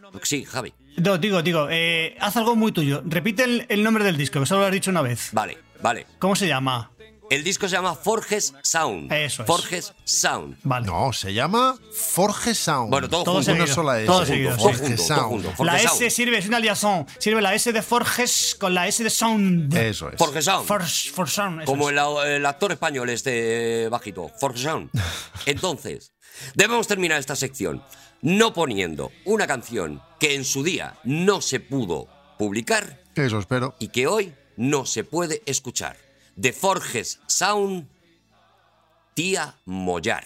[SPEAKER 3] Sí, Javi.
[SPEAKER 5] No, digo, digo, eh, haz algo muy tuyo. Repite el, el nombre del disco, que solo lo has dicho una vez.
[SPEAKER 3] Vale, vale.
[SPEAKER 5] ¿Cómo se llama?
[SPEAKER 3] El disco se llama Forges Sound.
[SPEAKER 5] Eso es.
[SPEAKER 3] Forges Sound.
[SPEAKER 5] Vale.
[SPEAKER 4] No, se llama Forge Sound.
[SPEAKER 3] Bueno, todo
[SPEAKER 5] Todo
[SPEAKER 3] junto.
[SPEAKER 5] seguido.
[SPEAKER 4] Una sola S.
[SPEAKER 5] Todo
[SPEAKER 3] Todo
[SPEAKER 5] seguido,
[SPEAKER 3] junto,
[SPEAKER 5] sí.
[SPEAKER 3] todo junto,
[SPEAKER 4] Sound.
[SPEAKER 3] todo junto. Forge
[SPEAKER 5] La
[SPEAKER 3] Sound.
[SPEAKER 5] S sirve, es una liaison. Sirve la S de Forges con la S de Sound.
[SPEAKER 4] Eso es.
[SPEAKER 3] Forge Sound.
[SPEAKER 5] Forge, Forge Sound. eso
[SPEAKER 3] Como
[SPEAKER 5] es.
[SPEAKER 3] el, el actor español este bajito, Forge Sound. Entonces, debemos terminar esta sección no poniendo una canción que en su día no se pudo publicar
[SPEAKER 4] Eso espero.
[SPEAKER 3] y que hoy no se puede escuchar. De Forges Sound, Tía Mollar.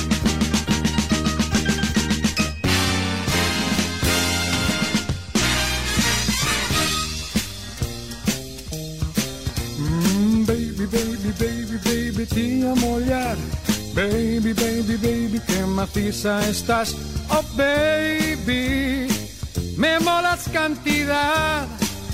[SPEAKER 12] Mm, baby, baby, baby, baby, tía Mollar. Baby, baby, baby, qué maciza estás. Oh, baby, me molas cantidad.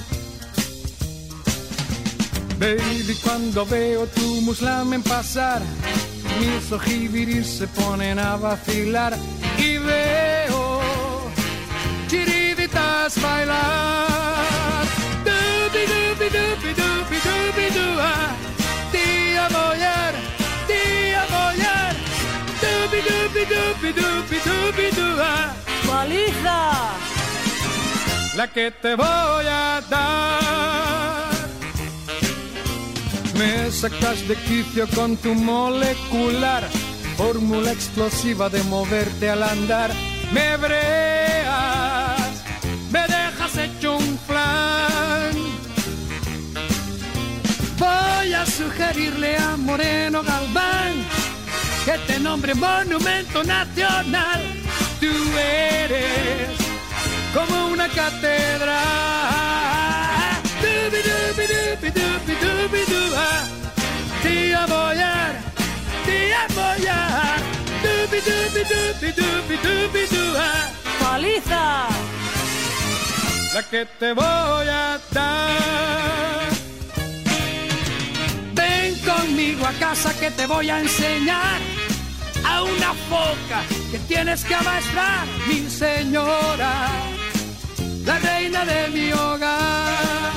[SPEAKER 12] Baby, cuando veo tu muslamen pasar, mis ojiviris se ponen a vacilar y veo chiriditas bailar. Dubi, dubi, dubi, dubi, dubi, dua. Tía Mollar, tía Mollar. Dubi, dubi, dubi, dubi, dubi, dua.
[SPEAKER 11] ¡Paliza!
[SPEAKER 12] La que te voy a dar. Me sacas de quicio con tu molecular fórmula explosiva de moverte al andar. Me breas, me dejas hecho un flan. Voy a sugerirle a Moreno Galván que te nombre monumento nacional. Tú eres como una catedral. Dubi, dubi, dubi, dubi, dubi, dua. Tía Mollar, tía Mollar. Dubi, dubi, dubi, dubi, dubi, dua.
[SPEAKER 11] ¡Paliza!
[SPEAKER 12] La que te voy a dar. Ven conmigo a casa que te voy a enseñar a una foca que tienes que amaestrar, mi señora, la reina de mi hogar.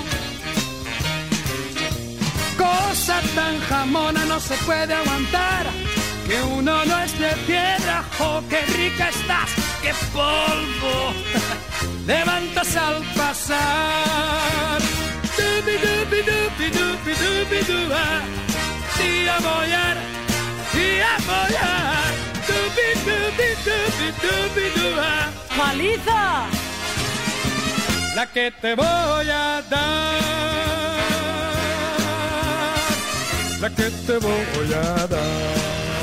[SPEAKER 12] Cosa tan jamona no se puede aguantar, que uno no es de piedra. ¡Oh, qué rica estás! ¡Qué polvo levantas al pasar! Dubi, dubi, dubi, dubi, dubi, dua. Tía Mollar, tía Mollar. Dubi, dubi, dubi, dubi, dua.
[SPEAKER 11] ¡Paliza!
[SPEAKER 12] La que te voy a dar. La que te voy a dar.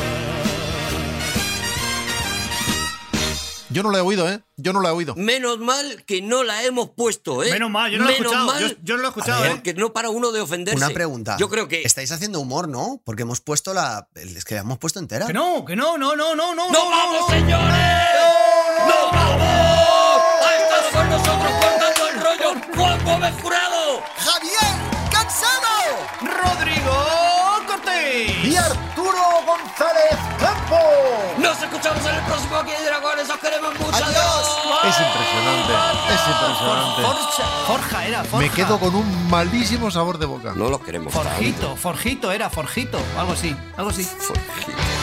[SPEAKER 4] Yo no la he oído, ¿eh? Yo no la he oído.
[SPEAKER 3] Menos mal que no la hemos puesto, ¿eh?
[SPEAKER 5] Menos mal, yo no lo he
[SPEAKER 3] Menos
[SPEAKER 5] escuchado.
[SPEAKER 3] mal,
[SPEAKER 5] Yo, yo no lo he escuchado, ¿eh?
[SPEAKER 3] porque no para uno de ofenderse.
[SPEAKER 6] Una pregunta.
[SPEAKER 3] Yo creo que...
[SPEAKER 6] Estáis haciendo humor, ¿no? Porque hemos puesto la. Es que la hemos puesto entera.
[SPEAKER 5] Que no, que no, no, no, no, no.
[SPEAKER 3] ¡No vamos, señores! ¡No vamos! ¡Ha estado con nosotros cortando el rollo Juan Gómez Jurado!
[SPEAKER 6] ¡Javier Cansado!
[SPEAKER 5] ¡Rodrigo Cortés!
[SPEAKER 13] ¡Y Arturo González Campo!
[SPEAKER 3] Nos escuchamos en el próximo Aquí hay Dragones. ¡Os queremos mucho!
[SPEAKER 6] ¡Adiós!
[SPEAKER 4] Es impresionante, es impresionante.
[SPEAKER 5] Forja, Forja era, Forja.
[SPEAKER 4] Me quedo con un malísimo sabor de boca.
[SPEAKER 3] No los queremos
[SPEAKER 5] Forjito,
[SPEAKER 3] tanto.
[SPEAKER 5] Forjito era, Forjito. Algo así, algo así.
[SPEAKER 3] Forjito.